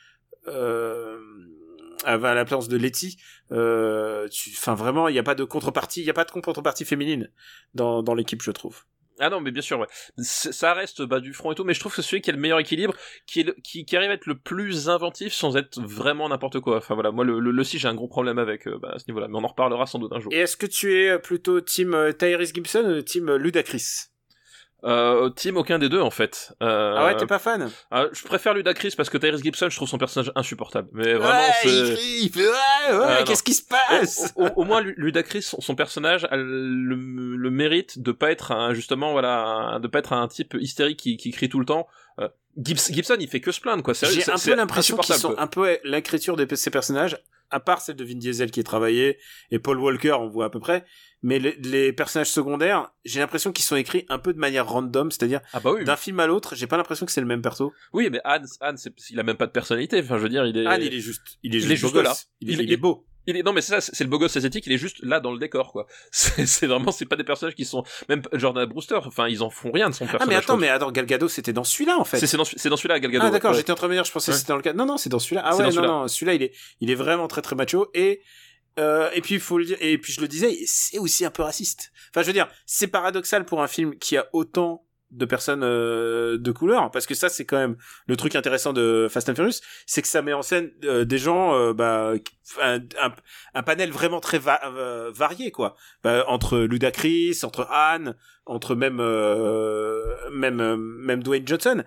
euh, à l'absence de Letty, euh, enfin vraiment il y a pas de contrepartie, il y a pas de contrepartie féminine dans dans l'équipe je trouve. Ah non mais bien sûr ouais. Ça reste bah, du front et tout, mais je trouve que c'est celui qui a le meilleur équilibre, qui est le, qui, qui arrive à être le plus inventif sans être vraiment n'importe quoi. Enfin voilà, moi le le, le si j'ai un gros problème avec euh, bah, à ce niveau-là, mais on en reparlera sans doute un jour. Et est-ce que tu es plutôt team Tyrese Gibson ou team Ludacris? Euh, team aucun des deux en fait. Euh, ah ouais, t'es pas fan? euh, Je préfère Ludacris parce que Tyrese Gibson, je trouve son personnage insupportable. Mais vraiment, ouais, c'est... il crie, il fait ouais, ouais, euh, qu'est-ce qui se passe? Au, au, au moins, Ludacris, son, son personnage a le, le mérite de pas être un, justement, voilà, un, de pas être un type hystérique qui, qui crie tout le temps. Euh, Gibson, Gibson, il fait que se plaindre, quoi. J'ai c'est, un c'est peu l'impression qu'ils sont quoi. un peu l'écriture de ces personnages, à part celle de Vin Diesel qui est travaillée et Paul Walker, on voit à peu près. Mais les, les personnages secondaires, j'ai l'impression qu'ils sont écrits un peu de manière random, c'est-à-dire ah bah oui, d'un oui. film à l'autre, j'ai pas l'impression que c'est le même perso. Oui, mais Anne, Anne, c'est, il a même pas de personnalité. Enfin, je veux dire, il est. Anne, il est juste, il est juste, il est juste là. Il est, il, il est beau. Il est, non mais c'est ça, c'est le beau gosse esthétique, il est juste là dans le décor quoi. C'est, c'est vraiment, c'est pas des personnages qui sont, même Jordan Brewster, enfin ils en font rien de son personnage. Ah mais attends, mais attends, Gal Gadot c'était dans celui-là en fait. C'est, c'est dans, c'est dans celui-là Gal Gadot. Ah d'accord, ouais. J'étais en train de me dire, je pensais ouais. que c'était dans le cas. Non non, c'est dans celui-là. Ah c'est ouais, non celui-là. non, celui-là il est, il est vraiment très très macho et euh, et puis il faut le dire, et puis je le disais, c'est aussi un peu raciste. Enfin je veux dire, c'est paradoxal pour un film qui a autant de personnes euh, de couleur, parce que ça c'est quand même le truc intéressant de Fast and Furious, c'est que ça met en scène euh, des gens euh, bah un, un, un panel vraiment très va- euh, varié quoi, bah, entre Ludacris, entre Anne, entre même euh, même euh, même Dwayne Johnson.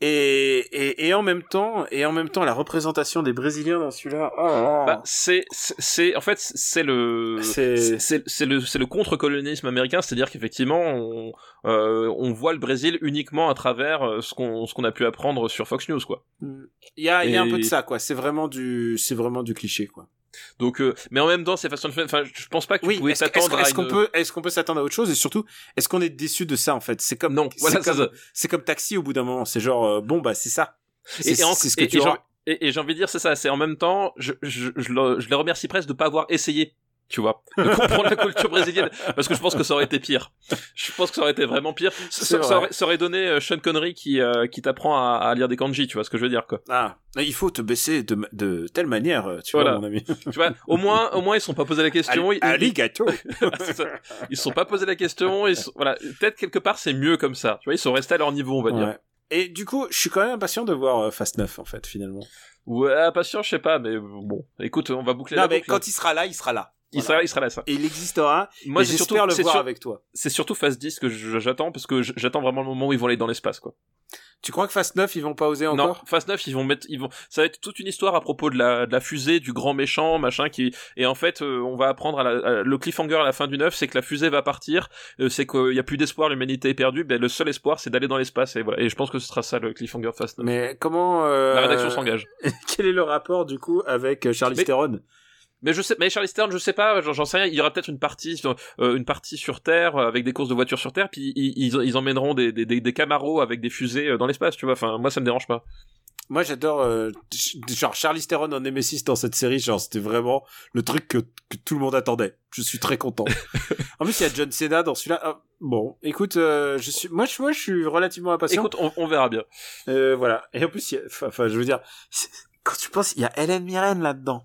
Et, et, et en même temps, et en même temps, la représentation des Brésiliens dans celui-là, oh là là. Bah, c'est, c'est, c'est, en fait, c'est le, C'est- c'est, c'est le, c'est le contre-colonialisme américain, c'est-à-dire qu'effectivement, on, euh, on voit le Brésil uniquement à travers euh, ce qu'on, ce qu'on a pu apprendre sur Fox News, quoi. Il y a, il y a un Et- peu de ça, quoi. C'est vraiment du, c'est vraiment du cliché, quoi. Donc, euh, mais en même temps, c'est Fast and Furious. Enfin, je pense pas que tu Oui, pouvais est-ce, est-ce, t'attendre à est-ce qu'on une- peut, est-ce qu'on peut s'attendre à autre chose et surtout, est-ce qu'on est déçu de ça en fait? C'est comme Non, c'est voilà, c'est comme, ça. c'est comme Taxi au bout d'un moment. C'est genre euh, bon bah c'est ça. C'est, Et, et en- c'est ce que et- tu et j'ai- auras. Et, et j'ai envie de dire, c'est ça, c'est en même temps, je, je, je, le- je les remercie presque de pas avoir essayé, tu vois, de comprendre la culture brésilienne, parce que je pense que ça aurait été pire. Je pense que ça aurait été vraiment pire. Ça, C'est ça vrai. aurait, ça aurait donné euh, Sean Connery qui, euh, qui t'apprend à, à lire des kanji, tu vois ce que je veux dire, quoi. Ah, il faut te baisser de, de telle manière, euh, tu Voilà. vois mon ami. Tu vois, au moins, au moins, ils se sont pas posé la question. ils, ils, Alligator. c'est ça. Ils se sont pas posé la question. Ils sont- voilà, peut-être quelque part c'est mieux comme ça. Tu vois, ils sont restés à leur niveau, on va dire. Ouais. Et du coup, je suis quand même impatient de voir euh, Fast neuf en fait finalement. Ouais, patient, je sais pas, mais bon, écoute, on va boucler Non la mais boucle. quand il sera là, il sera là. il Voilà. sera, il sera là, ça. Et il existera. Moi, et c'est j'espère surtout, le c'est voir sur- avec toi. c'est surtout Phase dix que je- j'attends parce que je- j'attends vraiment le moment où ils vont aller dans l'espace, quoi. Tu crois que Fast neuf ils vont pas oser Non, encore? Phase neuf, ils vont mettre, ils vont, ça va être toute une histoire à propos de la, de la fusée, du grand méchant, machin, qui, et en fait, euh, on va apprendre à la, à- le cliffhanger à la fin du neuf, c'est que la fusée va partir, euh, c'est qu'il y a plus d'espoir, l'humanité est perdue, ben, le seul espoir, c'est d'aller dans l'espace, et voilà. Et je pense que ce sera ça, le cliffhanger Phase neuf. Mais comment euh... La rédaction s'engage. Quel est le rapport du coup avec euh, Charlize Mais- Theron? Mais je sais, mais Charlize Theron, je sais pas, j'en j'en sais rien. Il y aura peut-être une partie, sur- euh, une partie sur Terre euh, avec des courses de voitures sur Terre, puis ils, ils, ils emmèneront des, des, des, des Camaros avec des fusées euh, dans l'espace, tu vois. Enfin, moi, ça me dérange pas. Moi, j'adore, euh, ch- genre, Charlize Theron en Nemesis dans cette série, genre, c'était vraiment le truc que, que tout le monde attendait. Je suis très content. En plus, il y a John Cena dans celui-là. Ah, bon, écoute, euh, je suis, moi, je, moi, je suis relativement impatient. Écoute, on, on verra bien. Euh, voilà. Et en plus, il y a- enfin, enfin, je veux dire, c'est- quand tu penses, il y a Helen Mirren là-dedans.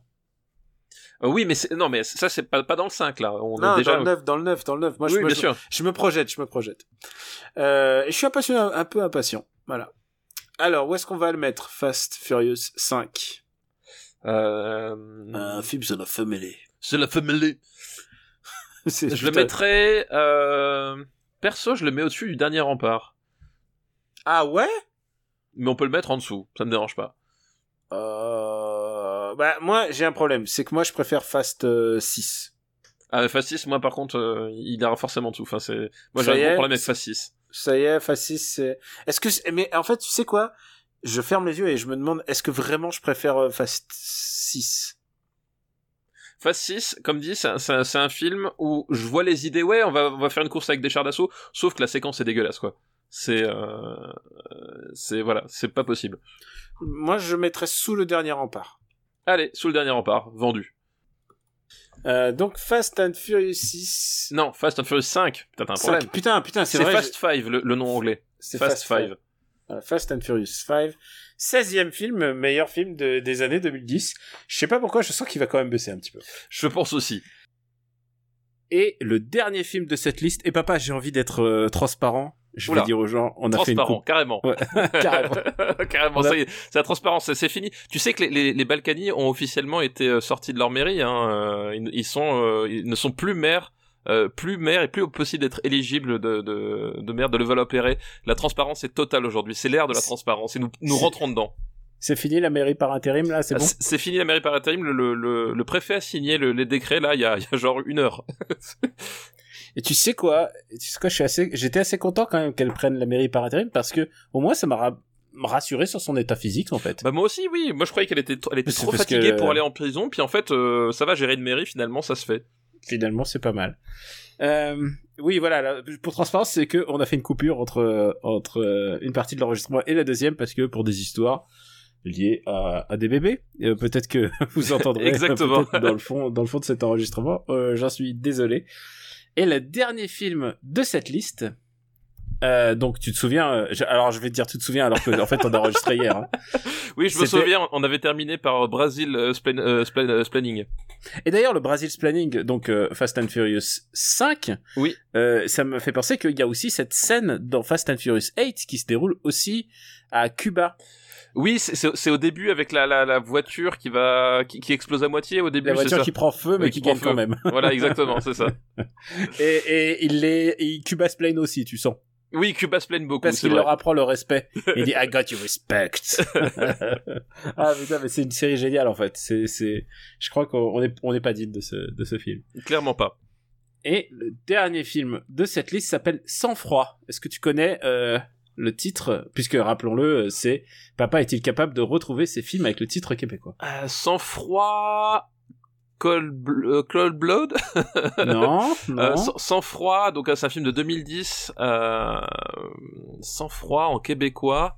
Euh, oui, mais c'est, non, mais ça, c'est pas, pas dans le cinq, là. On Non, a déjà... dans le neuf, dans le neuf, dans le neuf. Moi, oui, je, moi, bien je, sûr. je me projette, je me projette. Euh, et je suis impatient, un, un peu impatient. Voilà. Alors, où est-ce qu'on va le mettre? Fast Furious cinq. Euh... Un film sur la famille. C'est la famille. C'est- Je le putain. mettrais, euh... perso, je le mets au-dessus du dernier rempart. Ah ouais? Mais on peut le mettre en dessous. Ça me dérange pas. Euh... Bah, moi, j'ai un problème. C'est que moi, je préfère Fast euh, six. Ah, mais Phase six, moi, par contre, euh, il ira forcément en dessous. Enfin, c'est, moi, Ça j'ai y un est, gros problème avec c'est- Phase six. Ça y est, Fast six, c'est... Est-ce que... c'est- Mais en fait, tu sais quoi? Je ferme les yeux et je me demande, est-ce que vraiment je préfère euh, Fast six? Phase six, comme dit, c'est un, c'est un- c'est un film où je vois les idées, ouais, on va, on va faire une course avec des chars d'assaut, sauf que la séquence est dégueulasse, quoi. C'est, euh, c'est, voilà, c'est pas possible. Moi, je mettrais sous le dernier rempart. Allez, sous le dernier rempart, vendu. Euh, donc, Fast and Furious six... Non, Fast and Furious cinq, putain, t'as un cinq. problème. Putain, putain, c'est, C'est vrai. Fast five, le, le nom anglais. C'est Fast five. Voilà, Fast and Furious cinq. seizième film, meilleur film de, des années deux mille dix. Je sais pas pourquoi, je sens qu'il va quand même baisser un petit peu. Je pense aussi. Et le dernier film de cette liste, et papa, j'ai envie d'être euh, transparent. Je Oula. vais dire aux gens, on a fait une Transparent, coupe. carrément. Ouais, carrément. Carrément, On a- ça y est, c'est la transparence, c'est- c'est fini. Tu sais que les, les, les Balkany ont officiellement été euh, sortis de leur mairie, hein. euh, ils, ils sont, euh, ils ne sont plus maires, euh, plus maires et plus possible d'être éligibles de, de, de maire de level opéré. La transparence est totale aujourd'hui. C'est l'ère de la C'est- transparence et nous, nous c'est- rentrons dedans. C'est fini la mairie par intérim, là, c'est Ah, bon? c'est c'est fini la mairie par intérim. Le, le, le, le préfet a signé le, les décrets là il y a, il y a genre une heure. Et tu sais quoi? Tu sais quoi, je suis assez, j'étais assez content quand même qu'elle prenne la mairie par intérim parce que, au moins, ça m'a ra- rassuré sur son état physique, en fait. Bah moi aussi oui. Moi je croyais qu'elle était, elle était C'est trop parce fatiguée que- pour aller en prison. Puis en fait euh, ça va gérer une mairie finalement ça se fait. Finalement, c'est pas mal. Euh, oui, voilà, là, pour transparence, c'est que on a fait une coupure entre, euh, entre euh, une partie de l'enregistrement et la deuxième parce que pour des histoires liées à, à des bébés, euh, peut-être que vous entendrez Exactement. peut-être dans le fond, dans le fond de cet enregistrement. Euh, j'en suis désolé. Et le dernier film de cette liste, euh, donc tu te souviens, euh, je- alors je vais te dire tu te souviens alors que en fait on a enregistré hier. Hein. Oui, je me C'était- souviens, on avait terminé par Brazil euh, Splan- euh, Splan- euh, Splaining. Et d'ailleurs le Brazil's Planning, donc euh, Fast and Furious cinq, Oui. euh, ça me fait penser qu'il y a aussi cette scène dans Fast and Furious huit qui se déroule aussi à Cuba. Oui, c'est- c'est c'est au début avec la, la, la voiture qui va qui, qui explose à moitié au début. La c'est voiture ça. qui prend feu mais Oui, qui, qui prend gagne feu. quand même. Voilà, exactement, c'est ça. Et, et il les, et Cuba se plaignent aussi, tu sens. Oui, Cuba se plaigne beaucoup. Parce c'est qu'il vrai. leur apprend le respect. Il dit I got your respect. Ah putain, mais c'est une série géniale en fait. C'est, c'est, je crois qu'on est, on n'est pas digne de ce, de ce film. Clairement pas. Et le dernier film de cette liste s'appelle Sang froid. Est-ce que tu connais euh, le titre? Puisque rappelons-le, c'est Papa est-il capable de retrouver ses films avec le titre québécois? Euh, Sang froid. Cold, Bl- Cold Blood. Non, non. Euh, sans, sans froid, donc euh, c'est un film de deux mille dix. Euh, sans froid en québécois.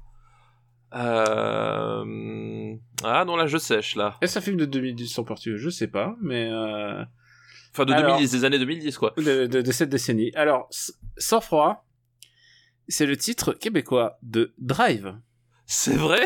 Euh... Ah non, là je sèche là. Est-ce un film de deux mille dix en portugais? Je sais pas, mais euh... Enfin de Alors, deux mille dix, des années deux mille dix quoi. de, de, de cette décennie. Alors, Sang froid, c'est le titre québécois de Drive, C'est vrai.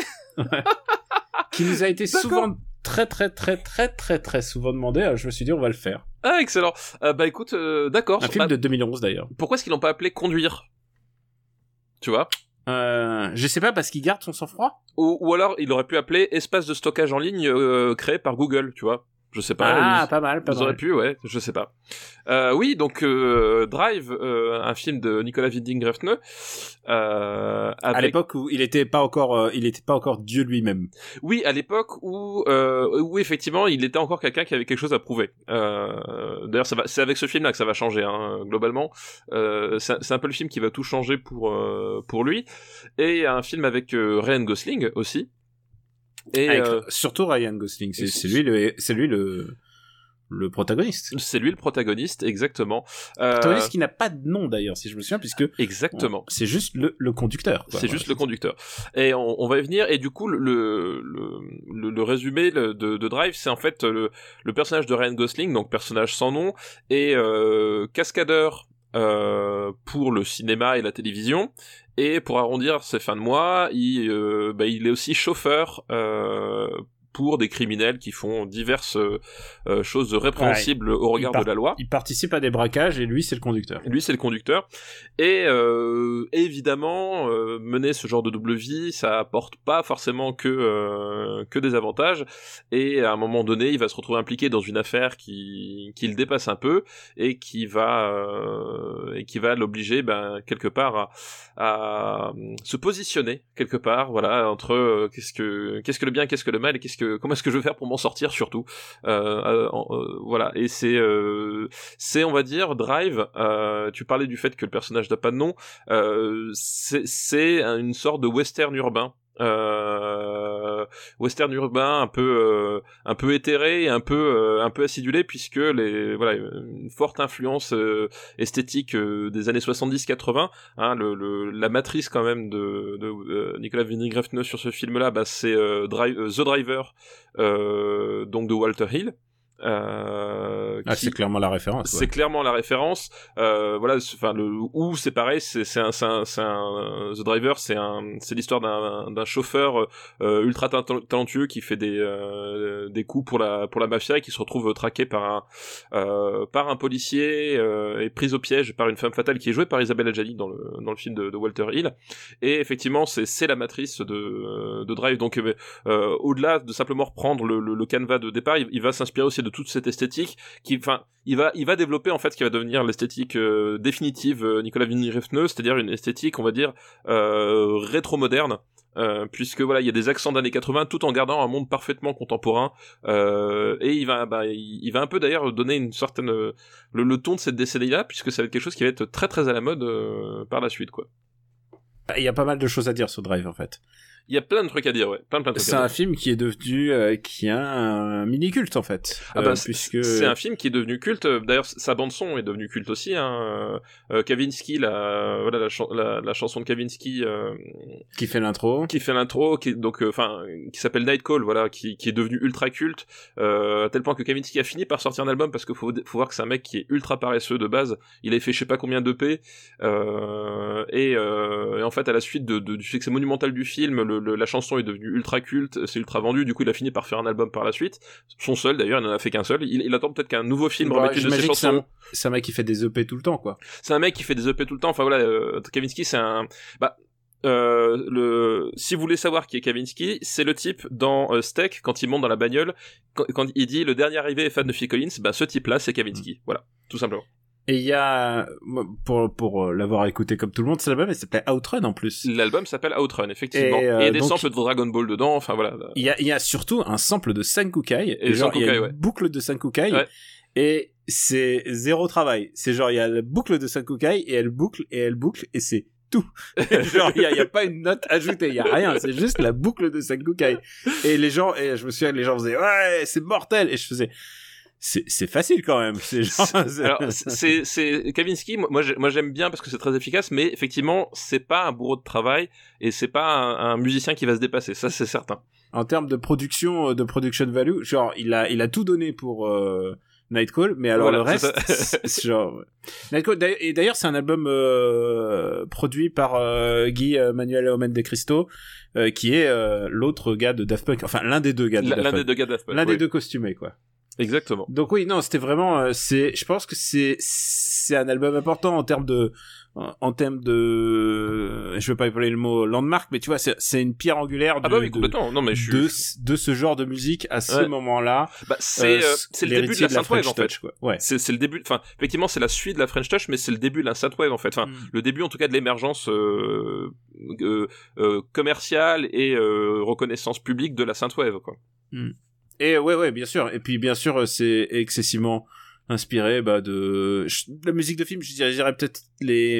qui nous a été D'accord. souvent très très très très très très souvent demandé. Alors je me suis dit on va le faire. Ah excellent. Euh, bah écoute, euh, d'accord. Un film Bah, de deux mille onze d'ailleurs. Pourquoi est-ce qu'ils l'ont pas appelé Conduire? Tu vois? Euh, je sais pas parce qu'il garde son sang-froid. Ou, ou alors il aurait pu appeler Espace de stockage en ligne euh, créé par Google, tu vois? Je sais pas. Ah, ils- pas mal, pas Ils auraient mal. pu, ouais, je sais pas. Euh, oui, donc euh, Drive, euh, un film de Nicolas Winding Refn, euh, À avec... l'époque où il était pas encore, euh, il était pas encore Dieu lui-même. Oui, à l'époque où, euh, où effectivement, il était encore quelqu'un qui avait quelque chose à prouver. Euh, d'ailleurs, ça va, c'est avec ce film-là que ça va changer, hein, globalement. Euh, c'est, c'est un peu le film qui va tout changer pour euh, pour lui. Et un film avec euh, Ryan Gosling aussi. Et Avec, euh, surtout Ryan Gosling, c'est, c'est lui le, c'est lui le, le protagoniste. c'est lui le protagoniste, exactement. Euh, Protagoniste qui n'a pas de nom d'ailleurs, si je me souviens, puisque exactement. c'est juste le, le conducteur. quoi. C'est juste le conducteur. Et on, on va y venir. Et du coup, le, le, le, le résumé de, de Drive, c'est en fait le, le personnage de Ryan Gosling, donc personnage sans nom, est euh, cascadeur euh, pour le cinéma et la télévision. Et pour arrondir ses fins de mois, il, euh, bah, il est aussi chauffeur euh, pour des criminels qui font diverses euh, choses répréhensibles au regard il part- de la loi. Il participe à des braquages et lui c'est le conducteur. Lui, c'est le conducteur. Et euh, évidemment, euh, mener ce genre de double vie, ça apporte pas forcément que euh, que des avantages. Et à un moment donné, il va se retrouver impliqué dans une affaire qui qui le dépasse un peu et qui va euh, et qui va l'obliger, ben quelque part, à, à se positionner quelque part, voilà, entre euh, qu'est-ce que qu'est-ce que le bien, qu'est-ce que le mal, et qu'est-ce que comment est-ce que je veux faire pour m'en sortir surtout. Euh, euh, euh, voilà. Et c'est euh, c'est on va dire Drive. Euh, tu parlais du fait que le personnage n'a pas de nom. Euh, c'est, c'est une sorte de western urbain. Euh, western urbain un peu euh, un peu éthéré et un peu euh, un peu acidulé, puisque les voilà une forte influence euh, esthétique euh, des années soixante-dix quatre-vingts, hein, le, le la matrice quand même de, de euh, Nicolas Winding Refn sur ce film là, bah c'est euh, Drive, euh, The Driver, euh, donc de Walter Hill. Euh, Ah, qui- c'est clairement la référence. c'est ouais. clairement la référence. Euh, voilà, enfin le où c'est pareil, c'est c'est un, c'est un, c'est un The Driver, c'est un c'est l'histoire d'un d'un chauffeur euh, ultra ta- talentueux qui fait des euh, des coups pour la pour la mafia et qui se retrouve traqué par un euh, par un policier euh, et pris au piège par une femme fatale qui est jouée par Isabelle Adjani dans le dans le film de, de Walter Hill. Et effectivement, c'est c'est la matrice de de Drive. Donc euh, euh, au-delà de simplement reprendre le le, le canevas de départ, il, il va s'inspirer aussi de toute cette esthétique qui, enfin, il va, il va développer en fait ce qui va devenir l'esthétique euh, définitive euh, Nicolas Winding Refn, c'est-à-dire une esthétique, on va dire, euh, rétro-moderne, euh, puisque voilà, il y a des accents d'années quatre-vingts tout en gardant un monde parfaitement contemporain, euh, et il va, bah, il, il va un peu d'ailleurs donner une certaine, euh, le, le ton de cette décennie-là, puisque ça va être quelque chose qui va être très très à la mode euh, par la suite, quoi. Il y a pas mal de choses à dire sur Drive en fait. Il y a plein de trucs à dire, ouais, plein plein de trucs C'est à un dire. film qui est devenu, euh, qui a un mini culte en fait. Ah bah, Euh, c'est- puisque c'est un film qui est devenu culte. D'ailleurs, sa bande son est devenue culte aussi. Hein. Euh, Kavinsky, la, voilà, la, chan- la, la chanson de Kavinsky euh, qui fait l'intro. qui fait l'intro, qui est donc, enfin, euh, qui s'appelle Night Call, voilà, qui, qui est devenu ultra culte, euh, à tel point que Kavinsky a fini par sortir un album parce qu'il faut, faut voir que c'est un mec qui est ultra paresseux de base. Il avait fait je sais pas combien d'E P, euh, et, euh, et en fait, à la suite de, de, du succès monumental du film, le, le, la chanson est devenue ultra culte, c'est ultra vendu. Du coup, il a fini par faire un album par la suite. Son seul, d'ailleurs, il n'en a fait qu'un seul. Il, il attend peut-être qu'un nouveau film Bah, remette une de ses j'imagine que c'est un- chansons. C'est un mec qui fait des E P tout le temps quoi. C'est un mec qui fait des E P tout le temps. Enfin voilà, euh, Kavinsky, c'est un. Bah, euh, le. Si vous voulez savoir qui est Kavinsky, c'est le type dans euh, Steak quand il monte dans la bagnole, quand, quand il dit le dernier arrivé est fan de Phil Collins, bah ce type-là, c'est Kavinsky. Voilà, tout simplement. Et il y a, pour, pour l'avoir écouté comme tout le monde, cet album, il s'appelait Outrun en plus. L'album s'appelle Outrun, effectivement. Et, euh, et il y a des donc, samples de Dragon Ball dedans, enfin voilà. Il y a, il y a surtout un sample de Sankukai. Et genre, il y a une ouais. boucle de Sankukai. Ouais. Et c'est zéro travail. C'est genre, il y a la boucle de Sankukai et elle boucle et elle boucle et c'est tout. Genre, il y a, il y a pas une note ajoutée, il y a rien. C'est juste la boucle de Sankukai. Et les gens, et je me souviens, les gens faisaient, ouais, c'est mortel. Et je faisais, c'est c'est facile quand même, c'est genre c'est... alors c'est c'est Kavinsky, moi moi j'aime bien parce que c'est très efficace, mais effectivement c'est pas un bourreau de travail et c'est pas un, un musicien qui va se dépasser, ça c'est certain. En termes de production, de production value, genre il a il a tout donné pour euh, Nightcall, mais alors voilà, le reste c'est, c'est genre Nightcall, et d'ailleurs c'est un album euh, produit par euh, Guy Manuel Homem de Cristo, euh, qui est euh, l'autre gars de Daft Punk, enfin l'un des deux gars de L- Daft Punk, l'un des deux gars de Daft Punk, l'un oui. des deux costumés quoi. Exactement. Donc oui, non, c'était vraiment, euh, c'est, je pense que c'est, c'est un album important en termes de, en, en termes de, je veux pas appeler le mot landmark, mais tu vois, c'est, c'est une pierre angulaire de, ah bah oui, complètement. Non, mais je de, suis... de ce genre de musique à ce ouais. moment-là. Bah, c'est, euh, c'est le début de la synthwave, en fait. Touch, quoi. Ouais. C'est, c'est le début, enfin, effectivement, c'est la suite de la French Touch, mais c'est le début de la synthwave, en fait. Enfin, mm. le début, en tout cas, de l'émergence, euh, euh, euh, commerciale et, euh, reconnaissance publique de la synthwave, quoi. Mm. Et ouais, ouais, bien sûr. Et puis, bien sûr, c'est excessivement inspiré bah, de la musique de film. Je dirais, je dirais peut-être les...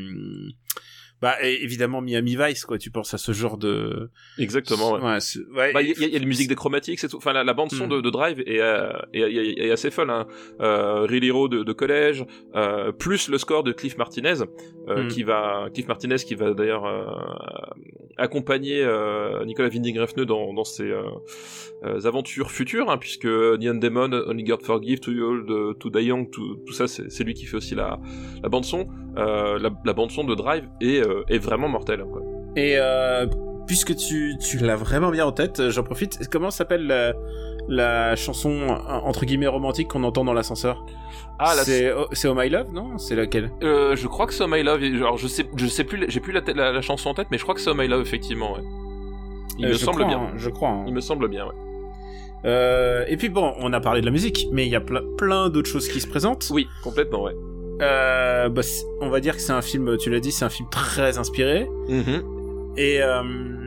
Bah, évidemment, Miami Vice, quoi. Tu penses à ce genre de... Exactement, ouais. ouais, c'est... ouais bah, il y, y, y a les musiques des chromatiques, c'est tout. Enfin, la, la bande-son mm. de, de Drive est, euh, est, est, est assez folle, hein. Euh, Real Hero de, de collège, euh, plus le score de Cliff Martinez, euh, mm. qui va... Cliff Martinez qui va d'ailleurs euh, accompagner euh, Nicolas Winding Refn dans, dans ses euh, euh, aventures futures, hein, puisque Neon Demon, Only God Forgive, Too Old, To Die Young, tout, tout ça, c'est, c'est lui qui fait aussi la, la bande-son. Euh, la, la bande-son de Drive est, euh, est vraiment mortelle, quoi. Et euh, puisque tu, tu l'as vraiment bien en tête, j'en profite. Comment s'appelle la, la chanson entre guillemets romantique qu'on entend dans l'ascenseur? Ah, la... c'est oh, c'est Oh My Love, non? C'est laquelle? Euh, je crois que c'est Oh My Love. Alors je sais, je sais plus, j'ai plus la, la, la chanson en tête, mais je crois que c'est Oh My Love effectivement. Ouais. Il euh, me semble crois, bien. Hein, je crois. Hein. Il me semble bien. Ouais. Euh, et puis bon, on a parlé de la musique, mais il y a plein, plein d'autres choses qui se présentent. Oui, complètement, ouais. Euh, bah, on va dire que c'est un film, tu l'as dit, c'est un film très inspiré. Mm-hmm. Et, euh,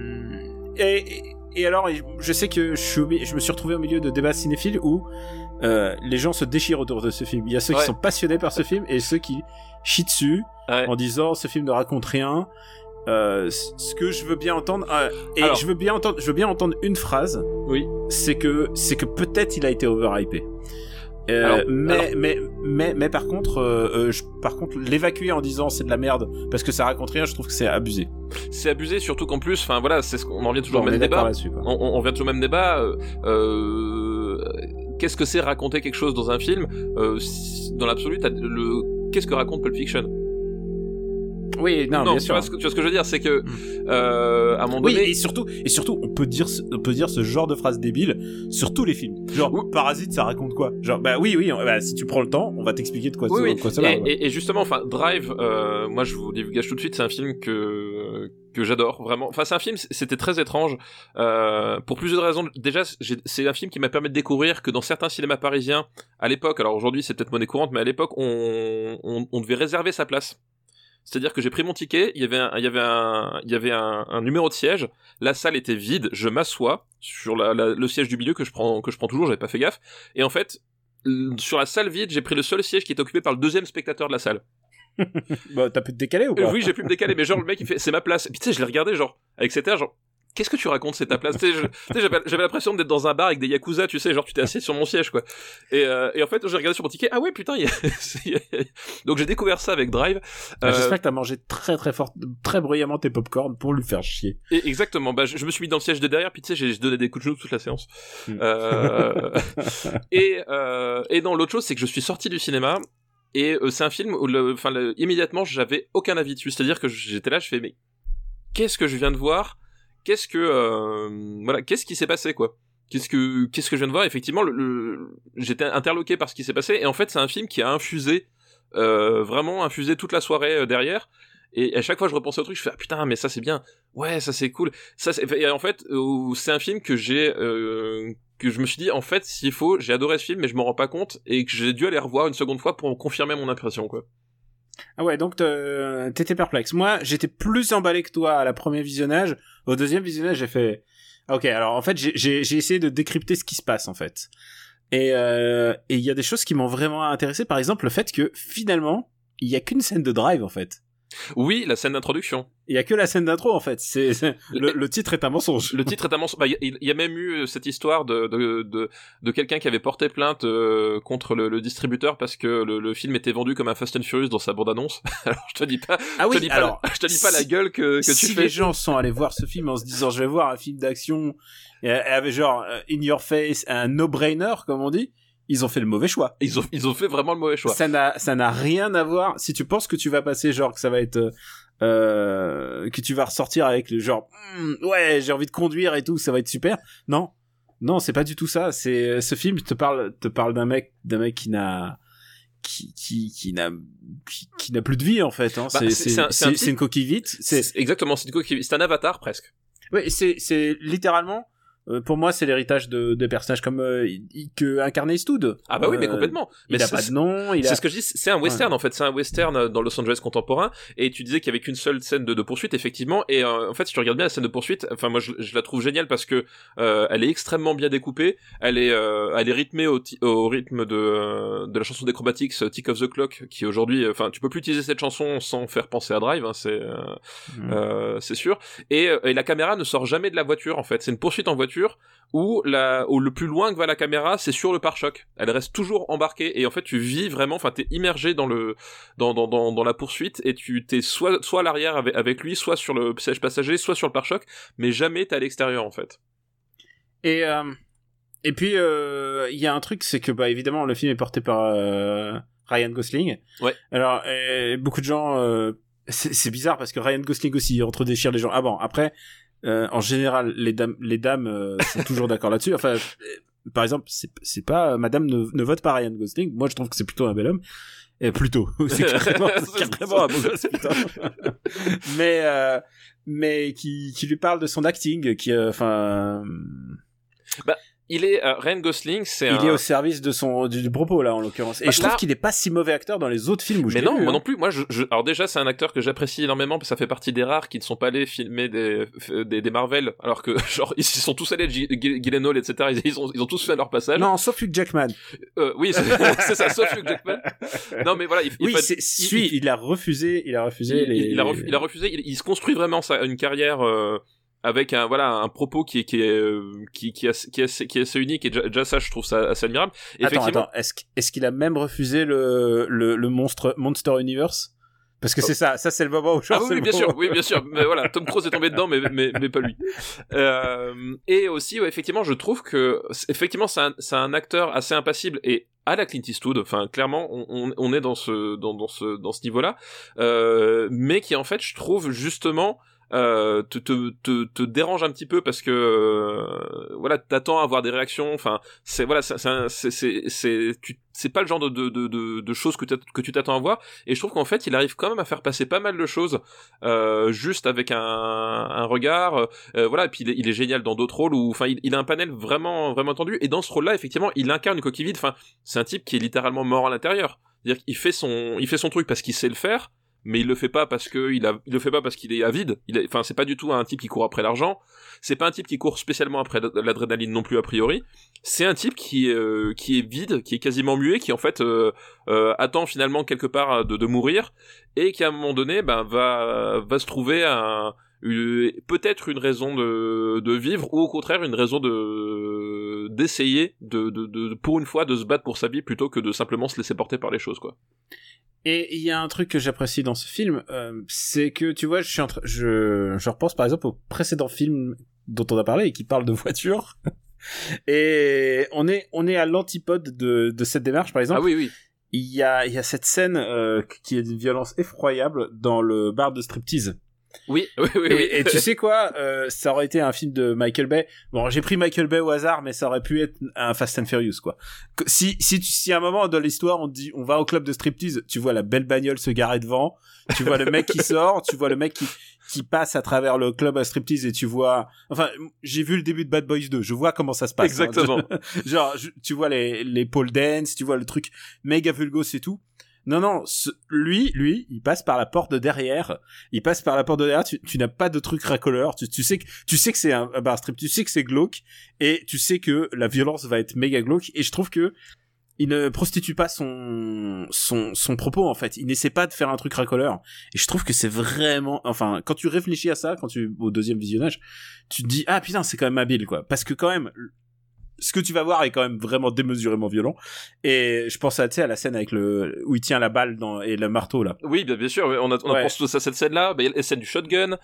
et, et alors, je sais que je, suis, je me suis retrouvé au milieu de débats cinéphiles où euh, les gens se déchirent autour de ce film. Il y a ceux ouais. qui sont passionnés par ce film et ceux qui chient dessus ouais. en disant ce film ne raconte rien. Euh, ce que je veux bien entendre, euh, et alors, je veux bien entendre, je veux bien entendre une phrase. Oui. C'est que, c'est que peut-être il a été overhypé. Euh, alors, mais, alors... mais mais mais par contre euh, je, par contre l'évacuer en disant c'est de la merde parce que ça raconte rien, je trouve que c'est abusé. C'est abusé, surtout qu'en plus, enfin voilà, c'est ce qu'on en revient toujours bon, au même débat. On, on revient toujours au même débat. Euh, euh, qu'est-ce que c'est raconter quelque chose dans un film? euh, Dans l'absolu, t'as le qu'est-ce que raconte Pulp Fiction? Oui, non, non bien tu sûr. Vois ce que, tu vois ce que je veux dire, c'est que euh, à un moment donné, oui, et surtout, et surtout, on peut dire, on peut dire ce genre de phrase débile sur tous les films. Genre, oui. Parasite, ça raconte quoi? Genre, bah oui, oui, bah, si tu prends le temps, on va t'expliquer de quoi, oui, ça, oui. de quoi ça et, va. Ouais. Et, et justement, enfin, Drive, euh, moi, je vous dégage tout de suite, c'est un film que que j'adore vraiment. Enfin, c'est un film, c'était très étrange euh, pour plusieurs raisons. Déjà, j'ai, c'est un film qui m'a permis de découvrir que dans certains cinémas parisiens, à l'époque, alors aujourd'hui, c'est peut-être monnaie courante, mais à l'époque, on, on, on devait réserver sa place. C'est-à-dire que j'ai pris mon ticket, il y avait un, il y avait un, il y avait un, un numéro de siège, la salle était vide, je m'assois sur la, la, le siège du milieu que je prends, que je prends toujours, j'avais pas fait gaffe, et en fait, sur la salle vide, j'ai pris le seul siège qui était occupé par le deuxième spectateur de la salle. Bah, t'as pu te décaler ou pas? Oui, j'ai pu me décaler, mais genre, le mec, il fait, c'est ma place. Et puis, tu sais, je l'ai regardé, genre, avec cet air, genre, qu'est-ce que tu racontes, c'est ta place? Tu sais, je, tu sais, j'avais, j'avais l'impression d'être dans un bar avec des yakuza, tu sais, genre, tu t'es assis sur mon siège, quoi. Et, euh, et en fait, j'ai regardé sur mon ticket, ah ouais, putain, il y a... Donc, j'ai découvert ça avec Drive. Euh... Ah, j'espère que t'as mangé très, très fort, très bruyamment tes popcorn pour lui faire chier. Et exactement, bah, je, je me suis mis dans le siège de derrière, puis tu sais, j'ai, j'ai donné des coups de genoux toute la séance. Mm. Euh... et, euh, et non, l'autre chose, c'est que je suis sorti du cinéma, et euh, c'est un film où, le, enfin, le, immédiatement, j'avais aucun avis dessus. C'est-à-dire que j'étais là, je fais, mais qu'est-ce que je viens de voir? Qu'est-ce que, euh, voilà, qu'est-ce qui s'est passé, quoi? Qu'est-ce que, qu'est-ce que je viens de voir? Effectivement, le, le, j'étais interloqué par ce qui s'est passé, et en fait, c'est un film qui a infusé, euh, vraiment infusé toute la soirée euh, derrière. Et à chaque fois, je repensais au truc, je fais, ah putain, mais ça c'est bien. Ouais, ça c'est cool. Ça, c'est, et en fait, euh, c'est un film que j'ai, euh, que je me suis dit, en fait, s'il faut, j'ai adoré ce film, mais je m'en rends pas compte, et que j'ai dû aller revoir une seconde fois pour confirmer mon impression, quoi. Ah ouais, donc t'étais perplexe. Moi, j'étais plus emballé que toi à la première visionnage. Au deuxième visionnage, j'ai fait... Ok, alors en fait, j'ai, j'ai, j'ai essayé de décrypter ce qui se passe, en fait. Et euh, et il y a des choses qui m'ont vraiment intéressé. Par exemple, le fait que, finalement, il y a qu'une scène de drive, en fait. Oui, la scène d'introduction. Il y a que la scène d'intro en fait. C'est, c'est le, le titre est un mensonge. Le titre est un mensonge. Bah, il y, y a même eu cette histoire de de de, de quelqu'un qui avait porté plainte euh, contre le, le distributeur parce que le, le film était vendu comme un Fast and Furious dans sa bande annonce. Alors je te dis pas. Ah oui. Je te dis pas, alors, je te dis pas si, la gueule que que tu si fais. Si les gens sont allés voir ce film en se disant je vais voir un film d'action et, et avec genre in your face un no-brainer comme on dit. Ils ont fait le mauvais choix. Ils ont, ils ont fait vraiment le mauvais choix. Ça n'a, ça n'a rien à voir. Si tu penses que tu vas passer, genre, que ça va être, euh, que tu vas ressortir avec le genre, mm, ouais, j'ai envie de conduire et tout, ça va être super. Non. Non, c'est pas du tout ça. C'est, ce film te parle, te parle d'un mec, d'un mec qui n'a, qui, qui, qui n'a, qui, qui n'a plus de vie, en fait, hein. Bah, c'est, c'est, c'est, c'est, un, c'est, c'est, c'est une coquille vide. C'est, c'est exactement, c'est une coquille vide. C'est un avatar, presque. Oui, c'est, c'est littéralement, Euh, pour moi, c'est l'héritage de, de personnages comme euh, que incarnait Eastwood. Ah bah oui, euh, mais complètement. Il mais a pas de nom. Il c'est a... ce que je dis. C'est un western ouais. en fait. C'est un western dans Los Angeles contemporain. Et tu disais qu'il y avait qu'une seule scène de, de poursuite, effectivement. Et euh, en fait, si tu regardes bien la scène de poursuite, enfin moi, je, je la trouve géniale parce que euh, elle est extrêmement bien découpée. Elle est, euh, elle est rythmée au, t- au rythme de euh, de la chanson d'Acrobatics, Tick of the Clock, qui aujourd'hui, enfin, tu peux plus utiliser cette chanson sans faire penser à Drive. Hein, c'est, euh, mmh. euh, c'est sûr. Et, et la caméra ne sort jamais de la voiture. En fait, c'est une poursuite en voiture où la, où le plus loin que va la caméra, c'est sur le pare-choc. Elle reste toujours embarquée et en fait, tu vis vraiment, enfin, t'es immergé dans le, dans, dans, dans, dans la poursuite et tu t'es soit, soit à l'arrière avec, avec lui, soit sur le siège passager, soit sur le pare-choc, mais jamais t'es à l'extérieur, en fait. Et, euh, et puis, il euh, y a un truc, c'est que, bah, évidemment, le film est porté par, euh, Ryan Gosling. Ouais. Alors, euh, beaucoup de gens, euh, c'est, c'est bizarre parce que Ryan Gosling aussi entre déchire les gens. Ah bon, après, Euh, en général, les dames, les dames euh, sont toujours d'accord là-dessus. Enfin, euh, par exemple, c'est, c'est pas, Madame ne, ne vote pas Ryan Gosling. Moi, je trouve que c'est plutôt un bel homme. Et plutôt, c'est carrément, c'est carrément un beau gosse, putain. mais, euh, mais qui, qui lui parle de son acting, qui, enfin. Euh, bah. Il est euh, Ryan Gosling, c'est il un... est au service de son du, du propos là en l'occurrence. Et bah, je là... trouve qu'il est pas si mauvais acteur dans les autres films où je Mais l'ai non, vu, moi hein. non plus. Moi, je, je... alors déjà, c'est un acteur que j'apprécie énormément parce que ça fait partie des rares qui ne sont pas allés filmer des des, des Marvel, alors que genre ils sont tous allés G- G- Gyllenhaal, et cetera. Ils, ils ont ils ont tous fait leur passage. Non, sauf Hugh Jackman. Euh, oui, c'est, c'est ça, sauf Hugh Jackman. Non, mais voilà, il, oui, il fait... c'est, il, il, il a refusé, il a refusé il, les. Il a, refusé, il a refusé. Il, il se construit vraiment sa une carrière. Euh... avec un voilà un propos qui est qui est qui qui est qui est assez, qui est assez unique et déjà, déjà ça je trouve ça assez admirable. Et attends attends est-ce est-ce qu'il a même refusé le le le monstre Monster Universe parce que oh. c'est ça ça c'est le moment où je ah oui, oui bien sûr oui bien sûr mais voilà Tom Cruise est tombé dedans mais mais mais pas lui. Euh, et aussi ouais, effectivement je trouve que effectivement c'est un c'est un acteur assez impassible et à la Clint Eastwood, enfin clairement on, on, on est dans ce dans dans ce dans ce niveau-là, euh, mais qui en fait je trouve justement Euh, te, te, te, te dérange un petit peu parce que euh, voilà t'attends à avoir des réactions, enfin c'est voilà c'est c'est c'est c'est tu c'est pas le genre de de de de choses que que tu t'attends à voir et je trouve qu'en fait il arrive quand même à faire passer pas mal de choses euh, juste avec un un regard euh, voilà et puis il est, il est génial dans d'autres rôles où enfin il, il a un panel vraiment vraiment tendu et dans ce rôle-là effectivement il incarne une coquille vide, enfin c'est un type qui est littéralement mort à l'intérieur, c'est-à-dire qu'il fait son il fait son truc parce qu'il sait le faire. Mais il le fait pas parce que il a, il le fait pas parce qu'il est avide. Il est, enfin, c'est pas du tout un type qui court après l'argent. C'est pas un type qui court spécialement après l'adrénaline non plus a priori. C'est un type qui, euh, qui est vide, qui est quasiment muet, qui en fait euh, euh, attend finalement quelque part de, de mourir et qui à un moment donné, ben va, va se trouver un, une, peut-être une raison de, de vivre ou au contraire une raison de d'essayer de, de, de, pour une fois de se battre pour sa vie plutôt que de simplement se laisser porter par les choses quoi. Et il y a un truc que j'apprécie dans ce film, euh, c'est que tu vois, je suis en tra- je je repense par exemple au précédent film dont on a parlé et qui parle de voiture. Et on est on est à l'antipode de de cette démarche par exemple. Ah oui oui. Il y a il y a cette scène euh, qui est d'une violence effroyable dans le bar de striptease. Oui, oui, oui. Et, oui. et tu sais quoi, euh, ça aurait été un film de Michael Bay. Bon, j'ai pris Michael Bay au hasard, mais ça aurait pu être un Fast and Furious, quoi. Si, si, tu, si à un moment dans l'histoire on te dit, on va au club de striptease, tu vois la belle bagnole se garer devant, tu vois le mec qui sort, tu vois le mec qui, qui passe à travers le club à striptease et tu vois, enfin, j'ai vu le début de Bad Boys deux, je vois comment ça se passe. Exactement. Hein. Genre, je, tu vois les, les pole dance, tu vois le truc méga vulgos et tout. Non, non, ce, lui, lui, il passe par la porte de derrière. Il passe par la porte de derrière. Tu, tu n'as pas de truc racoleur. Tu, tu sais que, tu sais que c'est un, un bar strip. Tu sais que c'est glauque. Et tu sais que la violence va être méga glauque. Et je trouve que il ne prostitue pas son, son, son propos, en fait. Il n'essaie pas de faire un truc racoleur. Et je trouve que c'est vraiment, enfin, quand tu réfléchis à ça, quand tu, au deuxième visionnage, tu te dis, ah, putain, c'est quand même habile, quoi. Parce que quand même, ce que tu vas voir est quand même vraiment démesurément violent. Et je pense à, tu sais, à la scène avec le, où il tient la balle dans, et le marteau, là. Oui, bien, bien sûr. On a, on a Ouais. pensé tous à cette scène-là. Il y a la scène du shotgun.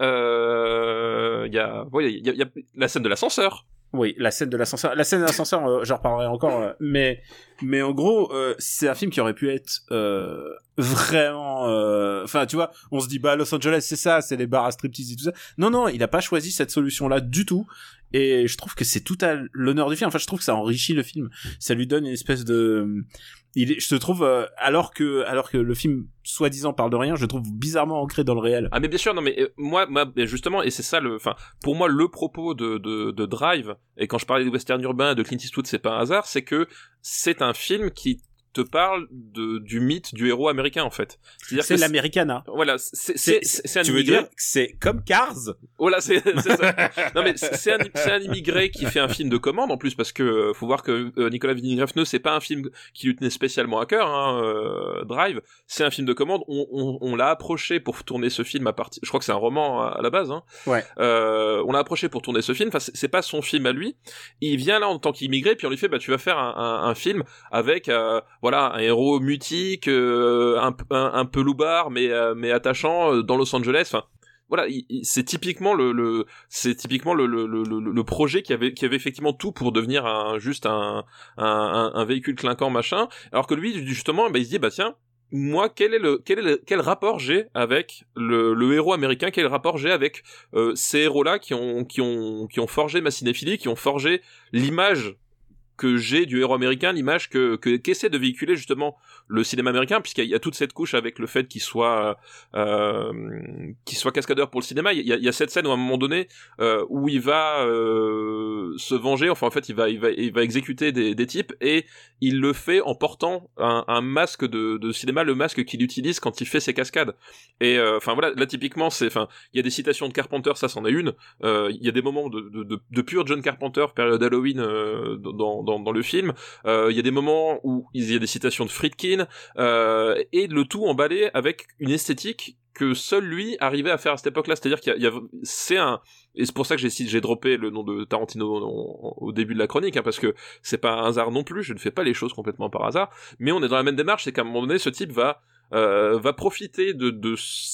Euh, il y a, ouais, il y a, il y a la scène de l'ascenseur. Oui, la scène de l'ascenseur. La scène de l'ascenseur, euh, j'en reparlerai encore. Euh, mais, mais en gros, euh, c'est un film qui aurait pu être euh, vraiment. Enfin, euh, tu vois, on se dit bah Los Angeles, c'est ça, c'est les bars à striptease et tout ça. Non, non, il a pas choisi cette solution-là du tout. Et je trouve que c'est tout à l'honneur du film. Enfin, je trouve que ça enrichit le film. Ça lui donne une espèce de. Il est, je te trouve, euh, alors que, alors que le film soi-disant parle de rien, je trouve bizarrement ancré dans le réel. Ah mais bien sûr, non mais euh, moi, moi justement, et c'est ça le, enfin, pour moi le propos de, de, de Drive, et quand je parlais des western urbains de Clint Eastwood, c'est pas un hasard, c'est que c'est un film qui te parle de, du mythe du héros américain en fait. C'est-à-dire c'est que l'Americana. Voilà, c'est, c'est, c'est, c'est un tu immigré. veux dire que c'est comme Cars? Voilà, c'est, c'est ça. Non mais c'est un, c'est un immigré qui fait un film de commande en plus parce que euh, faut voir que euh, Nicolas Winding Refn, c'est pas un film qui lui tenait spécialement à cœur. Hein, euh, Drive, c'est un film de commande. On, on, on l'a approché pour tourner ce film à partir. Je crois que c'est un roman à, à la base. Hein. Ouais. Euh, on l'a approché pour tourner ce film. Enfin, c'est, c'est pas son film à lui. Il vient là en tant qu'immigré, puis on lui fait, bah tu vas faire un, un, un film avec, euh, voilà, un héros mutique, euh, un, un, un peu loupard, mais euh, mais attachant euh, dans Los Angeles. Enfin. Voilà, il, il, c'est typiquement le, le c'est typiquement le, le, le, le projet qui avait qui avait effectivement tout pour devenir un juste un un, un véhicule clinquant machin. Alors que lui justement, bah, il se dit bah tiens, moi quel est le quel est le, quel rapport j'ai avec le, le héros américain, quel rapport j'ai avec euh, ces héros-là qui ont qui ont qui ont forgé ma cinéphilie, qui ont forgé l'image que j'ai du héros américain, l'image que, que qu'essaie de véhiculer justement le cinéma américain, puisqu'il y a, il y a toute cette couche avec le fait qu'il soit euh, qu'il soit cascadeur pour le cinéma. Il y a, il y a cette scène où à un moment donné euh, où il va euh, se venger, enfin en fait il va il va il va exécuter des, des types et il le fait en portant un, un masque de, de cinéma, le masque qu'il utilise quand il fait ses cascades. Et enfin euh, voilà, là typiquement c'est, enfin il y a des citations de Carpenter, ça c'en est une. Euh, il y a des moments de de, de, de pur John Carpenter, période Halloween euh, dans Dans, dans le film, il euh, y a des moments où il y a des citations de Friedkin, euh, et le tout emballé avec une esthétique que seul lui arrivait à faire à cette époque-là. C'est-à-dire qu'il y a, il y a c'est un, et c'est pour ça que j'ai j'ai droppé le nom de Tarantino au, au début de la chronique, hein, parce que c'est pas un hasard non plus. Je ne fais pas les choses complètement par hasard, mais on est dans la même démarche. C'est qu'à un moment donné, ce type va euh, va profiter de de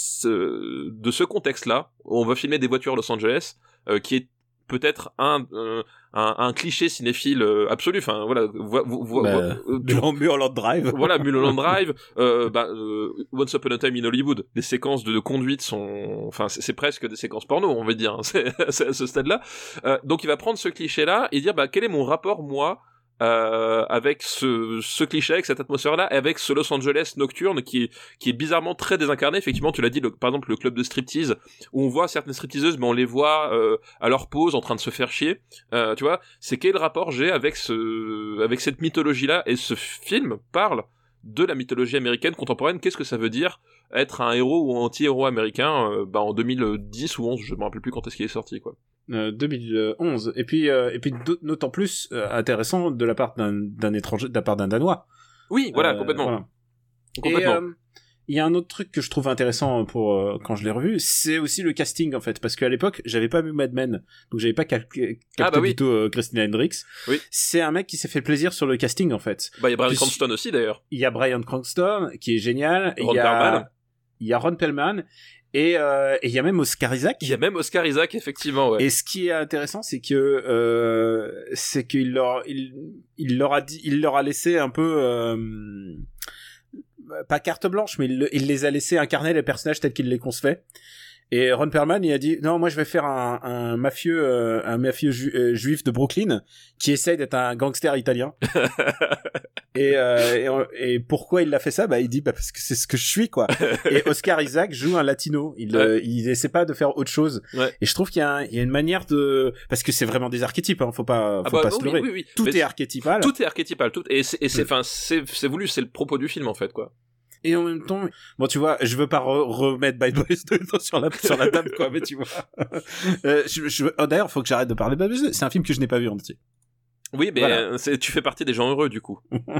ce de ce contexte-là. On va filmer des voitures à Los Angeles, euh, qui est peut-être un, euh, un un cliché cinéphile euh, absolu. Enfin voilà, vo- vo- vo- bah, vo- Mulholland, Mulholland Drive. Voilà, Mulholland Drive. Euh, bah, euh, Once Upon a Time in Hollywood. Les séquences de, de conduite sont, enfin c'est, c'est presque des séquences porno, on va dire. Hein, c'est, c'est à ce stade-là. Euh, donc il va prendre ce cliché-là et dire bah quel est mon rapport moi euh, avec ce, ce cliché, avec cette atmosphère-là, et avec ce Los Angeles nocturne qui est, qui est bizarrement très désincarné. Effectivement, tu l'as dit, le, par exemple, le club de striptease, où on voit certaines stripteaseuses, mais on les voit euh, à leur pause, en train de se faire chier. Euh, tu vois, c'est quel rapport j'ai avec ce, avec cette mythologie-là, et ce film parle de la mythologie américaine contemporaine. Qu'est-ce que ça veut dire être un héros ou anti-héros américain euh, bah, en deux mille dix ou onze, je me rappelle plus quand est-ce qu'il est sorti, quoi. Euh, deux mille onze, et puis euh, et puis d'autant plus euh, intéressant de la part d'un d'un étranger, de la part d'un Danois. Oui, voilà, euh, complètement. Voilà. Complètement. Et euh, il y a un autre truc que je trouve intéressant pour euh, quand je l'ai revu, c'est aussi le casting en fait, parce qu'à l'époque j'avais pas vu Mad Men, donc j'avais pas cal- capté ah bah oui. du tout euh, Christina Hendricks. Oui. C'est un mec qui s'est fait plaisir sur le casting en fait. Bah il y a Bryan Puis, Cranston aussi d'ailleurs. Il y a Bryan Cranston qui est génial. Ron il y a Perlman. il y a Ron Perlman. Et euh, et il y a même Oscar Isaac. Il y a même Oscar Isaac, effectivement, ouais. Et ce qui est intéressant, c'est que euh, c'est qu'il leur il, il leur a dit, il leur a laissé un peu euh, pas carte blanche, mais il, il les a laissé incarner les personnages tels qu'ils les concevaient. Et Ron Perlman, il a dit non, moi je vais faire un, un mafieux, euh, un mafieux ju- euh, juif de Brooklyn qui essaye d'être un gangster italien. et, euh, et et pourquoi il l'a fait ça? Bah il dit bah parce que c'est ce que je suis quoi. Et Oscar Isaac joue un latino. Il ouais. euh, il essaie pas de faire autre chose. Ouais. Et je trouve qu'il y a un, il y a une manière de parce que c'est vraiment des archétypes. Hein, faut pas faut ah bah, pas oh, se leurrer. Oui, oui, oui. Tout Mais est archétypal. Tout est archétypal. Tout et c'est et c'est enfin c'est c'est voulu. C'est le propos du film en fait quoi. Et en même temps, bon, tu vois, je veux pas re- remettre Bad Boys deux sur la, sur la table, quoi, mais tu vois. euh, je, je, oh, d'ailleurs, faut que j'arrête de parler de Bad Boys deux. C'est un film que je n'ai pas vu en entier. Oui, mais voilà. c'est, tu fais partie des gens heureux, du coup.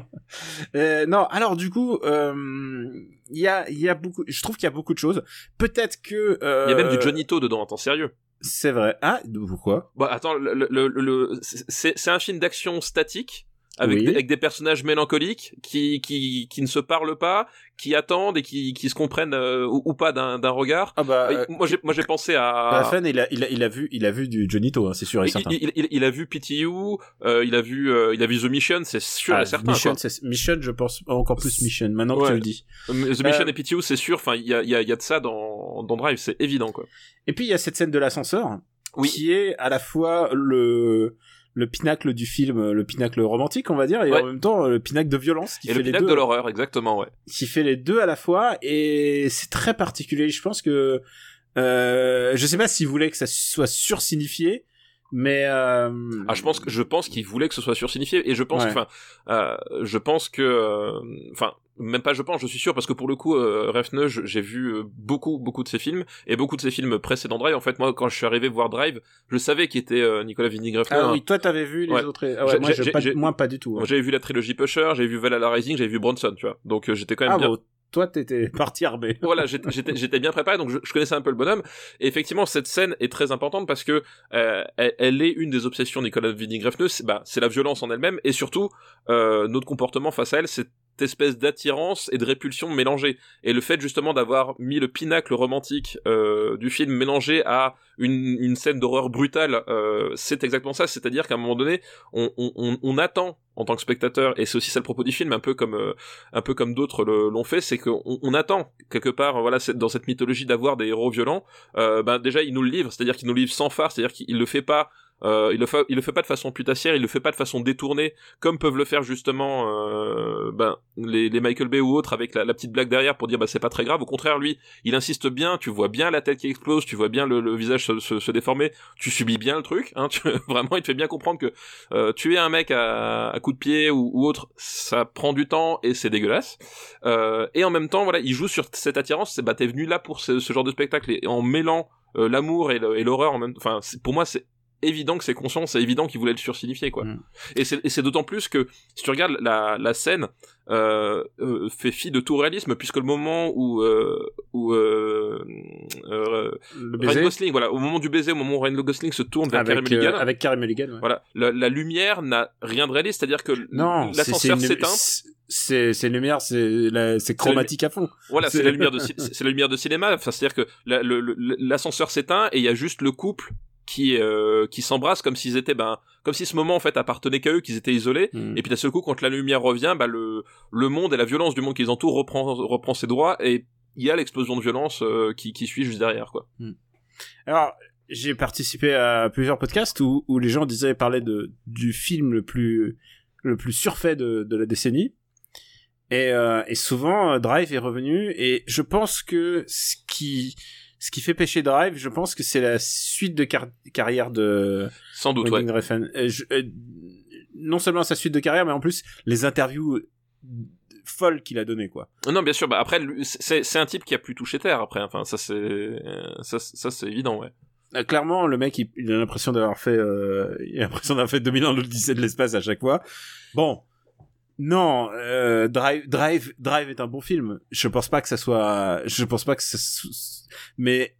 euh, non, alors, du coup, il euh, y a, il y a beaucoup, je trouve qu'il y a beaucoup de choses. Peut-être que, euh... il y a même du Johnny To dedans, attends, sérieux. C'est vrai. Ah, pourquoi? Bah, attends, le, le, le, le c'est, c'est un film d'action statique. Avec, oui. des, avec des personnages mélancoliques qui qui qui ne se parlent pas, qui attendent et qui qui se comprennent euh, ou, ou pas d'un d'un regard. Ah bah euh, moi j'ai moi j'ai pensé à à la fin il a il a il a vu il a vu du Johnny To hein, c'est sûr et il, certain. Il, il, il a vu P T U, euh, il a vu euh, il a vu The Mission, c'est sûr ah, et certain. Mission, quoi. C'est, Mission, je pense encore plus Mission. Maintenant ouais. que tu le dis. The Mission euh... et P T U, c'est sûr. Enfin il y a il y a il y a de ça dans dans Drive, c'est évident quoi. Et puis il y a cette scène de l'ascenseur oui. qui est à la fois le le pinacle du film, le pinacle romantique, on va dire, et ouais. en même temps, le pinacle de violence. Qui et fait le pinacle les deux, de l'horreur, exactement, ouais. Qui fait les deux à la fois, et c'est très particulier. Je pense que, euh, je sais pas s'il voulait que ça soit sursignifié, mais euh... ah, je pense que, je pense qu'il voulait que ce soit sursignifié, et je pense, enfin, ouais. euh, je pense que, enfin, euh, même pas je pense, je suis sûr, parce que pour le coup, euh, Refn, j'ai vu beaucoup, beaucoup de ses films, et beaucoup de ses films précédents Drive. En fait, moi, quand je suis arrivé voir Drive, je savais qui était euh, Nicolas Winding Refn. Ah oui, toi, t'avais vu les ouais. autres. Ah ouais, moi, j'ai, pas, j'ai, moi, pas du tout. Ouais. J'avais vu la trilogie Pusher, j'avais vu Valhalla Rising, j'avais vu Bronson, tu vois. Donc, euh, j'étais quand même ah, bien. Bon. Toi, t'étais parti armé. Voilà, j'étais, j'étais, j'étais bien préparé, donc je, je connaissais un peu le bonhomme. Et effectivement, cette scène est très importante parce que euh, elle, elle est une des obsessions de Nicolas Winding Refn. C'est, bah, c'est la violence en elle-même, et surtout euh, notre comportement face à elle, c'est cette espèce d'attirance et de répulsion mélangée. Et le fait justement d'avoir mis le pinacle romantique euh, du film mélangé à une, une scène d'horreur brutale, euh, c'est exactement ça. C'est-à-dire qu'à un moment donné, on, on, on attend en tant que spectateur, et c'est aussi ça le propos du film, un peu comme euh, un peu comme d'autres le, l'ont fait, c'est qu'on on attend quelque part, voilà, dans cette mythologie d'avoir des héros violents. Euh, ben déjà, il nous le livre, c'est-à-dire qu'il nous livre sans phare, c'est-à-dire qu'il le fait pas. Euh, il le fait, il le fait pas de façon putassière, il le fait pas de façon détournée, comme peuvent le faire justement, euh, ben les, les Michael Bay ou autres avec la, la petite blague derrière pour dire bah c'est pas très grave. Au contraire, lui, il insiste bien. Tu vois bien la tête qui explose, tu vois bien le, le visage se, se, se déformer. Tu subis bien le truc, hein. Tu, vraiment, il te fait bien comprendre que euh, tuer un mec à, à coup de pied ou, ou autre, ça prend du temps et c'est dégueulasse. Euh, et en même temps, voilà, il joue sur cette attirance. C'est bah t'es venu là pour ce, ce genre de spectacle, et en mêlant euh, l'amour et, le, et l'horreur en même. Enfin, pour moi, c'est évident que c'est conscient, c'est évident qu'il voulait le sursignifier, quoi. Mmh. Et c'est, et c'est d'autant plus que, si tu regardes la, la scène, euh, euh, fait fi de tout réalisme, puisque le moment où, euh, où, euh, euh, Ryan Gosling, voilà, au moment du baiser, au moment où Ryan Gosling se tourne vers avec, Carey Mulligan. Euh, avec Carey Mulligan, ouais. Voilà. La, la lumière n'a rien de réaliste, c'est-à-dire que non, l'ascenseur c'est, c'est s'éteint. C'est, c'est une lumière, c'est, la, c'est chromatique c'est à fond. Voilà, c'est, c'est la lumière de, c'est, c'est la lumière de cinéma. Enfin, c'est-à-dire que la, le, le, l'ascenseur s'éteint et il y a juste le couple qui euh, qui s'embrassent comme s'ils étaient ben comme si ce moment en fait appartenait qu'à eux, qu'ils étaient isolés. Mmh. Et puis d'un seul coup, quand la lumière revient, bah le le monde et la violence du monde qui les entoure reprend reprend ses droits, et il y a l'explosion de violence euh, qui qui suit juste derrière, quoi. Mmh. Alors, j'ai participé à plusieurs podcasts où où les gens disaient parler de du film le plus le plus surfait de de la décennie. Et euh, et souvent Drive est revenu, et je pense que ce qui Ce qui fait pêcher Drive, je pense que c'est la suite de car- carrière de sans doute, ouais. Euh, je, euh, non seulement sa suite de carrière, mais en plus les interviews folles qu'il a données, quoi. Non, bien sûr. Bah après, c'est c'est un type qui a plus touché terre. Après, enfin, ça c'est ça, ça c'est évident, ouais. Euh, clairement, le mec, il, il a l'impression d'avoir fait, euh, il a l'impression d'avoir fait deux mille ans l'Odyssée de l'espace à chaque fois. Bon. Non, euh, Drive, Drive, Drive est un bon film. Je pense pas que ça soit, je pense pas que ça, mais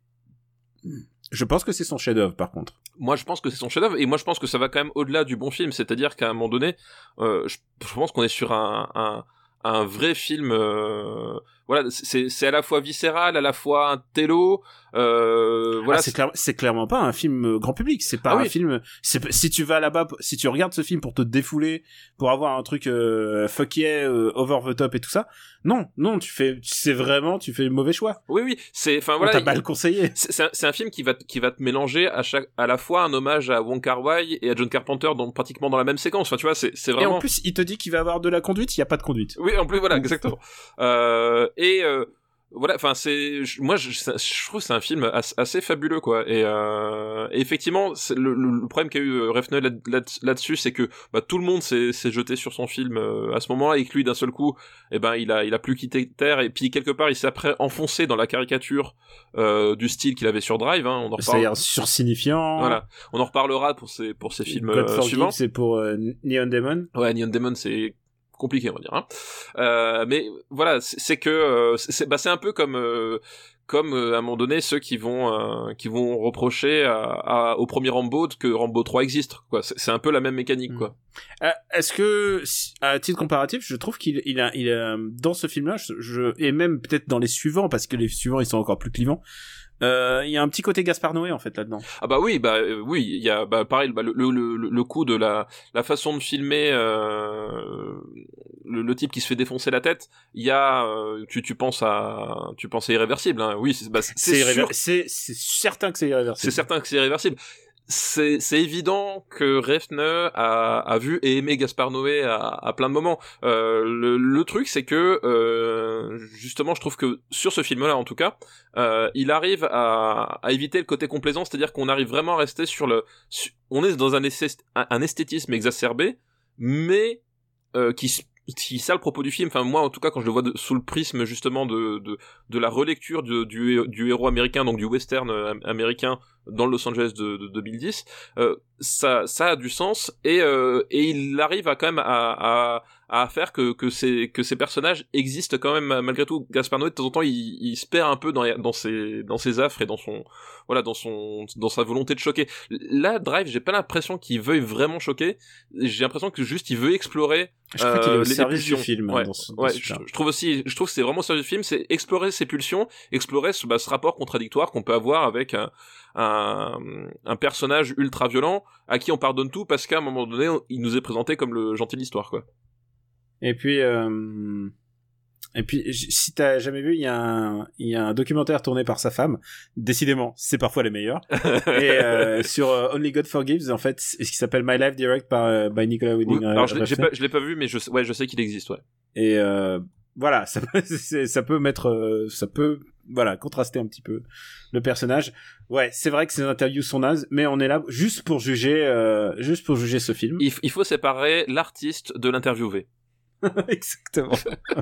je pense que c'est son chef-d'œuvre, par contre. Moi, je pense que c'est son chef-d'œuvre, et moi, je pense que ça va quand même au-delà du bon film. C'est-à-dire qu'à un moment donné, euh, je, je pense qu'on est sur un, un, un vrai film, euh, voilà, c'est c'est à la fois viscéral, à la fois un télo. Euh, voilà, ah, c'est, clair, c'est clairement pas un film grand public. C'est pas ah un oui. film. C'est, si tu vas là-bas, si tu regardes ce film pour te défouler, pour avoir un truc euh, fuck yeah, euh, over the top et tout ça, non, non, tu fais, c'est vraiment, tu fais le mauvais choix. Oui, oui, c'est, enfin On voilà. t'a pas le conseillé. C'est, c'est, un, c'est un film qui va qui va te mélanger à chaque à la fois un hommage à Wong Kar-wai et à John Carpenter, dans pratiquement dans la même séquence. Enfin, tu vois, c'est c'est vraiment. Et en plus, il te dit qu'il va avoir de la conduite. Il y a pas de conduite. Oui, en plus, voilà, exactement. euh, et euh, voilà, enfin c'est moi je, je trouve que c'est un film assez, assez fabuleux quoi. Et, euh, et effectivement, c'est le, le, le problème qu'a eu Refn là, là, là-dessus, c'est que bah, tout le monde s'est, s'est jeté sur son film euh, à ce moment-là, et que lui d'un seul coup, eh ben il a il a plus quitté terre, et puis quelque part il s'est après enfoncé dans la caricature euh, du style qu'il avait sur Drive. Hein, on en reparle. C'est-à-dire sursignifiant. Voilà, on en reparlera pour ces pour ces films God euh, Forgive, suivants. c'est pour euh, Neon Demon. Ouais, Neon Demon, c'est compliqué on va dire, hein. Euh, mais voilà, c'est, c'est que euh, c'est bah c'est un peu comme euh, comme euh, à un moment donné ceux qui vont euh, qui vont reprocher à, à, au premier Rambo que Rambo trois existe quoi. C'est, c'est un peu la même mécanique quoi. Euh, est-ce que à titre comparatif, je trouve qu'il il a il a dans ce film-là, je, je et même peut-être dans les suivants, parce que les suivants ils sont encore plus clivants. Il euh, y a un petit côté Gaspard Noé en fait là-dedans. Ah bah oui, bah euh, oui, il y a bah pareil, bah, le, le le le coup de la la façon de filmer euh, le, le type qui se fait défoncer la tête. Il y a euh, tu tu penses à tu penses à Irréversible. Hein. Oui, c'est bah, c'est, c'est, sûr, irréver- c'est c'est certain que c'est irréversible. C'est certain que c'est irréversible. C'est, c'est évident que Refn a, a vu et aimé Gaspard Noé à, à plein de moments. Euh, le, le truc, c'est que euh, justement, je trouve que sur ce film-là, en tout cas, euh, il arrive à, à éviter le côté complaisant, c'est-à-dire qu'on arrive vraiment à rester sur le, sur, on est dans un, esthé, un esthétisme exacerbé, mais euh, qui qui ça le propos du film. Enfin moi en tout cas quand je le vois de, sous le prisme justement de de de la relecture de, du du héros américain, donc du western euh, américain dans le Los Angeles de, de deux mille dix, euh, ça ça a du sens, et euh, et il arrive à quand même à à à faire que que ces que ces personnages existent quand même malgré tout. Gaspard Noé de temps en temps il il se perd un peu dans dans ses dans ses affres et dans son voilà dans son dans sa volonté de choquer. Là Drive, j'ai pas l'impression qu'il veuille vraiment choquer, j'ai l'impression que juste il veut explorer. Je crois euh, qu'il est au les, service les du film. ouais, dans ce, dans ouais ce je, je trouve aussi, je trouve que c'est vraiment au service du film, c'est explorer ses pulsions, explorer ce, bah, ce rapport contradictoire qu'on peut avoir avec un, un, un personnage ultra violent à qui on pardonne tout parce qu'à un moment donné, il nous est présenté comme le gentil de l'histoire, quoi. Et puis, euh... et puis, si t'as jamais vu, il y a un, il y a un documentaire tourné par sa femme. Décidément, c'est parfois les meilleurs. et euh, sur uh, Only God Forgives, en fait, ce qui s'appelle My Life Direct par uh, by Nicolas Winding. Oui, alors je l'ai, j'ai pas, je l'ai pas vu, mais je, ouais, je sais qu'il existe, ouais. Et euh, voilà, ça peut, c'est, ça peut mettre, euh, ça peut, voilà, contraster un petit peu le personnage. Ouais, c'est vrai que ces interviews sont nazes, mais on est là juste pour juger, euh, juste pour juger ce film. Il, il faut séparer l'artiste de l'interviewé. Exactement.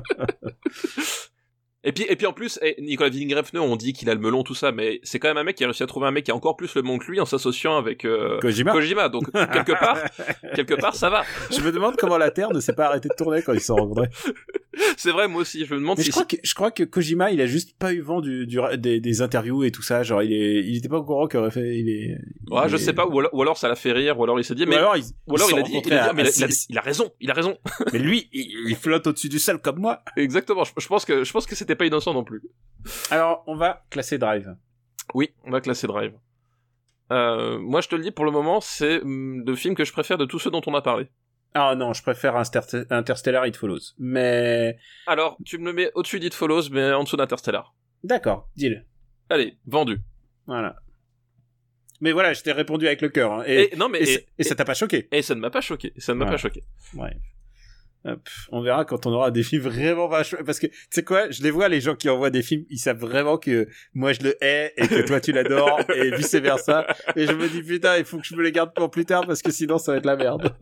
Et puis, et puis en plus, eh, Nicolas Winding Refn, on dit qu'il a le melon, tout ça, mais c'est quand même un mec qui a réussi à trouver un mec qui a encore plus le melon que lui en s'associant avec euh, Kojima. Kojima. Donc quelque part, quelque part, ça va. Je me demande comment la Terre ne s'est pas arrêtée de tourner quand ils se sont rencontrés. C'est vrai, moi aussi. Je me demande mais si. Je crois que je crois que Kojima, il a juste pas eu vent du, du des, des interviews et tout ça. Genre, il est, il était pas au courant qu'il aurait fait. Il est. Il ouais, est... je sais pas. Ou alors, ou alors ça l'a fait rire. Ou alors il s'est dit. Mais ou alors, il, ou alors il, il a dit. Il a, dit, mais il, a, il a raison. Il a raison. Mais lui, il, il flotte au-dessus du sol comme moi. Exactement. Je, je pense que je pense que c'était pas innocent non plus. Alors, on va classer Drive. Oui, on va classer Drive. Euh, moi, je te le dis, pour le moment, c'est le film que je préfère de tous ceux dont on a parlé. Ah non, je préfère Inter- Interstellar It Follows. Mais... Alors, tu me le mets au-dessus d'It Follows, mais en dessous d'Interstellar. D'accord, deal. Allez, vendu. Voilà. Mais voilà, je t'ai répondu avec le cœur. Hein. Et, et, non, mais, et, et, et ça t'a pas choqué. Et ça ne m'a pas choqué. Ça ne m'a voilà. pas choqué. Ouais. Hop, on verra quand on aura des films vraiment vachement, parce que tu sais quoi, je les vois, les gens qui envoient des films, ils savent vraiment que moi je le hais et que toi tu l'adores et vice versa, et je me dis putain, il faut que je me les garde pour plus tard parce que sinon ça va être la merde.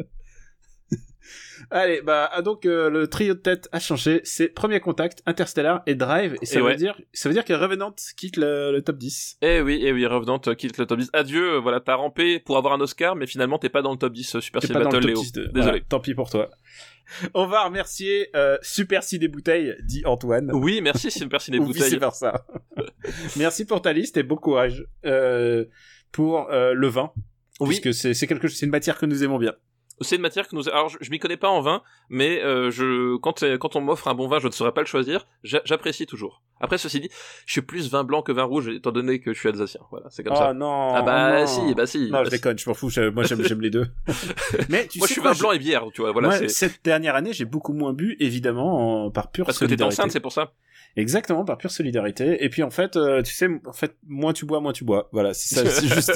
Allez, bah donc euh, le trio de tête a changé, c'est Premier Contact, Interstellar et Drive, et ça et veut ouais. dire ça veut dire que Revenant quitte le, le top dix. Eh oui, eh oui, Revenant quitte le top dix. Adieu, voilà, t'as rampé pour avoir un Oscar, mais finalement t'es pas dans le top dix euh, Super Ciné Battle, Léo. De... Désolé. Voilà, tant pis pour toi. On va remercier euh, Super Ciné Bouteille, dit Antoine. Oui, merci Super Ciné Ou Bouteille. vice versa. Merci pour ta liste et bon courage euh, pour euh, le vin, oui. puisque c'est c'est quelque c'est une matière que nous aimons bien. C'est une matière que nous. Alors, je, je m'y connais pas en vin, mais euh, je quand quand on m'offre un bon vin, je ne saurais pas le choisir. J'a, j'apprécie toujours. Après, ceci dit, je suis plus vin blanc que vin rouge, étant donné que je suis alsacien. Voilà, c'est comme oh, ça. Ah non. Ah bah non. si, bah si. Non, bah, je déconne, je m'en fous. Je, moi, j'aime, j'aime les deux. Mais tu moi, sais je suis quoi, vin blanc et bière, tu vois. Voilà. moi, c'est... cette dernière année, j'ai beaucoup moins bu, évidemment, en, par pure Parce que solidarité. t'es enceinte, c'est pour ça. Exactement, par pure solidarité. Et puis en fait, euh, tu sais, en fait, moins tu bois, moins tu bois. Voilà, c'est ça, c'est juste.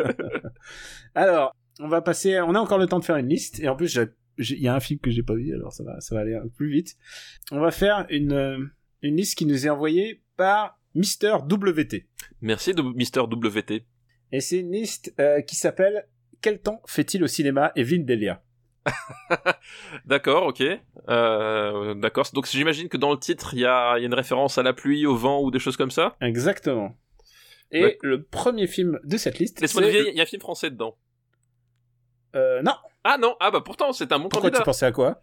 Alors, on va passer. On a encore le temps de faire une liste. Et en plus, j'ai, il y a un film que j'ai pas vu, alors ça va, ça va aller un peu plus vite. On va faire une euh, une liste qui nous est envoyée par Mister W T. Merci de Mister W T. Et c'est une liste euh, qui s'appelle Quel temps fait-il au cinéma Evelyne Delia. D'accord, ok. Euh, d'accord. Donc j'imagine que dans le titre, il y a, y a une référence à la pluie, au vent ou des choses comme ça. Exactement. Et ouais. le premier film de cette liste, laisse-moi c'est... deviner, il y a un film français dedans. Euh, non. Ah non, ah bah pourtant, c'est un bon Pourquoi candidat. tu pensais à quoi?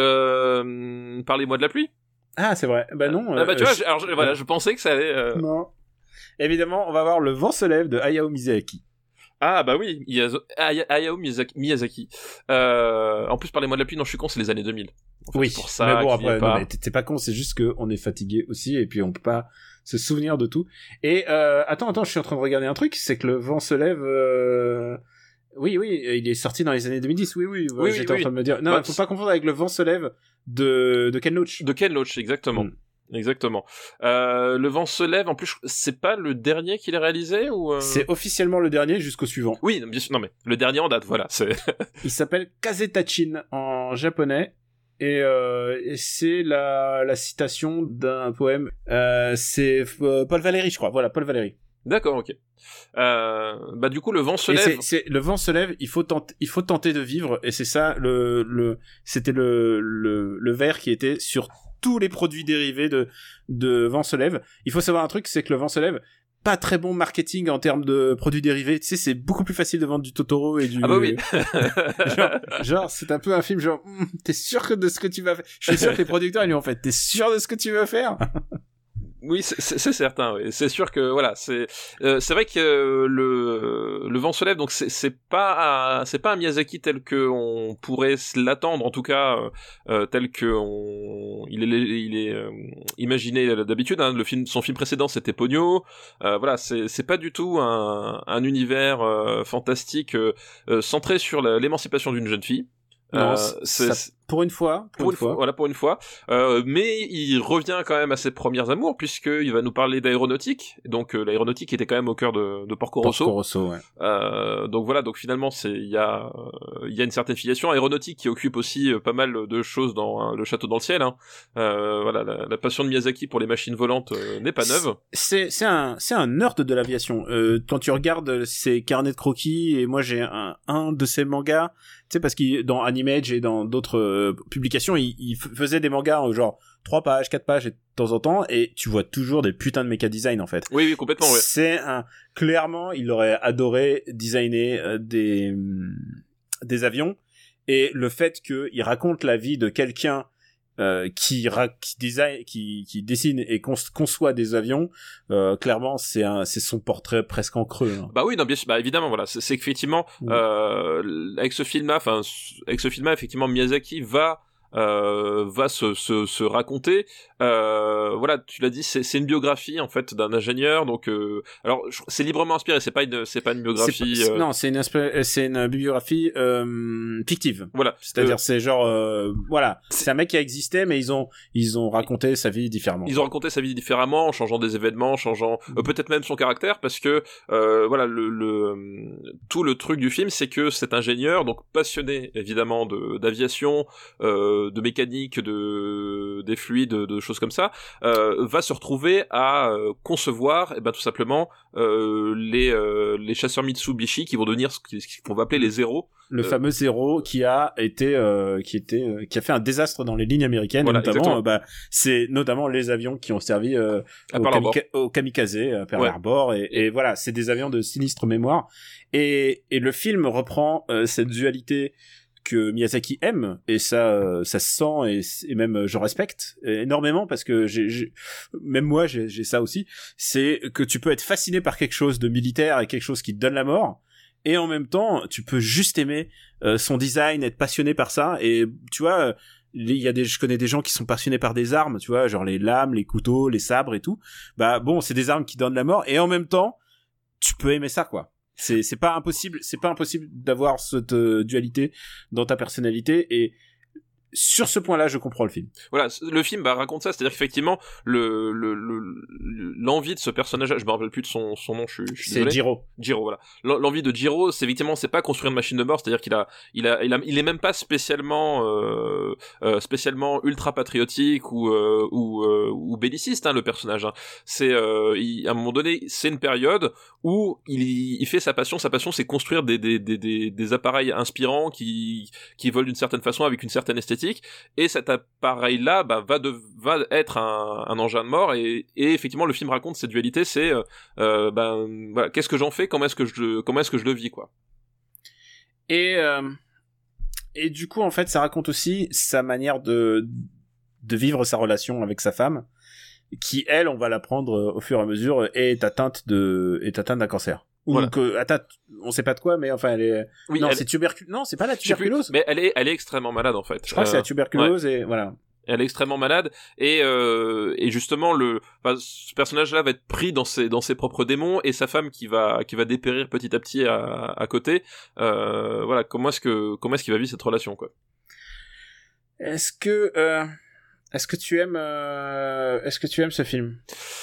Euh, parlez-moi de la pluie. Ah, c'est vrai. Bah non. Ah bah euh, tu vois, je... je, alors, je, voilà, je pensais que ça allait... Euh... Non. Évidemment, on va voir Le vent se lève de Hayao Miyazaki. Ah bah oui, Miyazo... Hayao Miyazaki. Miyazaki. Euh... En plus, parlez-moi de la pluie, non, je suis con, c'est les années deux mille. En fait, oui, c'est pour ça mais bon, qu'il y a après, pas... non, mais t'es, t'es pas con, c'est juste qu'on est fatigué aussi, et puis on peut pas se souvenir de tout. Et euh, attends, attends, je suis en train de regarder un truc, c'est que Le vent se lève... Euh... Oui, oui, il est sorti dans les années deux mille dix, oui, oui, oui j'étais oui, en train oui. de me dire... Non, bah, il faut pas confondre avec Le vent se lève de, de Ken Loach. De Ken Loach, exactement. Mm. Exactement. Euh, Le vent se lève, en plus, c'est pas le dernier qu'il a réalisé ou euh... C'est officiellement le dernier jusqu'au suivant. Oui, bien sûr, non mais, le dernier en date, voilà. C'est... Il s'appelle Kazetachin en japonais, et, euh, et c'est la, la citation d'un poème. Euh, c'est euh, Paul Valéry, je crois. Voilà, Paul Valéry. D'accord, ok. Euh, bah du coup, le vent se et lève. C'est, c'est, le vent se lève. Il faut tenter, il faut tenter de vivre, et c'est ça le, le, c'était le, le, le vers qui était sur tous les produits dérivés de, de Vent se lève. Il faut savoir un truc, c'est que Le vent se lève, pas très bon marketing en termes de produits dérivés. Tu sais, c'est beaucoup plus facile de vendre du Totoro et du... Ah bah oui. genre, genre, c'est un peu un film genre, hm, t'es sûr que de ce que tu vas faire? Je suis sûr que les producteurs, ils lui ont fait, t'es sûr de ce que tu veux faire? Oui, c'est, c'est, c'est certain. Oui. C'est sûr que voilà, c'est euh, c'est vrai que euh, le le vent se lève, donc c'est c'est pas c'est pas un Miyazaki tel que on pourrait l'attendre, en tout cas euh, euh, tel que on il est il est euh, imaginé d'habitude. Hein. Le film, son film précédent, c'était Ponyo. Euh, voilà, c'est c'est pas du tout un un univers euh, fantastique euh, euh, centré sur la, l'émancipation d'une jeune fille. Non, euh, c'est, ça, pour une fois, pour, pour une fois. fois, voilà pour une fois. Euh, mais il revient quand même à ses premières amours puisqu'il va nous parler d'aéronautique. Donc euh, l'aéronautique était quand même au cœur de, de Porco Rosso. Porco Rosso, ouais. Euh, donc voilà, donc finalement c'est il y a euh, il y a une certaine filiation aéronautique qui occupe aussi euh, pas mal de choses dans hein, Le Château dans le ciel. Hein. Euh, voilà, la, la passion de Miyazaki pour les machines volantes euh, n'est pas neuve. C'est c'est un c'est un nerd de l'aviation. Euh, quand tu regardes ses carnets de croquis, et moi j'ai un un de ses mangas. Tu sais, parce qu'il dans Animage et dans d'autres euh, publications, il, il faisait des mangas euh, genre trois pages, quatre pages et de temps en temps, et tu vois toujours des putains de méca design en fait. Oui, oui, complètement. Ouais. C'est un clairement, il aurait adoré designer euh, des des avions, et le fait qu'il raconte la vie de quelqu'un euh, qui ra- qui design, qui qui dessine et con- conçoit des avions, euh, clairement c'est un c'est son portrait presque en creux. Hein. Bah oui, non bien sûr, bah évidemment voilà, c'est, c'est qu'effectivement mmh. euh, avec ce film-là, enfin avec ce film-là effectivement Miyazaki va euh, va se, se, se raconter. Euh, voilà, tu l'as dit, c'est, c'est une biographie en fait d'un ingénieur. Donc, euh, alors c'est librement inspiré. C'est pas une, c'est pas une biographie. C'est pas, euh... Non, c'est une, inspi- c'est une biographie euh, fictive. Voilà, c'est-à-dire euh... c'est genre, euh, voilà, c'est un mec qui a existé, mais ils ont, ils ont raconté sa vie différemment. Ils ont raconté sa vie différemment, en changeant des événements, en changeant euh, peut-être même son caractère, parce que euh, voilà, le, le tout le truc du film, c'est que cet ingénieur, donc passionné évidemment de d'aviation. Euh, de mécanique, de des fluides, de, de choses comme ça, euh, va se retrouver à euh, concevoir, et ben tout simplement euh, les euh, les chasseurs Mitsubishi qui vont devenir ce qu'on va appeler les Zéros. Le euh, fameux Zéro qui a été euh, qui était euh, qui a fait un désastre dans les lignes américaines, voilà, notamment euh, bah c'est notamment les avions qui ont servi euh, au, kamika- au kamikaze à Pearl Harbor, ouais. et, et voilà, c'est des avions de sinistre mémoire, et et le film reprend euh, cette dualité que Miyazaki aime, et ça euh, ça se sent, et, et même euh, je respecte énormément, parce que j'ai, j'ai même moi j'ai, j'ai ça aussi, c'est que tu peux être fasciné par quelque chose de militaire et quelque chose qui te donne la mort, et en même temps tu peux juste aimer euh, son design, être passionné par ça. Et tu vois, il y a des, je connais des gens qui sont passionnés par des armes, tu vois, genre les lames, les couteaux, les sabres et tout. Bah bon, c'est des armes qui donnent la mort, et en même temps tu peux aimer ça, quoi. C'est c'est pas impossible, c'est pas impossible d'avoir cette euh, dualité dans ta personnalité, et sur ce point-là, je comprends le film. Voilà, le film bah, raconte ça, c'est-à-dire qu'effectivement, le, le, le, l'envie de ce personnage, je me rappelle plus de son, son nom, je, je suis désolé. C'est Jiro. Jiro, voilà. L'envie de Jiro, c'est effectivement, c'est pas construire une machine de mort, c'est-à-dire qu'il a, il a, il a, il est même pas spécialement, euh, euh, spécialement ultra patriotique ou, euh, ou, euh, ou belliciste, hein, le personnage. Hein. C'est, euh, il, à un moment donné, c'est une période où il, il fait sa passion. Sa passion, c'est construire des, des, des, des, des appareils inspirants qui, qui volent d'une certaine façon avec une certaine esthétique. Et cet appareil-là bah, va, de, va être un, un engin de mort, et, et effectivement le film raconte cette dualité, c'est euh, euh, ben, voilà, qu'est-ce que j'en fais, comment est-ce que je, comment est-ce que je le vis, quoi. Et, euh, et du coup en fait ça raconte aussi sa manière de, de vivre sa relation avec sa femme, qui elle, on va l'apprendre au fur et à mesure, est atteinte, de, est atteinte d'un cancer. Ou voilà. que, attends, on sait pas de quoi, mais enfin, elle est, oui, non, elle... c'est tuberculose, non, c'est pas la tuberculose. Mais elle est, elle est extrêmement malade, en fait. Je crois euh... que c'est la tuberculose, ouais. Et voilà. Elle est extrêmement malade, et, euh, et justement, le, enfin, ce personnage-là va être pris dans ses, dans ses propres démons, et sa femme qui va, qui va dépérir petit à petit à, à côté, euh, voilà, comment est-ce que, comment est-ce qu'il va vivre cette relation, quoi. Est-ce que, euh, est-ce que tu aimes, euh, est-ce que tu aimes ce film?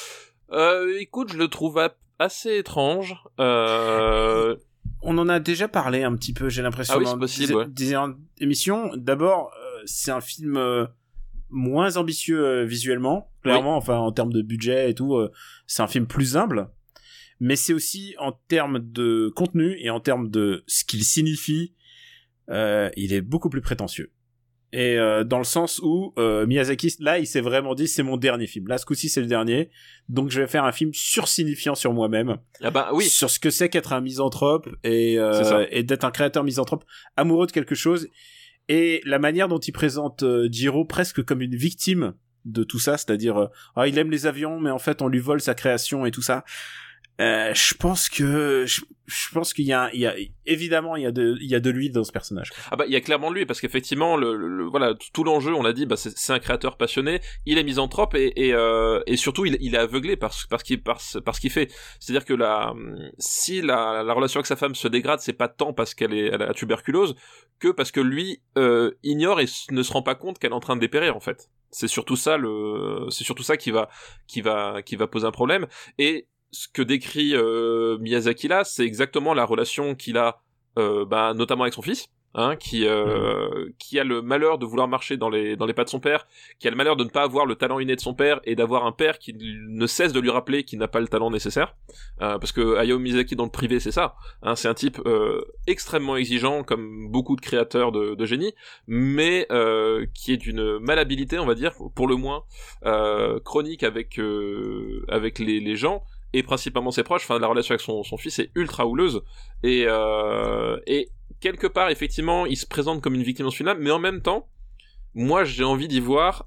Euh, écoute, je le trouve à assez étrange. Euh... On en a déjà parlé un petit peu, j'ai l'impression, ah oui, dans c'est possible, ouais. des émissions. D'abord, euh, c'est un film euh, moins ambitieux euh, visuellement, clairement, oui. Enfin en termes de budget et tout, euh, c'est un film plus humble. Mais c'est aussi en termes de contenu et en termes de ce qu'il signifie, euh, il est beaucoup plus prétentieux. Et euh, dans le sens où euh, Miyazaki, là, il s'est vraiment dit, c'est mon dernier film. Là, ce coup-ci, c'est le dernier. Donc, je vais faire un film sursignifiant sur moi-même. Ah bah oui. Sur ce que c'est qu'être un misanthrope et, euh, et d'être un créateur misanthrope amoureux de quelque chose. Et la manière dont il présente euh, Jiro presque comme une victime de tout ça, c'est-à-dire, euh, ah, il aime les avions, mais en fait, on lui vole sa création et tout ça. Euh, je pense que je, je pense qu'il y a, il y a évidemment il y a de il y a de lui dans ce personnage. Ah bah il y a clairement de lui, parce qu'effectivement le, le, le voilà tout l'enjeu, on l'a dit, bah c'est, c'est un créateur passionné, il est misanthrope, et et, euh, et surtout il, il est aveuglé par parce qu'il par, par ce qu'il fait. C'est-à-dire que la si la, la relation avec sa femme se dégrade, c'est pas tant parce qu'elle est elle a la tuberculose que parce que lui euh, ignore et ne se rend pas compte qu'elle est en train de dépérir, en fait. C'est surtout ça le c'est surtout ça qui va qui va qui va poser un problème. Et ce que décrit euh, Miyazaki là, c'est exactement la relation qu'il a, euh, bah, notamment avec son fils, hein, qui euh, mmh. qui a le malheur de vouloir marcher dans les dans les pas de son père, qui a le malheur de ne pas avoir le talent inné de son père, et d'avoir un père qui ne cesse de lui rappeler qu'il n'a pas le talent nécessaire, euh, parce que Hayao Miyazaki dans le privé, c'est ça, hein, c'est un type euh, extrêmement exigeant, comme beaucoup de créateurs de, de génie, mais euh, qui est d'une malhabilité, on va dire, pour le moins euh, chronique avec euh, avec les les gens, et principalement ses proches. Enfin, la relation avec son, son fils est ultra houleuse, et, euh, et quelque part, effectivement, il se présente comme une victime dans ce film-là, mais en même temps, moi, j'ai envie d'y voir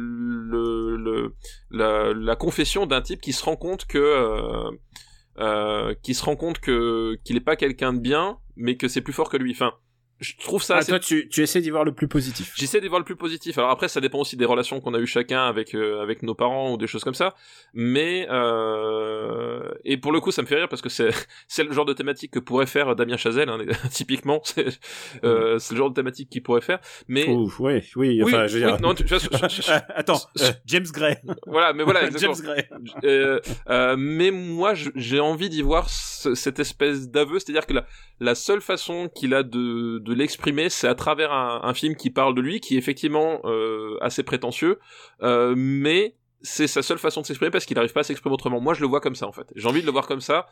le, le, la, la confession d'un type qui se rend compte que, euh, euh, qui se rend compte que, qu'il est pas quelqu'un de bien, mais que c'est plus fort que lui. Enfin, je trouve ça ah, assez... toi tu, tu essaies d'y voir le plus positif. J'essaie d'y voir le plus positif. Alors après, ça dépend aussi des relations qu'on a eu chacun avec euh, avec nos parents ou des choses comme ça, mais euh... et pour le coup ça me fait rire, parce que c'est c'est le genre de thématique que pourrait faire Damien Chazelle, hein, typiquement, c'est euh, c'est le genre de thématique qu'il pourrait faire, mais Ouf, oui oui enfin oui, je veux dire oui, non, tu, tu vois, je, je, je, attends euh, James Gray. Voilà, mais voilà, exactement. James Gray. euh, euh, mais moi j'ai envie d'y voir ce, cette espèce d'aveu, c'est-à-dire que la la seule façon qu'il a de de l'exprimer, c'est à travers un, un film qui parle de lui, qui est effectivement euh, assez prétentieux, euh, mais c'est sa seule façon de s'exprimer, parce qu'il n'arrive pas à s'exprimer autrement. Moi, je le vois comme ça, en fait. J'ai envie de le voir comme ça,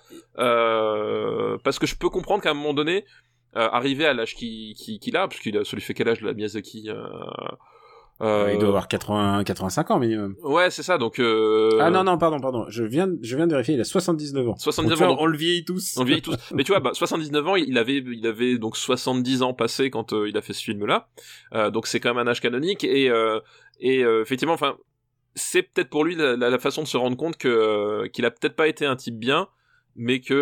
euh, parce que je peux comprendre qu'à un moment donné, euh, arrivé à l'âge qu'il, qu'il, qu'il a, parce qu'il a, ça lui fait quel âge, la Miyazaki euh, Euh, il doit avoir quatre-vingts, quatre-vingt-cinq ans minimum. Ouais, c'est ça, donc... Euh... Ah non, non, pardon, pardon. Je viens, je viens de vérifier, il a soixante-dix-neuf ans. soixante-dix-neuf donc, ans. Donc, on le vieillit tous. On le vieillit tous. Mais tu vois, bah, soixante-dix-neuf ans, il avait, il avait donc soixante-dix ans passés quand euh, il a fait ce film-là. Euh, donc c'est quand même un âge canonique. Et, euh, et euh, effectivement, enfin, c'est peut-être pour lui la, la, la façon de se rendre compte que euh, qu'il a peut-être pas été un type bien, mais que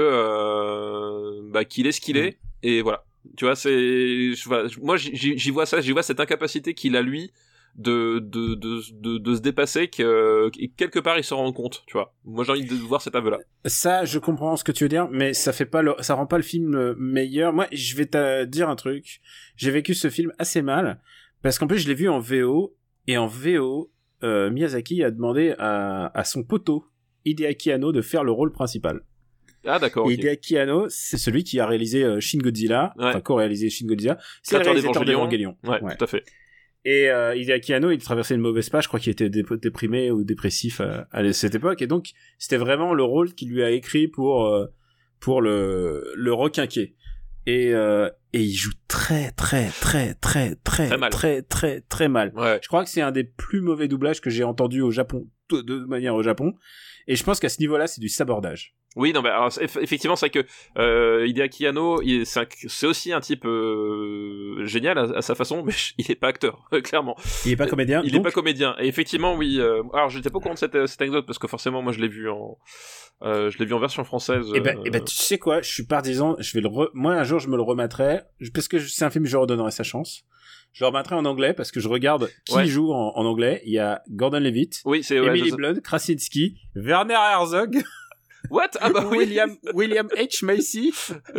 euh, bah qu'il est ce qu'il est, mmh. et voilà. Tu vois, c'est, je, voilà, moi j'y, j'y vois ça, j'y vois cette incapacité qu'il a lui de de de de, de se dépasser, que et quelque part il se rend compte, tu vois. Moi j'ai envie de voir cet aveu là. Ça, je comprends ce que tu veux dire, mais ça fait pas le, ça rend pas le film meilleur. Moi, je vais te dire un truc. J'ai vécu ce film assez mal parce qu'en plus je l'ai vu en V O et en V O, euh, Miyazaki a demandé à à son poteau Hideaki Anno de faire le rôle principal. Ah d'accord. Okay. Hideaki Anno, c'est celui qui a réalisé euh, Shin Godzilla, ouais. enfin co-réalisé Shin Godzilla. C'est le réalisateur d'Evangelion. Ouais, ouais, tout à fait. Et euh, Hideaki Anno, il traversait une mauvaise page, je crois qu'il était dé- déprimé ou dépressif à, à cette époque, et donc c'était vraiment le rôle qu'il lui a écrit pour euh, pour le le requinquer. Et euh, et il joue très très très très très très mal. très très très mal. Ouais. Je crois que c'est un des plus mauvais doublages que j'ai entendu au Japon, de, de manière au Japon. Et je pense qu'à ce niveau-là, c'est du sabordage. Oui, non, mais alors, effectivement, c'est vrai que euh, Hideaki Anno, il, c'est, un, c'est aussi un type euh, génial à, à sa façon, mais il est pas acteur, clairement. Il est pas comédien. Il donc... est pas comédien. Et effectivement, oui. Euh, alors, j'étais pas au courant de cette, cette anecdote parce que forcément, moi, je l'ai vu en, euh, je l'ai vu en version française. Et ben, euh... et ben, tu sais quoi, je suis partisan. Je vais le, re... moi, un jour, je me le remettrai parce que c'est un film que je redonnerai sa chance. Je le remettrai en anglais parce que je regarde qui ouais. joue en, en anglais. Il y a Gordon Levitt, oui, c'est, Emily ouais, Blunt, Krasinski, Werner Herzog. What? Ah bah oui. William, William H. Macy.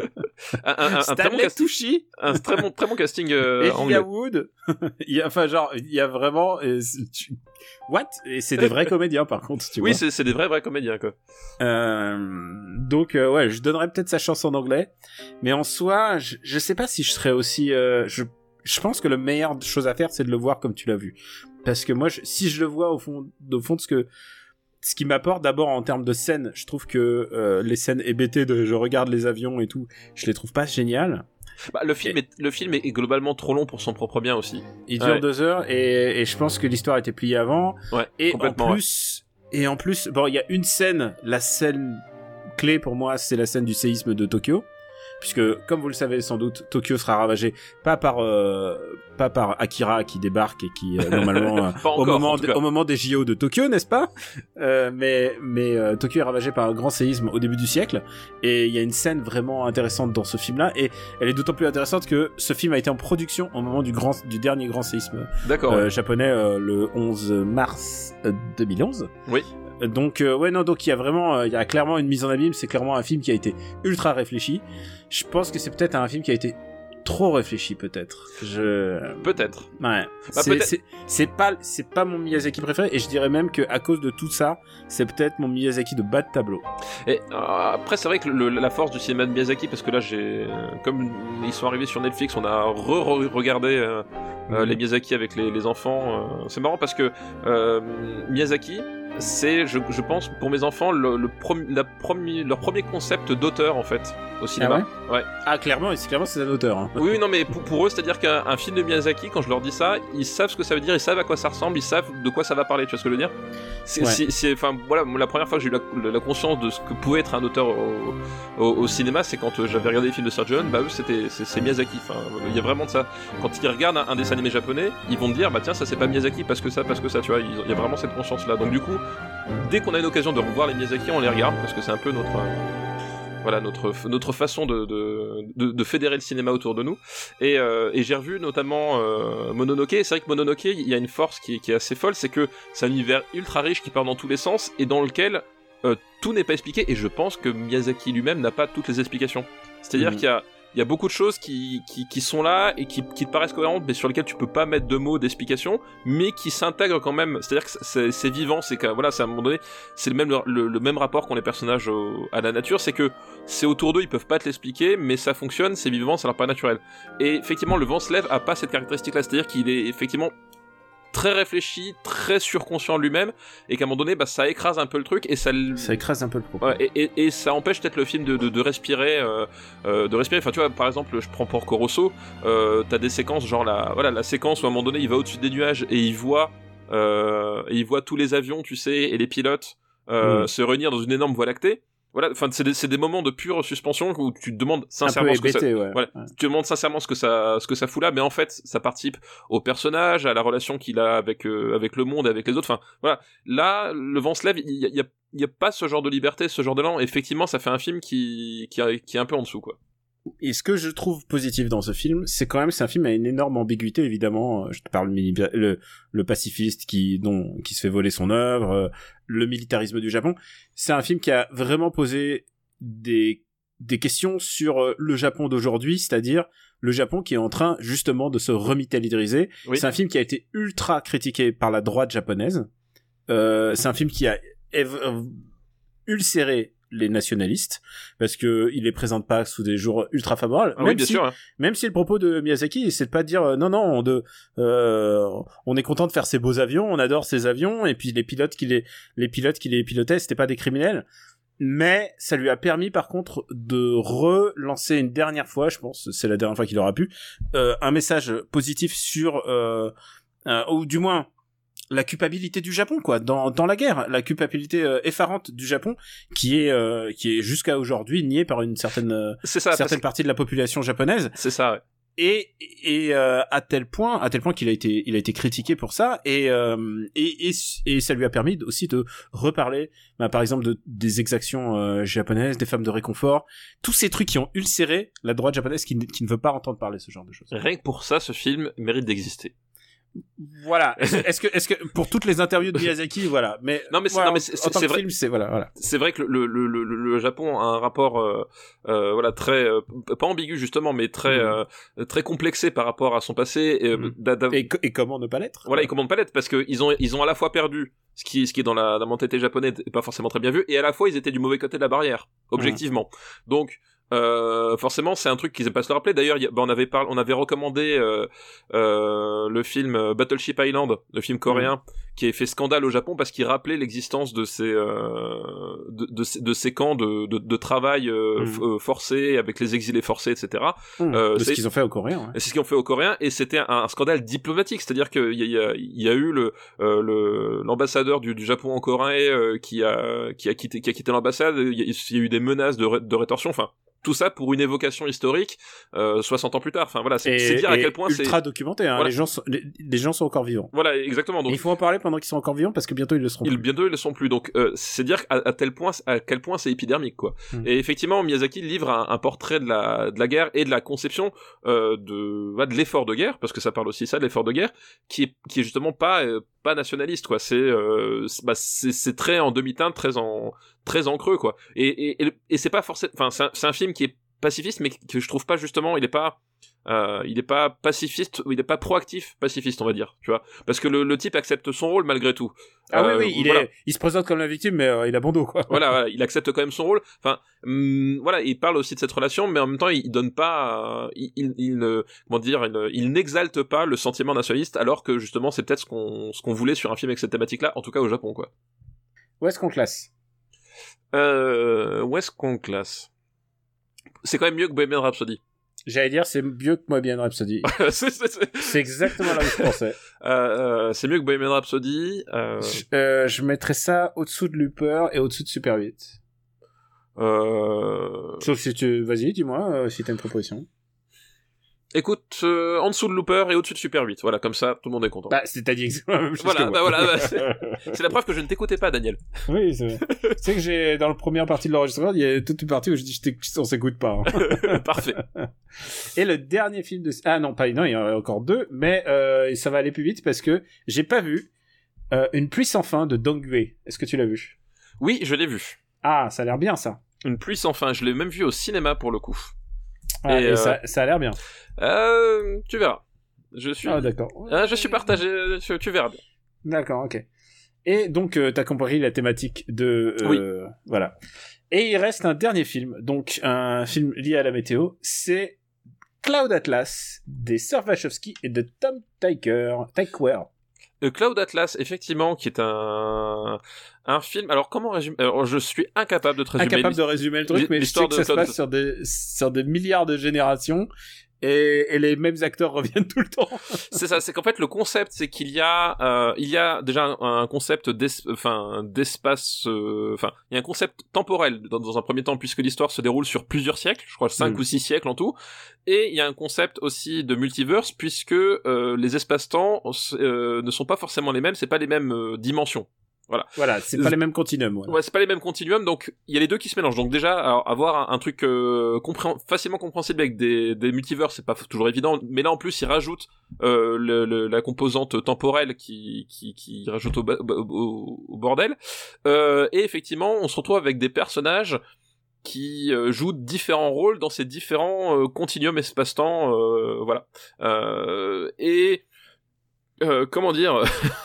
un, un, un, Stanley un très bon casting. Tucci. Un très bon, très bon casting, euh, et anglais. Elijah Wood. il y a, enfin, genre, il y a vraiment, et tu... what? Et c'est des vrais comédiens, par contre, tu oui, vois. c'est, c'est des vrais, vrais comédiens, quoi. Euh, donc, euh, ouais, je donnerais peut-être sa chance en anglais. Mais en soi, je, je sais pas si je serais aussi, euh, je, je pense que la meilleure chose à faire, c'est de le voir comme tu l'as vu. Parce que moi, je, si je le vois au fond, au fond de ce que, ce qui m'apporte d'abord en termes de scènes, je trouve que euh, les scènes hébétées de je regarde les avions et tout, je les trouve pas géniales. Bah, le film, et... est, le film est globalement trop long pour son propre bien aussi. Il dure ouais. deux heures et, et je pense que l'histoire était pliée avant. Ouais, et complètement. En plus, ouais. Et en plus, bon, il y a une scène, la scène clé pour moi, c'est la scène du séisme de Tokyo. Puisque, comme vous le savez sans doute, Tokyo sera ravagé pas par euh, pas par Akira qui débarque et qui euh, normalement euh, encore, au moment de, au moment des J O de Tokyo, n'est-ce pas euh, Mais mais euh, Tokyo est ravagé par un grand séisme au début du siècle et il y a une scène vraiment intéressante dans ce film-là et elle est d'autant plus intéressante que ce film a été en production au moment du grand du dernier grand séisme D'accord, euh, ouais. japonais euh, le onze mars deux mille onze. Oui. Donc euh, ouais non donc il y a vraiment euh, il y a clairement une mise en abîme, c'est clairement un film qui a été ultra réfléchi. Je pense que c'est peut-être un film qui a été trop réfléchi peut-être. Je peut-être. Ouais. Bah, c'est, peut-être. c'est c'est pas c'est pas mon Miyazaki préféré et je dirais même que à cause de tout ça, c'est peut-être mon Miyazaki de bas de tableau. Et euh, après c'est vrai que le, la force du cinéma de Miyazaki, parce que là j'ai comme ils sont arrivés sur Netflix, on a re-regardé euh, mmh. euh, les Miyazaki avec les, les enfants. Euh, c'est marrant parce que euh, Miyazaki c'est, je, je pense, pour mes enfants, le, le prom- la promi- leur premier concept d'auteur, en fait, au cinéma. Ah ouais, ouais. Ah, clairement, c'est, clairement, c'est un auteur. Hein. Oui, non, mais pour, pour eux, c'est-à-dire qu'un un film de Miyazaki, quand je leur dis ça, ils savent ce que ça veut dire, ils savent à quoi ça ressemble, ils savent de quoi ça va parler, tu vois ce que je veux dire ? C'est, ouais. c'est, c'est, enfin, voilà, la première fois que j'ai eu la, la conscience de ce que pouvait être un auteur au, au, au cinéma, c'est quand j'avais regardé les films de Sergio Leone, bah eux, c'était, c'est, c'est Miyazaki. Enfin, il y a vraiment de ça. Quand ils regardent un, un dessin animé japonais, ils vont te dire, bah tiens, ça c'est pas Miyazaki parce que ça, parce que ça, tu vois, il y a vraiment cette conscience-là. Donc du coup, dès qu'on a une occasion de revoir les Miyazaki, on les regarde parce que c'est un peu notre euh, voilà notre notre façon de, de de de fédérer le cinéma autour de nous. Et euh, et j'ai revu notamment euh, Mononoke. Et c'est vrai que Mononoke, il y a une force qui est, qui est assez folle, c'est que c'est un univers ultra riche qui part dans tous les sens et dans lequel euh, tout n'est pas expliqué. Et je pense que Miyazaki lui-même n'a pas toutes les explications. C'est-à-dire mmh. qu'il y a il y a beaucoup de choses qui, qui, qui sont là et qui, qui te paraissent cohérentes, mais sur lesquelles tu peux pas mettre de mots, d'explications, mais qui s'intègrent quand même. C'est-à-dire que c'est, c'est vivant, c'est que, voilà, c'est à un moment donné, c'est le même, le, le même rapport qu'ont les personnages au, à la nature, c'est que c'est autour d'eux, ils peuvent pas te l'expliquer, mais ça fonctionne, c'est vivant, ça leur paraît naturel. Et effectivement, Le Vent se lève a pas cette caractéristique-là, c'est-à-dire qu'il est effectivement très réfléchi, très surconscient de lui-même, et qu'à un moment donné, bah, ça écrase un peu le truc, et ça... L... Ça écrase un peu le propos. Ouais, et, et, et ça empêche peut-être le film de, de, de respirer, euh, euh, de respirer, enfin tu vois, par exemple, je prends Porco Rosso, euh, t'as des séquences, genre la, voilà, la séquence où à un moment donné, il va au-dessus des nuages, et il voit, euh, et il voit tous les avions, tu sais, et les pilotes, euh, mmh. se réunir dans une énorme voie lactée. voilà, enfin c'est des, c'est des moments de pure suspension où tu te demandes sincèrement un peu ce que ça, hébété, ouais. voilà, Ouais. tu te demandes sincèrement ce que ça, ce que ça fout là, mais en fait ça participe au personnage, à la relation qu'il a avec euh, avec le monde, avec les autres. Enfin voilà, là le vent se lève, il y a, il y a, il y a pas ce genre de liberté, ce genre de lan. Effectivement, ça fait un film qui qui, a, qui est un peu en dessous quoi. Et ce que je trouve positif dans ce film, c'est quand même c'est un film à une énorme ambiguïté évidemment. Je te parle le le, le pacifiste qui dont qui se fait voler son œuvre, le militarisme du Japon. C'est un film qui a vraiment posé des des questions sur le Japon d'aujourd'hui, c'est-à-dire le Japon qui est en train justement de se remilitariser. Oui. C'est un film qui a été ultra critiqué par la droite japonaise. Euh, c'est un film qui a év- ulcéré les nationalistes parce que il les présente pas sous des jours ultra favorables. Ah même oui, bien si, sûr. Hein. Même si le propos de Miyazaki, c'est de pas dire euh, non non, on de euh, on est content de faire ces beaux avions, on adore ces avions et puis les pilotes qui les les pilotes qui les pilotaient, c'était pas des criminels. Mais ça lui a permis par contre de relancer une dernière fois, je pense, c'est la dernière fois qu'il aura pu, euh, un message positif sur euh, euh, ou du moins la culpabilité du Japon quoi dans dans la guerre, la culpabilité euh, effarante du Japon qui est euh, qui est jusqu'à aujourd'hui niée par une certaine euh, c'est ça, certaine que... partie de la population japonaise. C'est ça. Ouais. Et et euh, à tel point à tel point qu'il a été il a été critiqué pour ça et euh, et, et et ça lui a permis aussi de reparler bah, par exemple de des exactions euh, japonaises, des femmes de réconfort, tous ces trucs qui ont ulcéré la droite japonaise qui, qui ne veut pas entendre parler de ce genre de choses. Rien que pour ça, ce film mérite d'exister. Voilà. Est-ce, est-ce que, est-ce que pour toutes les interviews de Miyazaki, voilà. Mais non, mais c'est, voilà, non, mais c'est, en, en tant c'est que vrai. Film, c'est voilà, voilà. C'est vrai que le le le, le Japon a un rapport, euh, euh, voilà, très euh, pas ambigu justement, mais très mmh. euh, très complexé par rapport à son passé. Et, mmh. d'a, d'a... et, et comment ne pas l'être? Voilà, et comment ne pas l'être parce que ils ont ils ont à la fois perdu ce qui ce qui est dans la, la mentalité japonaise et pas forcément très bien vu, et à la fois ils étaient du mauvais côté de la barrière, objectivement. Mmh. Donc Euh, forcément, c'est un truc qu'ils aiment pas se le rappeler. D'ailleurs, y a, bah, on avait parlé, on avait recommandé euh, euh, le film Battleship Island, le film coréen, mmh. qui a fait scandale au Japon parce qu'il rappelait l'existence de ces euh, de, de, de, de ces camps de, de, de travail euh, mmh. f- forcé avec les exilés forcés, et cetera. Mmh. Euh, c'est ce qu'ils ont fait aux Coréens. Ouais. C'est ce qu'ils ont fait aux Coréens, et c'était un, un scandale diplomatique, c'est-à-dire qu'il y a, il y a, il y a eu le, euh, le l'ambassadeur du, du Japon en Corée euh, qui a qui a quitté qui a quitté l'ambassade. Il y a, il y a eu des menaces de, ré, de rétorsion. Enfin. Tout ça pour une évocation historique euh, soixante ans plus tard. Enfin voilà, c'est, et, c'est dire à quel point ultra c'est ultra documenté. Hein. Voilà. Les gens sont les, les gens sont encore vivants. Voilà, exactement. Donc et il faut en parler pendant qu'ils sont encore vivants parce que bientôt ils le seront. Ils plus. bientôt ils le sont plus. Donc euh, c'est dire à, à tel point à quel point c'est épidermique quoi. Mm. Et effectivement, Miyazaki livre un, un portrait de la de la guerre et de la conception euh, de bah, de l'effort de guerre, parce que ça parle aussi ça de l'effort de guerre qui est qui est justement pas euh, pas nationaliste quoi. C'est euh, c'est, bah, c'est c'est très en demi-teinte, très en très en creux quoi. Et et et, et c'est pas forcément. Enfin c'est un, c'est un film qui est pacifiste, mais que je trouve pas justement, il est pas, euh, il est pas pacifiste, il est pas proactif pacifiste, on va dire, tu vois, parce que le, le type accepte son rôle malgré tout. Ah euh, oui, oui, il voilà. est, il se présente comme la victime, mais euh, il a bon dos, quoi. Voilà, voilà, il accepte quand même son rôle. Enfin, hum, voilà, il parle aussi de cette relation, mais en même temps, il donne pas, euh, il, il, il euh, comment dire, il, il n'exalte pas le sentiment nationaliste, alors que justement, c'est peut-être ce qu'on, ce qu'on voulait sur un film avec cette thématique-là, en tout cas au Japon, quoi. Où est-ce qu'on classe? Euh, où est-ce qu'on classe? C'est quand même mieux que Bohemian Rhapsody. J'allais dire, c'est mieux que Bohemian Rhapsody. c'est, c'est, c'est... c'est exactement là où je pensais. Euh, euh, c'est mieux que Bohemian Rhapsody. Euh... Je, euh, je mettrais ça au-dessous de Looper et au-dessous de Super huit. Euh... Sauf si tu... Vas-y, dis-moi euh, si t'as une proposition. Écoute, euh, en dessous de Looper et au-dessus de Super huit. Voilà, comme ça, tout le monde est content. Bah, c'est-à-dire exactement la même chose voilà, que bah moi. voilà, bah, c'est... c'est la preuve que je ne t'écoutais pas, Daniel. Oui, c'est vrai. Tu sais que j'ai, dans la première partie de l'enregistrement, il y a toute une partie où je dis, je t'écoute, on s'écoute pas. Hein. Parfait. Et le dernier film de... Ah non, pas, non, il y en a encore deux, mais euh, ça va aller plus vite parce que j'ai pas vu euh, Une pluie sans fin de Dong Gue. Est-ce que tu l'as vu? Oui, je l'ai vu. Ah, ça a l'air bien, ça. Une pluie sans fin, je l'ai même vu au cinéma, pour le coup. Ah, et, et euh... ça, ça a l'air bien. Euh, tu verras. Je suis. Ah d'accord. Ah, je suis partagé. Tu, tu verras bien. D'accord, ok. Et donc euh, t'as compris la thématique de. Euh, oui. Voilà. Et il reste un dernier film, donc un film lié à la météo. C'est Cloud Atlas des Sir Wachowski et de Tom Tykwer. Tykwer. Euh, Cloud Atlas, effectivement, qui est un un film. Alors comment résumer? Alors je suis incapable de te résumer. Incapable de résumer le truc, mais je sais que ça se passe sur des sur des milliards de générations et, et les mêmes acteurs reviennent tout le temps. C'est ça, c'est qu'en fait le concept, c'est qu'il y a, euh, il y a déjà un, un concept d'es- enfin d'espace, enfin euh, il y a un concept temporel dans, dans un premier temps puisque l'histoire se déroule sur plusieurs siècles, je crois cinq mmh. ou six siècles en tout, et il y a un concept aussi de multiverse puisque euh, les espaces-temps euh, ne sont pas forcément les mêmes, c'est pas les mêmes euh, dimensions. Voilà. Voilà, c'est pas les mêmes continuums. Voilà. Ouais, c'est pas les mêmes continuums, donc il y a les deux qui se mélangent. Donc déjà, alors, avoir un, un truc euh, compré- facilement compréhensible avec des, des multivers, c'est pas toujours évident. Mais là, en plus, ils rajoutent euh, le, le, la composante temporelle qui, qui, qui rajoute au, au, au bordel. Euh, et effectivement, on se retrouve avec des personnages qui euh, jouent différents rôles dans ces différents euh, continuums espace-temps. Euh, voilà. Euh, et Euh, comment dire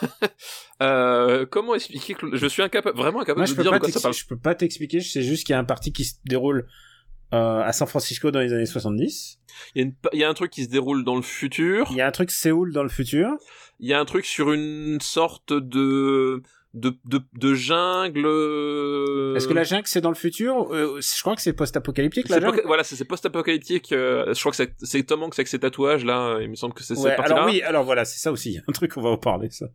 euh, comment expliquer que je suis incapable, vraiment incapable Moi, de je peux dire pas de quoi ça parle. Je peux pas t'expliquer, je sais juste qu'il y a un parti qui se déroule euh, à San Francisco dans les années soixante-dix. Il y, a une, il y a un truc qui se déroule dans le futur. Il y a un truc Séoul dans le futur. Il y a un truc sur une sorte de de de, de jungle. Est-ce que la jungle c'est dans le futur? euh, Je crois que c'est post-apocalyptique. La c'est jungle. Po- voilà, c'est, c'est post-apocalyptique. Euh, je crois que c'est, c'est Tom Hanks avec ses tatouages là. Il me semble que c'est ouais, cette partie-là. Alors oui, alors voilà, c'est ça aussi. Un truc on va en parler ça.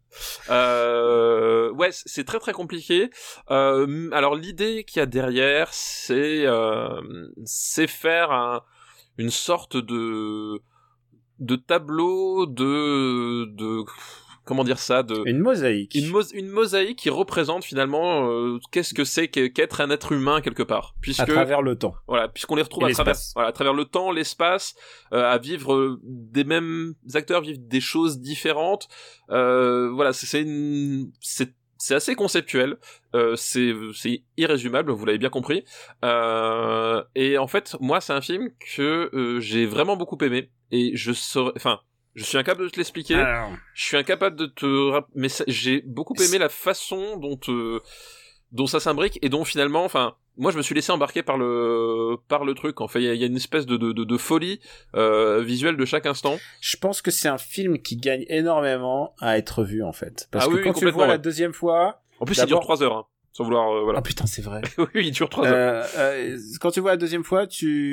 Euh, ouais, c'est très très compliqué. Euh, alors l'idée qu'il y a derrière, c'est euh, c'est faire un, une sorte de de tableau de de comment dire ça de une mosaïque une, mo- une mosaïque qui représente finalement euh, qu'est-ce que c'est qu'être un être humain quelque part, puisque à travers le temps, voilà, puisqu'on les retrouve et à l'espace. travers voilà, à travers le temps, l'espace, euh, à vivre euh, des mêmes acteurs vivent des choses différentes. Euh, voilà, c'est c'est, une, c'est c'est assez conceptuel, euh, c'est c'est irrésumable, vous l'avez bien compris. Euh, et en fait, moi, c'est un film que euh, j'ai vraiment beaucoup aimé, et je saurais, enfin. Je suis incapable de te l'expliquer. Alors... Je suis incapable de te, mais ça... j'ai beaucoup aimé la façon dont euh... dont ça s'imbrique et dont finalement, enfin, moi je me suis laissé embarquer par le par le truc. En fait, il y, y a une espèce de de de, de folie euh, visuelle de chaque instant. Je pense que c'est un film qui gagne énormément à être vu en fait, parce ah, que oui, quand oui, tu le vois ouais. la deuxième fois. En plus, il dure trois heures. Hein. Sans vouloir, euh, voilà. Ah putain, c'est vrai. oui, il dure trois heures. Euh, euh, quand tu vois la deuxième fois,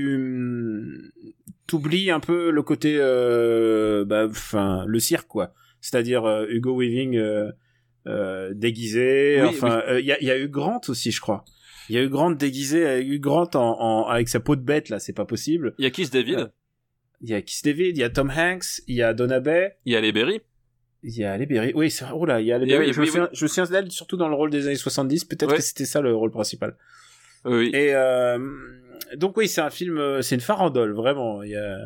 tu t'oublies un peu le côté, euh, bah, enfin, le cirque, quoi. C'est-à-dire euh, Hugo Weaving euh, euh, déguisé. Oui, enfin, il oui. euh, y, y a eu Grant aussi, je crois. Il y a eu Grant déguisé, il y a eu Grant en, en, avec sa peau de bête, là, c'est pas possible. Il y a Keith David. Il euh, y a Keith David, il y a Tom Hanks, il y a Donna Bay. Il y a les Berry. Il y a Halle Berry. Oui, c'est oh là, il y a Halle Berry. Oui, je, oui, me souviens, oui. je me souviens d'elle surtout dans le rôle des années soixante-dix. Peut-être ouais. que c'était ça le rôle principal. Oui. Et euh, donc oui, c'est un film, c'est une farandole vraiment. Il y a...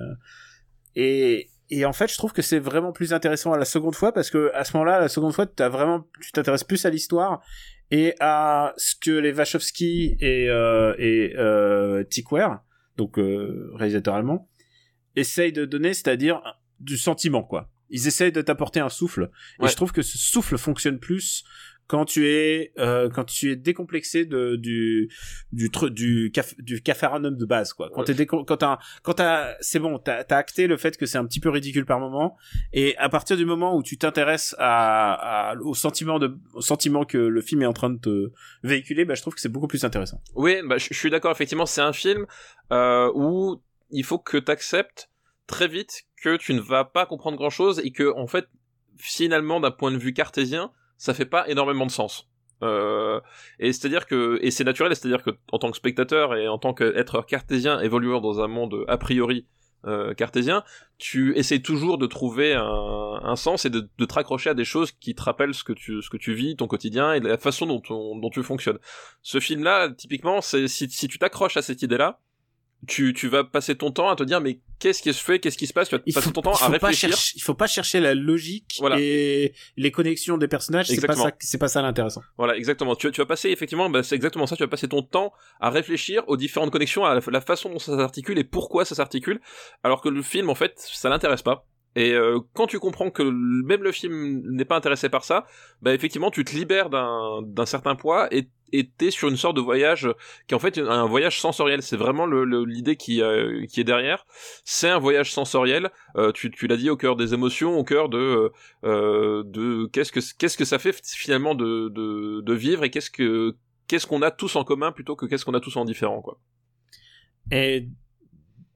Et et en fait, je trouve que c'est vraiment plus intéressant à la seconde fois parce que à ce moment-là, la seconde fois, t'as vraiment, tu t'intéresses plus à l'histoire et à ce que les Wachowski et euh, et euh, Tick Ware, donc euh, réalisateur allemand, essayent de donner, c'est-à-dire du sentiment, quoi. Ils essayent de t'apporter un souffle. Et ouais. je trouve que ce souffle fonctionne plus quand tu es, euh, quand tu es décomplexé de, du, du, du, du, caf, du capharanum de base, quoi. Quand ouais. t'es décom- quand t'as, quand t'as, c'est bon, t'as, t'as acté le fait que c'est un petit peu ridicule par moment. Et à partir du moment où tu t'intéresses à, à, au sentiment de, au sentiment que le film est en train de te véhiculer, bah, je trouve que c'est beaucoup plus intéressant. Oui, bah, je, je suis d'accord, effectivement, c'est un film, euh, où il faut que t'acceptes très vite que tu ne vas pas comprendre grand chose et que en fait finalement d'un point de vue cartésien ça fait pas énormément de sens euh, et c'est à dire que et c'est naturel, c'est à dire que en tant que spectateur et en tant qu'être cartésien évoluant dans un monde a priori euh, cartésien, tu essaies toujours de trouver un, un sens et de, de te raccrocher à des choses qui te rappellent ce que tu ce que tu vis, ton quotidien et la façon dont on, dont tu fonctionnes. Ce film là typiquement, c'est si si tu t'accroches à cette idée là, tu tu vas passer ton temps à te dire mais qu'est-ce qui se fait, qu'est-ce qui se passe, tu vas il passer faut, ton temps à réfléchir. Chercher, il faut pas chercher la logique voilà. et les connexions des personnages, exactement. c'est pas ça c'est pas ça l'intéressant. Voilà, exactement. Tu tu vas passer effectivement bah, c'est exactement ça, tu vas passer ton temps à réfléchir aux différentes connexions, à la, la façon dont ça s'articule et pourquoi ça s'articule, alors que le film en fait, ça l'intéresse pas. Et euh, quand tu comprends que même le film n'est pas intéressé par ça, bah effectivement tu te libères d'un d'un certain poids et et t'es sur une sorte de voyage qui est en fait un voyage sensoriel. C'est vraiment le, le l'idée qui euh, qui est derrière. C'est un voyage sensoriel. Euh, tu tu l'as dit, au cœur des émotions, au cœur de euh, de qu'est-ce que qu'est-ce que ça fait finalement de de de vivre et qu'est-ce que qu'est-ce qu'on a tous en commun plutôt que qu'est-ce qu'on a tous en différent, quoi. Et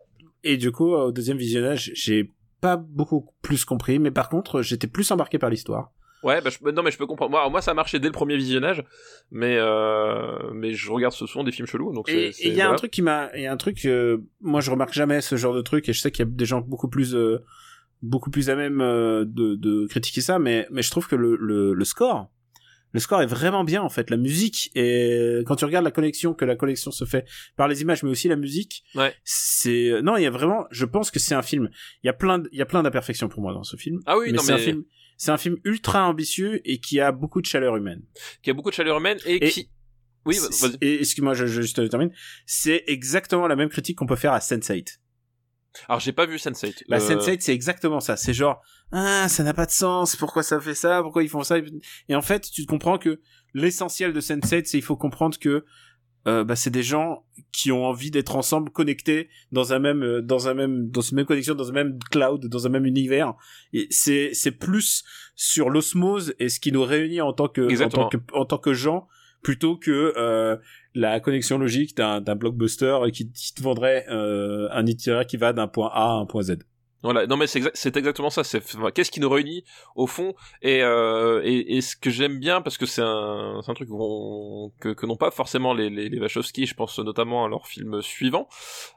et du coup, au deuxième visionnage, j'ai pas beaucoup plus compris, mais par contre, j'étais plus embarqué par l'histoire. Ouais, bah, je, non, mais je peux comprendre. Moi, moi, ça a marché dès le premier visionnage, mais euh, mais je regarde souvent des films chelous, donc c'est. Et il y a voilà. un truc qui m'a, il y a un truc, euh, moi, je remarque jamais ce genre de truc, et je sais qu'il y a des gens beaucoup plus, euh, beaucoup plus à même euh, de, de critiquer ça, mais mais je trouve que le le, le score, le score est vraiment bien en fait. La musique, et quand tu regardes la collection, que la collection se fait par les images, mais aussi la musique, ouais. c'est non, il y a vraiment, je pense que c'est un film. Il y a plein, il y a plein d'imperfections pour moi dans ce film. Ah oui, mais non c'est mais un film. C'est un film ultra ambitieux et qui a beaucoup de chaleur humaine. Qui a beaucoup de chaleur humaine et, et qui... Oui, vas-y. Et excuse-moi, je, je juste termine. C'est exactement la même critique qu'on peut faire à sense eight. Alors, j'ai pas vu sense eight. Bah, euh... sense eight, c'est exactement ça. C'est genre, ah, ça n'a pas de sens. Pourquoi ça fait ça? Pourquoi ils font ça? Et en fait, tu comprends que l'essentiel de sense eight, c'est il faut comprendre que Euh, bah c'est des gens qui ont envie d'être ensemble, connectés dans un même euh, dans un même dans une même connexion, dans un même cloud, dans un même univers. Et c'est c'est plus sur l'osmose et ce qui nous réunit en tant que Exactement. en tant que en tant que gens, plutôt que euh, la connexion logique d'un d'un blockbuster qui, qui te vendrait euh, un itinéraire qui va d'un point A à un point Z. Voilà, non mais c'est, exa- c'est exactement ça. C'est enfin, qu'est-ce qui nous réunit au fond et, euh, et et ce que j'aime bien parce que c'est un c'est un truc qu'on, que que n'ont pas forcément les les, les Wachowski. Je pense notamment à leur film suivant.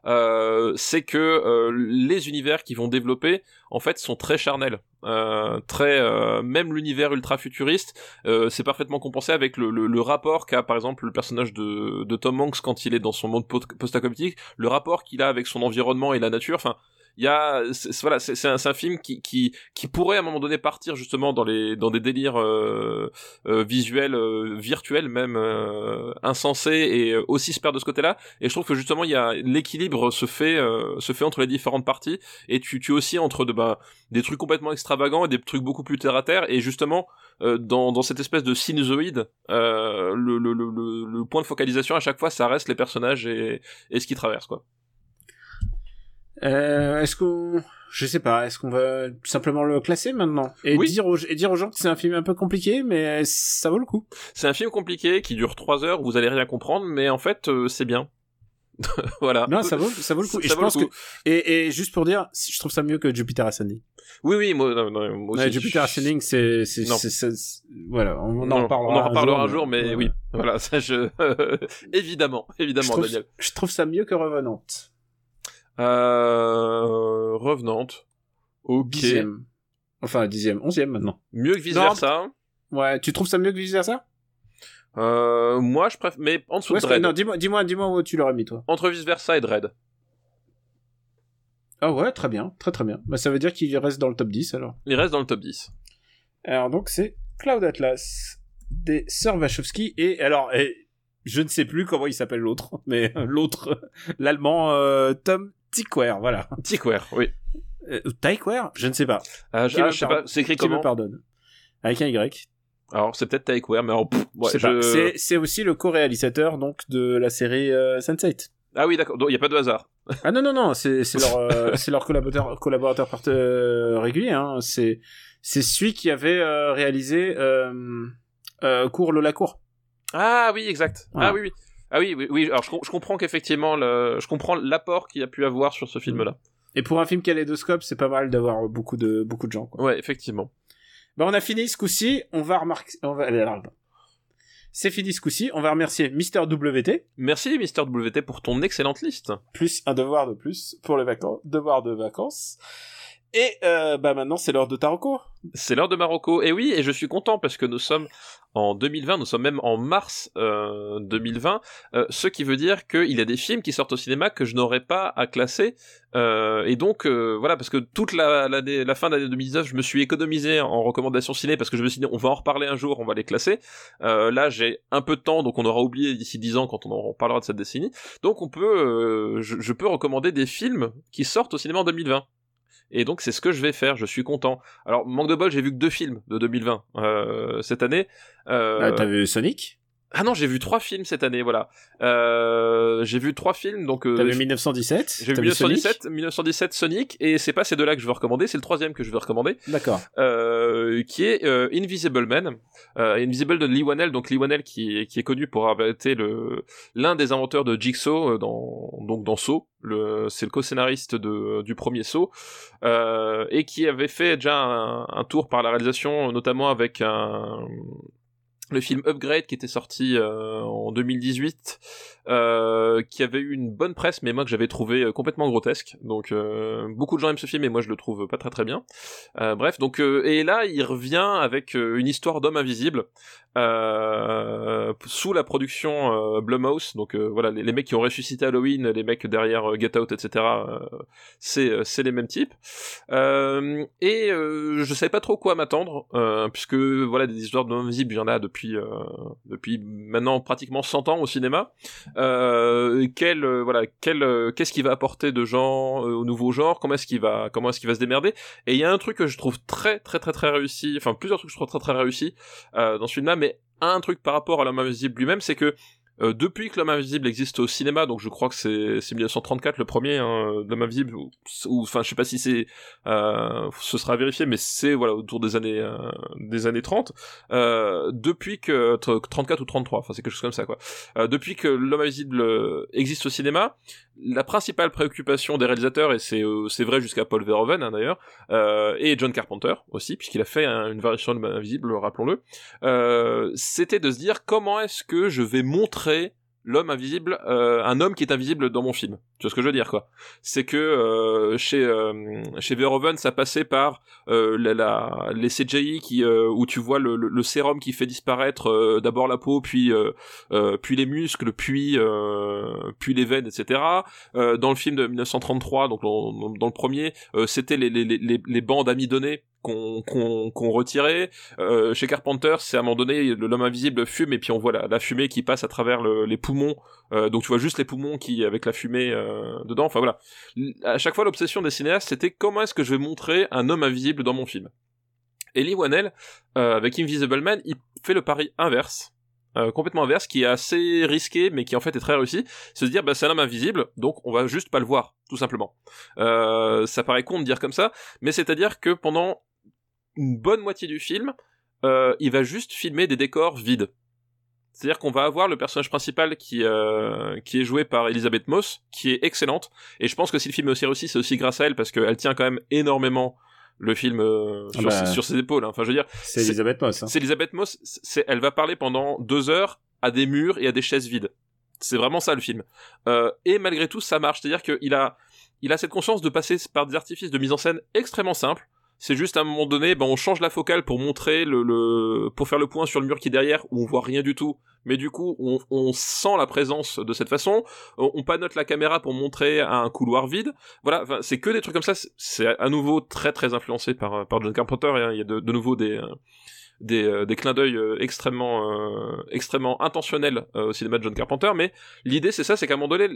Euh, c'est que euh, les univers qu'ils vont développer en fait sont très charnels, euh, très euh, même l'univers ultra futuriste. Euh, c'est parfaitement compensé avec le, le le rapport qu'a par exemple le personnage de de Tom Hanks quand il est dans son monde post-apocalyptique, le rapport qu'il a avec son environnement et la nature. Enfin. Il y a, c'est, voilà, c'est, c'est, un, c'est un film qui, qui, qui pourrait à un moment donné partir justement dans les, dans des délires euh, euh, visuels, euh, virtuels même euh, insensés et aussi se perd de ce côté-là. Et je trouve que justement il y a l'équilibre se fait, euh, se fait entre les différentes parties. Et tu, tu aussi entre de, bah, des trucs complètement extravagants et des trucs beaucoup plus terre à terre. Et justement euh, dans, dans cette espèce de sinusoïde, euh, le, le, le, le, le point de focalisation à chaque fois, ça reste les personnages et, et ce qu'ils traversent quoi. Euh, est-ce qu'on, je sais pas, est-ce qu'on va simplement le classer maintenant et oui. dire aux, et dire aux gens que c'est un film un peu compliqué, mais ça vaut le coup. C'est un film compliqué qui dure trois heures, vous allez rien comprendre, mais en fait euh, c'est bien. Voilà. Non, ça vaut, ça vaut le coup. Ça et je vaut pense le coup. que et, et juste pour dire, je trouve ça mieux que Jupiter Ascending. Oui, oui, moi, non, non, moi aussi. Ouais, Jupiter Ascending, c'est, c'est, c'est, c'est, c'est, voilà, on en non, reparlera. On en reparlera un jour, jour, mais, mais ouais. oui, voilà, ça je, évidemment, évidemment, je trouve, Daniel. Je trouve ça mieux que Revenant. Euh, Revenant. Ok. Dixième. Enfin, dixième, onzième maintenant. Mieux que Vice Versa. Ouais, tu trouves ça mieux que Vice Versa? Euh, moi, je préfère, mais en dessous de Dredd. Non, dis-moi, dis-moi, dis-moi où tu l'aurais mis, toi. Entre Vice Versa et Dredd. Ah ouais, très bien, très très bien. Bah, ça veut dire qu'il reste dans le top dix, alors. Il reste dans le top dix. Alors, donc, c'est Cloud Atlas des sœurs Wachowski, et alors, et, je ne sais plus comment il s'appelle l'autre, mais l'autre, l'allemand, euh, Tom Tykwer, voilà. Tykwer, oui. Euh, Tykwer? Je ne sais pas. Euh, je, ah, je sais pas, c'est écrit qui comment? me pardonne. Avec un Y. Alors, c'est peut-être Tykwer, mais alors, pff, ouais, je sais je... pas. C'est, c'est aussi le co-réalisateur, donc, de la série, euh, sense eight. Ah oui, d'accord. Donc, il y a pas de hasard. Ah non, non, non, c'est, c'est leur, euh, c'est leur collaborateur, collaborateur part- euh, régulier, hein. C'est, c'est celui qui avait, euh, réalisé, euh, euh, Cours Lola Cour. Ah oui, exact. Voilà. Ah oui, oui. Ah oui, oui, oui. Alors, je, je comprends qu'effectivement, le, je comprends l'apport qu'il y a pu avoir sur ce film-là. Et pour un film kaléidoscope, c'est pas mal d'avoir beaucoup de, beaucoup de gens, quoi. Ouais, effectivement. Bah, on a fini ce coup-ci. On va remarquer, on va, alors, c'est fini ce coup-ci. On va remercier Mister W T. Merci, Mister W T, pour ton excellente liste. Plus un devoir de plus pour les vacances, devoir de vacances. Et, euh, bah, maintenant, c'est l'heure de Taroko. C'est l'heure de Marocco. Et oui, et je suis content parce que nous sommes en deux mille vingt, nous sommes même en mars euh, deux mille vingt, euh, ce qui veut dire qu'il y a des films qui sortent au cinéma que je n'aurais pas à classer. Euh, et donc, euh, voilà, parce que toute la, la, la fin d'année deux mille dix-neuf, je me suis économisé en recommandations ciné parce que je me suis dit, on va en reparler un jour, on va les classer. Euh, là, j'ai un peu de temps, donc on aura oublié d'ici dix ans quand on en parlera de cette décennie. Donc, on peut, euh, je, je peux recommander des films qui sortent au cinéma en deux mille vingt. Et donc c'est ce que je vais faire, je suis content. Alors manque de bol, j'ai vu que deux films de deux mille vingt euh, cette année. Euh... Ah, t'as vu Sonic? Ah non, j'ai vu trois films cette année, voilà. Euh, j'ai vu trois films, donc... Euh, T'as vu dix-neuf cent dix-sept? J'ai vu dix-neuf cent dix-sept, dix-neuf cent dix-sept Sonic, et c'est pas ces deux-là que je veux recommander, c'est le troisième que je veux recommander. D'accord. Euh, qui est euh, Invisible Man. Euh, Invisible de Lee Whannell, donc Lee Whannell qui, qui est connu pour avoir été le, l'un des inventeurs de Jigsaw dans, donc dans Saw. Le, c'est le co-scénariste de, du premier Saw, euh, et qui avait fait déjà un, un tour par la réalisation, notamment avec un... le film Upgrade qui était sorti euh, en deux mille dix-huit, euh, qui avait eu une bonne presse, mais moi que j'avais trouvé euh, complètement grotesque. Donc euh, beaucoup de gens aiment ce film, et moi je le trouve pas très très bien. Euh, bref, donc euh, et là il revient avec euh, une histoire d'homme invisible euh, sous la production euh, Blumhouse. Donc euh, voilà, les, les mecs qui ont ressuscité Halloween, les mecs derrière euh, Get Out, et cetera. Euh, c'est c'est les mêmes types. Euh, et euh, je savais pas trop quoi m'attendre, euh, puisque voilà, des histoires d'hommes invisibles, il y en a depuis euh, depuis maintenant pratiquement cent ans au cinéma. Euh, quel euh, voilà quel euh, qu'est-ce qu'il va apporter de genre euh, au nouveau genre, comment est-ce qu'il va comment est-ce qu'il va se démerder. Et il y a un truc que je trouve très très très très réussi, enfin plusieurs trucs que je trouve très très réussi euh, dans ce film là, mais un truc par rapport à l'homme invisible lui-même, c'est que Euh, depuis que l'homme invisible existe au cinéma, donc je crois que c'est, c'est dix-neuf cent trente-quatre le premier, hein, l'homme invisible, ou, ou, enfin je sais pas si c'est, euh, ce sera vérifié, mais c'est voilà autour des années, euh, des années trente. Euh, depuis que trente-quatre ou trente-trois, enfin c'est quelque chose comme ça quoi. Euh, depuis que l'homme invisible existe au cinéma, la principale préoccupation des réalisateurs, et c'est euh, c'est vrai jusqu'à Paul Verhoeven hein, d'ailleurs, euh, et John Carpenter aussi, puisqu'il a fait hein, une variation de l'homme invisible, rappelons-le, euh, c'était de se dire comment est-ce que je vais montrer l'homme invisible, euh, un homme qui est invisible dans mon film. Tu vois ce que je veux dire, quoi. C'est que euh, chez euh, chez Verhoeven, ça passait par euh, la, la, les C G I qui euh, où tu vois le, le, le sérum qui fait disparaître euh, d'abord la peau, puis euh, euh, puis les muscles, puis euh, puis les veines, et cetera. Euh, dans le film de dix-neuf cent trente-trois, donc dans, dans le premier, euh, c'était les les les les bandes amidonnées qu'on qu'on qu'on retirait. Euh, chez Carpenter, c'est à un moment donné l'homme invisible fume et puis on voit la, la fumée qui passe à travers le, les poumons. Euh, donc tu vois juste les poumons qui avec la fumée euh, dedans. Enfin voilà. À chaque fois l'obsession des cinéastes c'était comment est-ce que je vais montrer un homme invisible dans mon film. Et Lee Whannell euh, avec Invisible Man, il fait le pari inverse. Euh, complètement inverse, qui est assez risqué mais qui en fait est très réussi, c'est de dire bah c'est un homme invisible donc on va juste pas le voir tout simplement. Euh, ça paraît con de dire comme ça, mais c'est à dire que pendant une bonne moitié du film euh, il va juste filmer des décors vides. C'est-à-dire qu'on va avoir le personnage principal qui euh, qui est joué par Elisabeth Moss, qui est excellente, et je pense que si le film est aussi réussi, c'est aussi grâce à elle, parce qu'elle tient quand même énormément le film euh, sur, ah bah, ses, sur ses épaules. Hein. Enfin, je veux dire, c'est Elisabeth Moss. Hein. C'est Elisabeth Moss. C'est, elle va parler pendant deux heures à des murs et à des chaises vides. C'est vraiment ça le film. Euh, et malgré tout, ça marche. C'est-à-dire qu'il a, il a cette conscience de passer par des artifices de mise en scène extrêmement simples. C'est juste à un moment donné, ben on change la focale pour montrer le, le, pour faire le point sur le mur qui est derrière où on voit rien du tout. Mais du coup, on, on sent la présence de cette façon. On, on panote la caméra pour montrer un couloir vide. Voilà, enfin, c'est que des trucs comme ça. C'est, c'est à nouveau très très influencé par par John Carpenter. Hein. Il y a de, de nouveau des euh, des euh, des clins d'œil euh, extrêmement euh, extrêmement intentionnels euh, au cinéma de John Carpenter. Mais l'idée c'est ça, c'est qu'à un moment donné,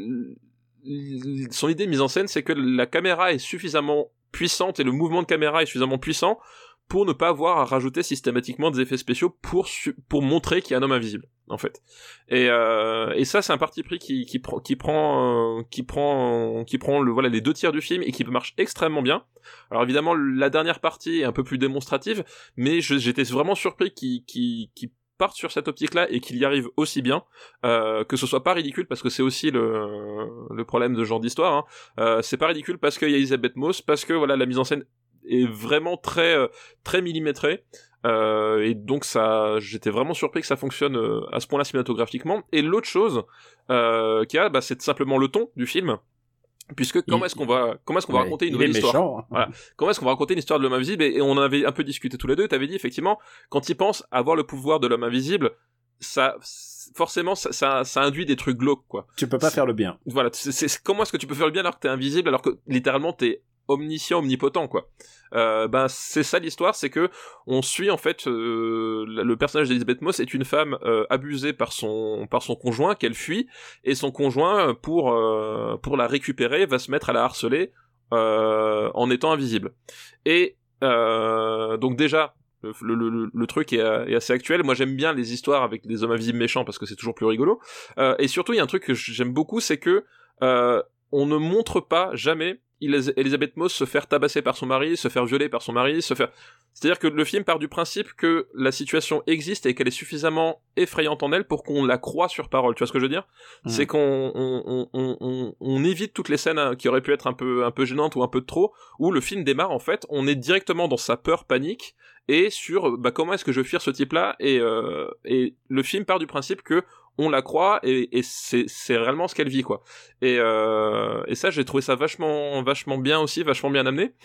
son idée de mise en scène, c'est que la caméra est suffisamment puissante et le mouvement de caméra est suffisamment puissant pour ne pas avoir à rajouter systématiquement des effets spéciaux pour su- pour montrer qu'il y a un homme invisible en fait. Et euh, et ça c'est un parti pris qui qui prend qui prend euh, qui prend qui prend le voilà les deux tiers du film et qui marche extrêmement bien. Alors évidemment la dernière partie est un peu plus démonstrative, mais je, j'étais vraiment surpris qu'il qui qui parte sur cette optique-là et qu'il y arrive aussi bien, euh, que ce soit pas ridicule parce que c'est aussi le le problème de ce genre d'histoire. Hein. Euh, c'est pas ridicule parce qu'il y a Elisabeth Moss, parce que voilà la mise en scène est vraiment très euh, très millimétrée. Euh, et donc ça, j'étais vraiment surpris que ça fonctionne euh, à ce point-là cinématographiquement. Et l'autre chose euh, qu'il y a, bah, c'est simplement le ton du film. Puisque comment il, est-ce qu'on va comment est-ce qu'on va ouais, raconter une nouvelle histoire méchant, hein. Voilà. Comment est-ce qu'on va raconter une histoire de l'homme invisible, et, et on en avait un peu discuté tous les deux. T'avais dit effectivement quand il pense avoir le pouvoir de l'homme invisible, ça forcément ça, ça, ça induit des trucs glauques quoi. Tu peux pas c'est, faire le bien. Voilà, c'est, c'est, comment est-ce que tu peux faire le bien alors que t'es invisible, alors que littéralement t'es omniscient, omnipotent quoi. Euh, ben c'est ça l'histoire, c'est que on suit en fait euh, le personnage d'Elisabeth Moss est une femme euh, abusée par son par son conjoint qu'elle fuit, et son conjoint pour euh, pour la récupérer va se mettre à la harceler euh, en étant invisible. Et euh, donc déjà Le, le, le, le truc est, est assez actuel. Moi, j'aime bien les histoires avec des hommes invisibles méchants parce que c'est toujours plus rigolo. Euh, et surtout, il y a un truc que j'aime beaucoup, c'est que euh, on ne montre pas jamais Elisabeth Moss se faire tabasser par son mari, se faire violer par son mari, se faire... C'est-à-dire que le film part du principe que la situation existe et qu'elle est suffisamment effrayante en elle pour qu'on la croie sur parole. Tu vois ce que je veux dire ? Mmh. C'est qu'on on, on, on, on évite toutes les scènes qui auraient pu être un peu, un peu gênantes ou un peu de trop, où le film démarre, en fait, on est directement dans sa peur, panique, et sur bah, comment est-ce que je fuir ce type-là, et, euh, et le film part du principe que on la croit et, et c'est, c'est réellement ce qu'elle vit, quoi. Et, euh, et ça, j'ai trouvé ça vachement, vachement bien aussi, vachement bien amené,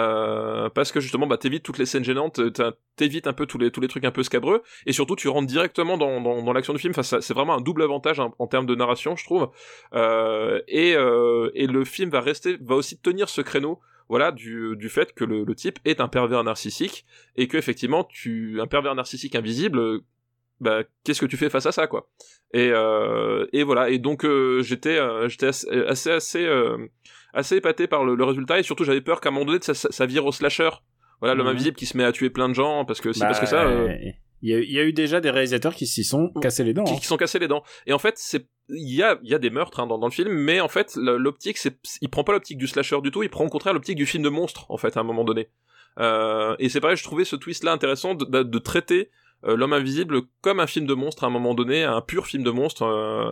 euh, parce que justement, bah, t'évites toutes les scènes gênantes, t'évites un peu tous les, tous les trucs un peu scabreux, et surtout, tu rentres directement dans, dans, dans l'action du film. Enfin, ça, c'est vraiment un double avantage hein, en termes de narration, je trouve. Euh, et, euh, et le film va rester, va aussi tenir ce créneau. Voilà, du, du fait que le, le type est un pervers narcissique, et que effectivement, tu, un pervers narcissique invisible, bah, qu'est-ce que tu fais face à ça, quoi. Et, euh, et voilà, et donc, euh, j'étais, euh, j'étais assez, assez, assez, euh, assez épaté par le, le résultat, et surtout, j'avais peur qu'à un moment donné, ça, ça, ça vire au slasher. Voilà, mmh. l'homme invisible qui se met à tuer plein de gens, parce que, c'est bah, parce que ça, euh... il y a, il y a eu déjà des réalisateurs qui s'y sont cassés les dents. Qui, hein. qui sont cassés les dents. Et en fait, c'est, il y a, il y a des meurtres, hein, dans, dans le film, mais en fait, l'optique, c'est, il prend pas l'optique du slasher du tout, il prend au contraire l'optique du film de monstre, en fait, à un moment donné. Euh, et c'est pareil, je trouvais ce twist-là intéressant de, de, de traiter Euh, l'homme invisible comme un film de monstre à un moment donné, un pur film de monstre, euh,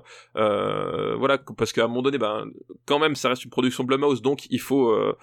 euh, voilà, parce qu'à un moment donné, ben, quand même, ça reste une production Blumhouse, donc il faut, euh,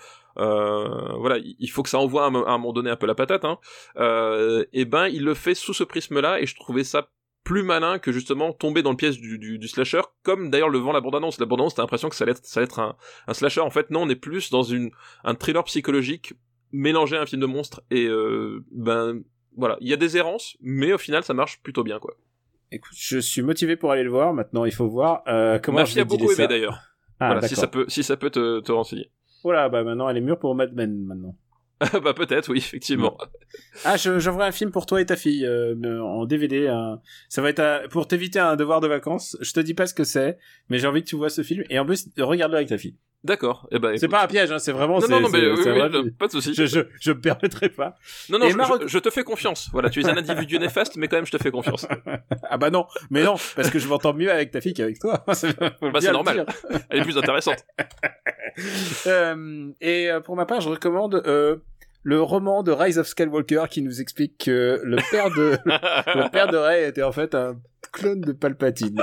euh, voilà, il faut que ça envoie à un, à un moment donné un peu la patate, hein. Euh, et ben, il le fait sous ce prisme-là, et je trouvais ça plus malin que justement tomber dans le piège du, du, du slasher, comme d'ailleurs le vend la bande-annonce. La bande-annonce, t'as l'impression que ça allait être, ça allait être un, un slasher. En fait, non, on est plus dans une, un thriller psychologique mélangé à un film de monstre, et euh, ben, voilà, il y a des errances, mais au final, ça marche plutôt bien, quoi. Écoute, je suis motivé pour aller le voir. Maintenant, il faut voir euh, comment. Ma je fille a beaucoup aimé ça. d'ailleurs. Ah, voilà, si ça peut, si ça peut te, te renseigner. Voilà, bah maintenant, elle est mûre pour Mad Men maintenant. Bah peut-être, oui, effectivement. Ah, je, j'envoie un film pour toi et ta fille euh, en D V D. Hein. Ça va être à, pour t'éviter un devoir de vacances. Je te dis pas ce que c'est, mais j'ai envie que tu vois ce film et en plus regarde-le avec ta fille. D'accord. Eh ben, écoute. C'est pas un piège, hein, c'est vraiment. Non, c'est, non, non, mais c'est, oui, c'est oui, vrai, oui, pas de souci. Je, je, je me permettrai pas. Non, non, je, Mar- je, je te fais confiance. Voilà, tu es un individu néfaste, mais quand même, je te fais confiance. Ah bah non, mais non, parce que je m'entends mieux avec ta fille qu'avec toi. Bah c'est normal. Elle est plus intéressante. euh, et pour ma part, je recommande euh, le roman de Rise of Skywalker qui nous explique que le père de le père de Rey était en fait un clone de Palpatine.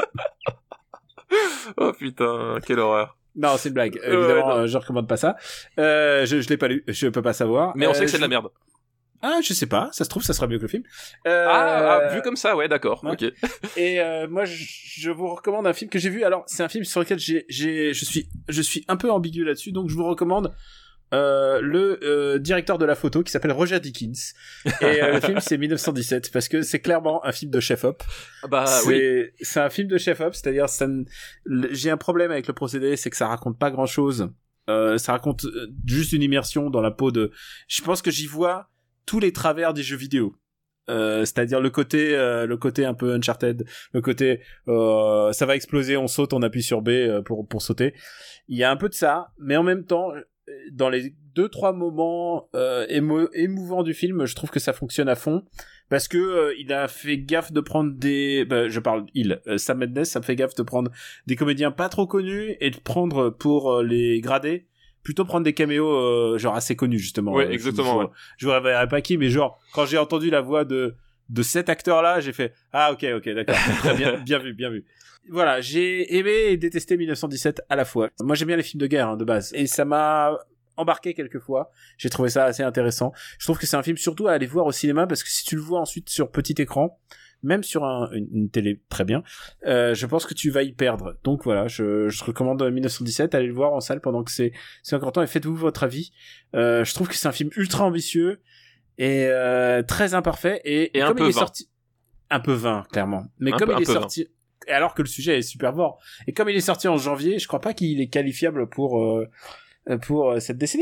Oh putain, quelle horreur. Non, c'est une blague. Euh, Évidemment, ouais, euh, je recommande pas ça. Euh, je, je l'ai pas lu, je peux pas savoir. Mais on euh, sait que c'est je... de la merde. Ah, je sais pas. Ça se trouve, ça sera mieux que le film. Euh... Ah, ah, vu comme ça, ouais, d'accord. Ouais. Ok. Et euh, moi, je, je vous recommande un film que j'ai vu. Alors, c'est un film sur lequel j'ai, j'ai, je suis, je suis un peu ambigu là-dessus, donc je vous recommande euh, le euh, directeur de la photo qui s'appelle Roger Deakins. Et euh, le film, c'est dix-neuf cent dix-sept parce que c'est clairement un film de chef-op. Bah c'est, oui. C'est un film de chef-op, c'est-à-dire, ça ne... j'ai un problème avec le procédé, c'est que ça raconte pas grand-chose. Euh, ça raconte juste une immersion dans la peau de. Je pense que j'y vois tous les travers des jeux vidéo. Euh, c'est-à-dire le côté euh, le côté un peu Uncharted, le côté euh, ça va exploser, on saute, on appuie sur B euh, pour pour sauter. Il y a un peu de ça, mais en même temps dans les deux trois moments euh, émo- émouvants du film, je trouve que ça fonctionne à fond parce que euh, il a fait gaffe de prendre des bah, je parle il euh, Sam Mendes, ça me fait gaffe de prendre des comédiens pas trop connus et de prendre pour euh, les grader plutôt prendre des caméos euh, genre assez connus justement. Ouais, euh, exactement. Je, ouais. je, je vous révélerai pas qui, mais genre quand j'ai entendu la voix de de cet acteur-là, j'ai fait ah ok ok d'accord très bien bien vu bien vu. Voilà, j'ai aimé et détesté dix-neuf cent dix-sept à la fois. Moi j'aime bien les films de guerre hein, de base et ça m'a embarqué quelques fois. J'ai trouvé ça assez intéressant. Je trouve que c'est un film surtout à aller voir au cinéma parce que si tu le vois ensuite sur petit écran, même sur un, une, une télé très bien, euh, je pense que tu vas y perdre. Donc voilà, je, je recommande dix-neuf cent dix-sept, allez le voir en salle pendant que c'est, c'est encore temps et faites-vous votre avis. Euh, je trouve que c'est un film ultra ambitieux et euh, très imparfait et, et comme un peu il est vain. sorti, un peu vain clairement. Mais un comme peu, il est peu sorti, vain. Alors que le sujet est super fort et comme il est sorti en janvier, je crois pas qu'il est qualifiable pour euh, pour cette décennie.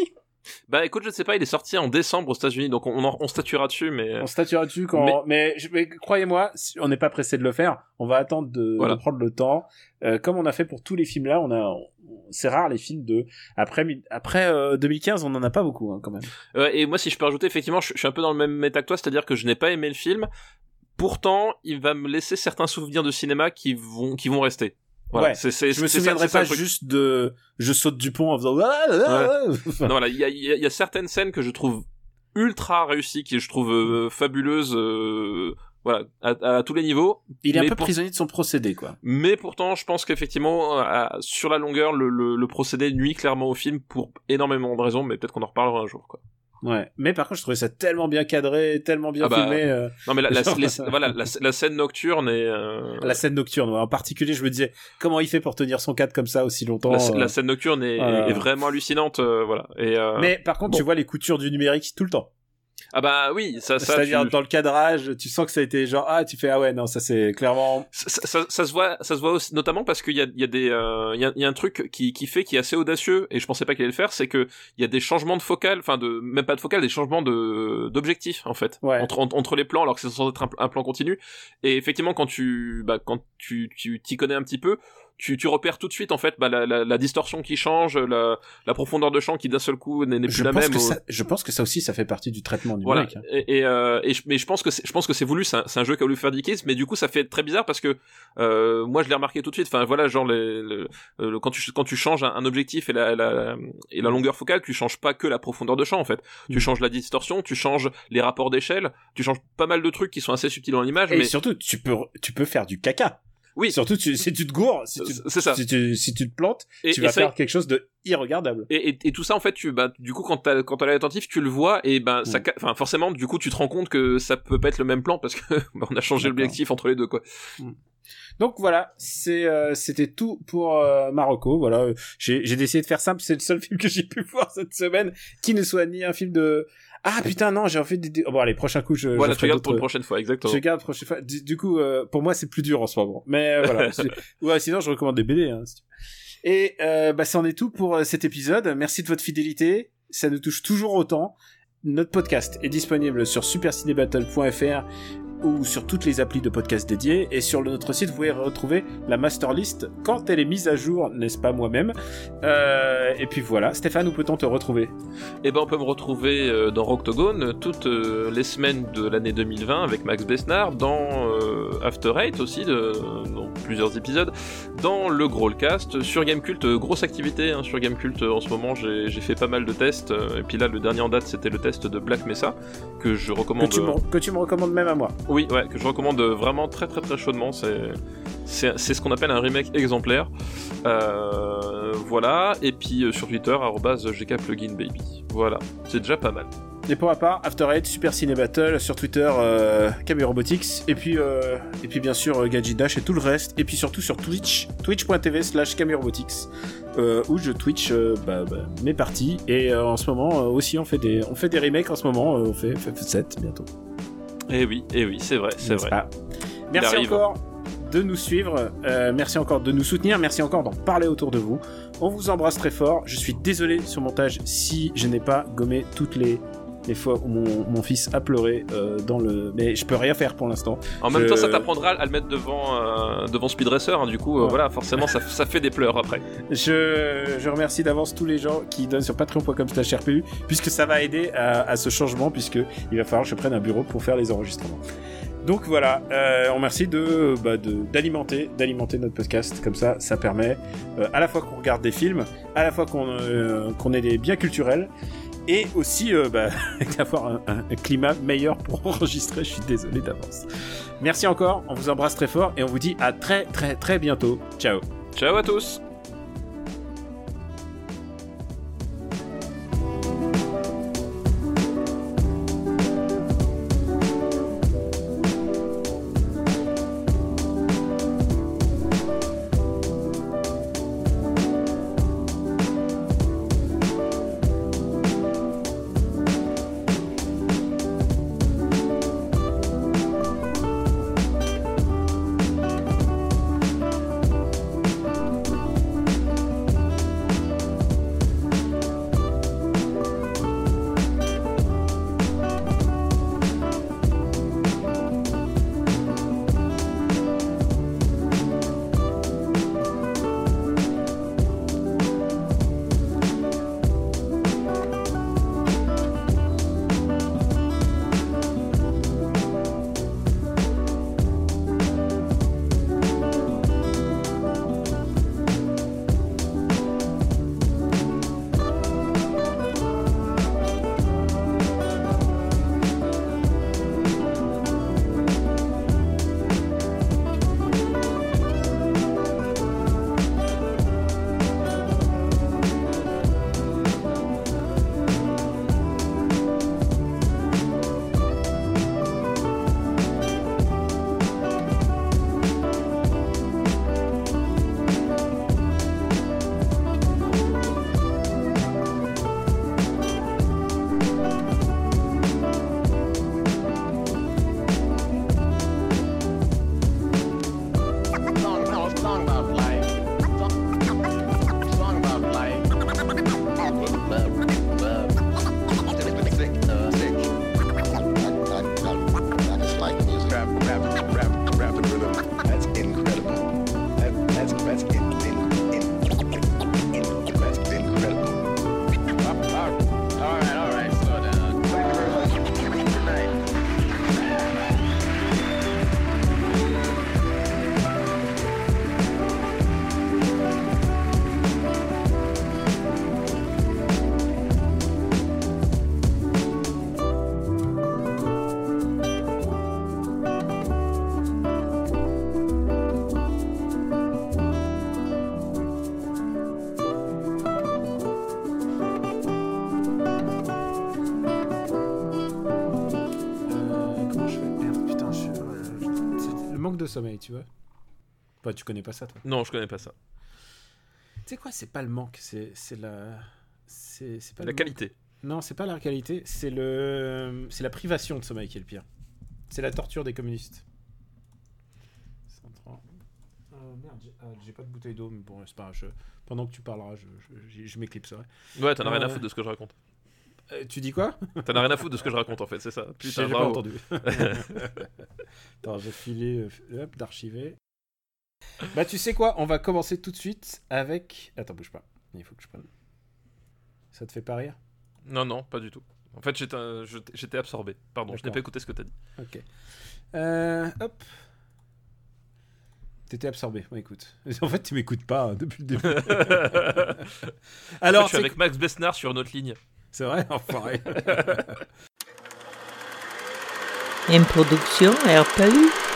Bah écoute, je ne sais pas, il est sorti en décembre aux États-Unis, donc on, on, on statuera dessus, mais... On statuera dessus quand... Mais, mais, je, mais croyez-moi, on n'est pas pressé de le faire, on va attendre de, voilà. de prendre le temps. Euh, comme on a fait pour tous les films là, on a... On, c'est rare les films de... Après, après euh, deux mille quinze, on n'en a pas beaucoup, hein, quand même. Euh, et moi, si je peux rajouter, effectivement, je, je suis un peu dans le même méta que toi, c'est-à-dire que je n'ai pas aimé le film, pourtant, il va me laisser certains souvenirs de cinéma qui vont, qui vont rester. Voilà, ouais, c'est, c'est, je me c'est souviendrai ça, pas ça, juste de je saute du pont en faisant ouais. Non, voilà, il y a, y, a, y a certaines scènes que je trouve ultra réussies, que je trouve euh, fabuleuses, euh, voilà, à, à tous les niveaux. Il est un peu pour... prisonnier de son procédé, quoi. Mais pourtant, je pense qu'effectivement, à, sur la longueur, le, le, le procédé nuit clairement au film pour énormément de raisons, mais peut-être qu'on en reparlera un jour, quoi. Ouais, mais par contre je trouvais ça tellement bien cadré, tellement bien ah bah, filmé. Euh... Non mais la, la, les, voilà, la, la scène nocturne et euh... la scène nocturne, ouais. En particulier, je me disais comment il fait pour tenir son cadre comme ça aussi longtemps. La, euh... la scène nocturne est, euh... est vraiment hallucinante, euh, voilà. Et euh... mais par contre, bon. Tu vois les coutures du numérique tout le temps. Ah bah oui, ça, ça. C'est-à-dire tu... dans le cadrage, tu sens que ça a été genre ah tu fais ah ouais non ça c'est clairement. Ça, ça, ça se voit, ça se voit aussi, notamment parce qu'il y a, il y a des, il euh, y a, il y a un truc qui qui fait qui est assez audacieux et je pensais pas qu'il allait le faire, c'est que il y a des changements de focale, enfin de même pas de focale, des changements de d'objectif en fait ouais. entre en, entre les plans alors que c'est censé être un, un plan continu et effectivement quand tu bah quand tu tu t'y connais un petit peu. Tu, tu repères tout de suite en fait bah, la, la, la distorsion qui change, la, la profondeur de champ qui d'un seul coup n'est, n'est plus je la pense même. Que au... ça, je pense que ça aussi ça fait partie du traitement numérique. Voilà. Et, et, euh, et je, mais je pense que c'est, je pense que c'est voulu, c'est un, c'est un jeu qu'a voulu faire Dickens, mais du coup ça fait très bizarre parce que euh, moi je l'ai remarqué tout de suite. Enfin voilà genre les, le, le, quand tu quand tu changes un, un objectif et la, la et la longueur focale, tu changes pas que la profondeur de champ en fait. Mmh. Tu changes la distorsion, tu changes les rapports d'échelle, tu changes pas mal de trucs qui sont assez subtils dans l'image. Et mais surtout tu peux tu peux faire du caca. Oui. Surtout, tu, si tu te gourres, si tu, c'est ça. Si tu, si tu te plantes, et, tu et vas ça, faire quelque chose de irregardable. Et, et, et tout ça, en fait, tu, bah, du coup, quand t'as, quand t'as l'œil attentif, tu le vois, et ben, mmh. ça, enfin, forcément, du coup, tu te rends compte que ça peut pas être le même plan parce que, bah, on a changé D'accord. l'objectif entre les deux, quoi. Mmh. Donc voilà, c'est euh, c'était tout pour euh, Marocco. Voilà, j'ai j'ai décidé de faire simple. C'est le seul film que j'ai pu voir cette semaine qui ne soit ni un film de ah putain non j'ai en fait des... bon allez prochain coup je voilà je tu regardes pour une prochaine fois exactement. Je regarde prochaine fois. Du, du coup euh, pour moi c'est plus dur en ce moment. Mais euh, voilà. Ouais sinon je recommande des B D. Hein, si et euh, bah ça en est tout pour euh, cet épisode. Merci de votre fidélité. Ça nous touche toujours autant. Notre podcast est disponible sur super ciné battle point f r ou sur toutes les applis de podcast dédiées, et sur notre site vous pouvez retrouver la master list quand elle est mise à jour, n'est-ce pas moi-même. Euh, et puis voilà, Stéphane, où peut-on te retrouver ? Eh ben on peut me retrouver euh, dans Octogone toutes euh, les semaines de l'année deux mille vingt avec Max Besnard, dans euh, After Eight aussi, de, dans plusieurs épisodes, dans le Growlcast, sur Gamecult, euh, grosse activité hein, sur Gamecult euh, en ce moment, j'ai, j'ai fait pas mal de tests, euh, et puis là le dernier en date c'était le test de Black Mesa, que je recommande... Que tu me, que tu me recommandes même à moi. Oui, ouais, que je recommande vraiment très très très chaudement. C'est, c'est, c'est ce qu'on appelle un remake exemplaire. Euh, voilà. Et puis euh, sur Twitter, arobase gkpluginbaby. Voilà, c'est déjà pas mal. Et pour ma part, After Eight, Super Ciné Battle, sur Twitter, euh, Camille Robotics, et puis, euh, et puis bien sûr euh, Gadget Dash et tout le reste, et puis surtout sur Twitch, twitch point t v slash Camille Robotics, euh, où je Twitch euh, bah, bah, mes parties, et euh, en ce moment euh, aussi on fait des, on fait des remakes en ce moment, euh, on fait F F sept bientôt. Eh oui, eh oui, c'est vrai, c'est vrai. Pas. Merci encore de nous suivre, euh, merci encore de nous soutenir, merci encore d'en parler autour de vous. On vous embrasse très fort. Je suis désolé sur montage si je n'ai pas gommé toutes les, les fois où mon, mon fils a pleuré euh, dans le... Mais je peux rien faire pour l'instant. En même je... temps, ça t'apprendra à le mettre devant, euh, devant Speed Racer, hein, du coup, euh, ouais. Voilà, forcément, ça, ça fait des pleurs après. Je, je remercie d'avance tous les gens qui donnent sur patreon point com slash r p u, puisque ça va aider à, à ce changement, puisque il va falloir que je prenne un bureau pour faire les enregistrements. Donc voilà, euh, on remercie de, bah de, d'alimenter, d'alimenter notre podcast, comme ça, ça permet euh, à la fois qu'on regarde des films, à la fois qu'on, euh, qu'on ait des biens culturels, et aussi euh, bah, d'avoir un, un, un climat meilleur pour enregistrer. Je suis désolé d'avance. Merci encore, on vous embrasse très fort, et on vous dit à très très très bientôt. Ciao. Ciao à tous. de sommeil, tu vois. Enfin, tu connais pas ça, toi. Non, je connais pas ça. Tu sais quoi, c'est pas le manque, c'est, c'est la... C'est, c'est pas La le qualité. manque. Non, c'est pas la qualité, c'est le... C'est la privation de sommeil qui est le pire. C'est la torture des communistes. Euh, merde, j'ai, ah, j'ai pas de bouteille d'eau, mais bon, c'est pas grave. Je... Pendant que tu parleras, je, je, je, je m'éclipserai. Ouais, t'en as Euh... rien à foutre de ce que je raconte. Euh, tu dis quoi? T'en as rien à foutre de ce que je raconte, en fait, c'est ça. Putain, j'ai, j'ai pas bravo. entendu. Attends, j'ai filé, euh, hop, d'archiver. Bah, tu sais quoi? On va commencer tout de suite avec... Attends, bouge pas. Il faut que je prenne... Ça te fait pas rire? Non, non, pas du tout. En fait, j'étais, euh, j'étais absorbé. Pardon, D'accord. je n'ai pas écouté ce que t'as dit. Ok. Euh, hop. T'étais absorbé. Bon, écoute. En fait, tu m'écoutes pas hein, depuis le début. Alors, en fait, je suis c'est... avec Max Besnard sur une autre ligne. C'est vrai, enfoiré. Une production R P U.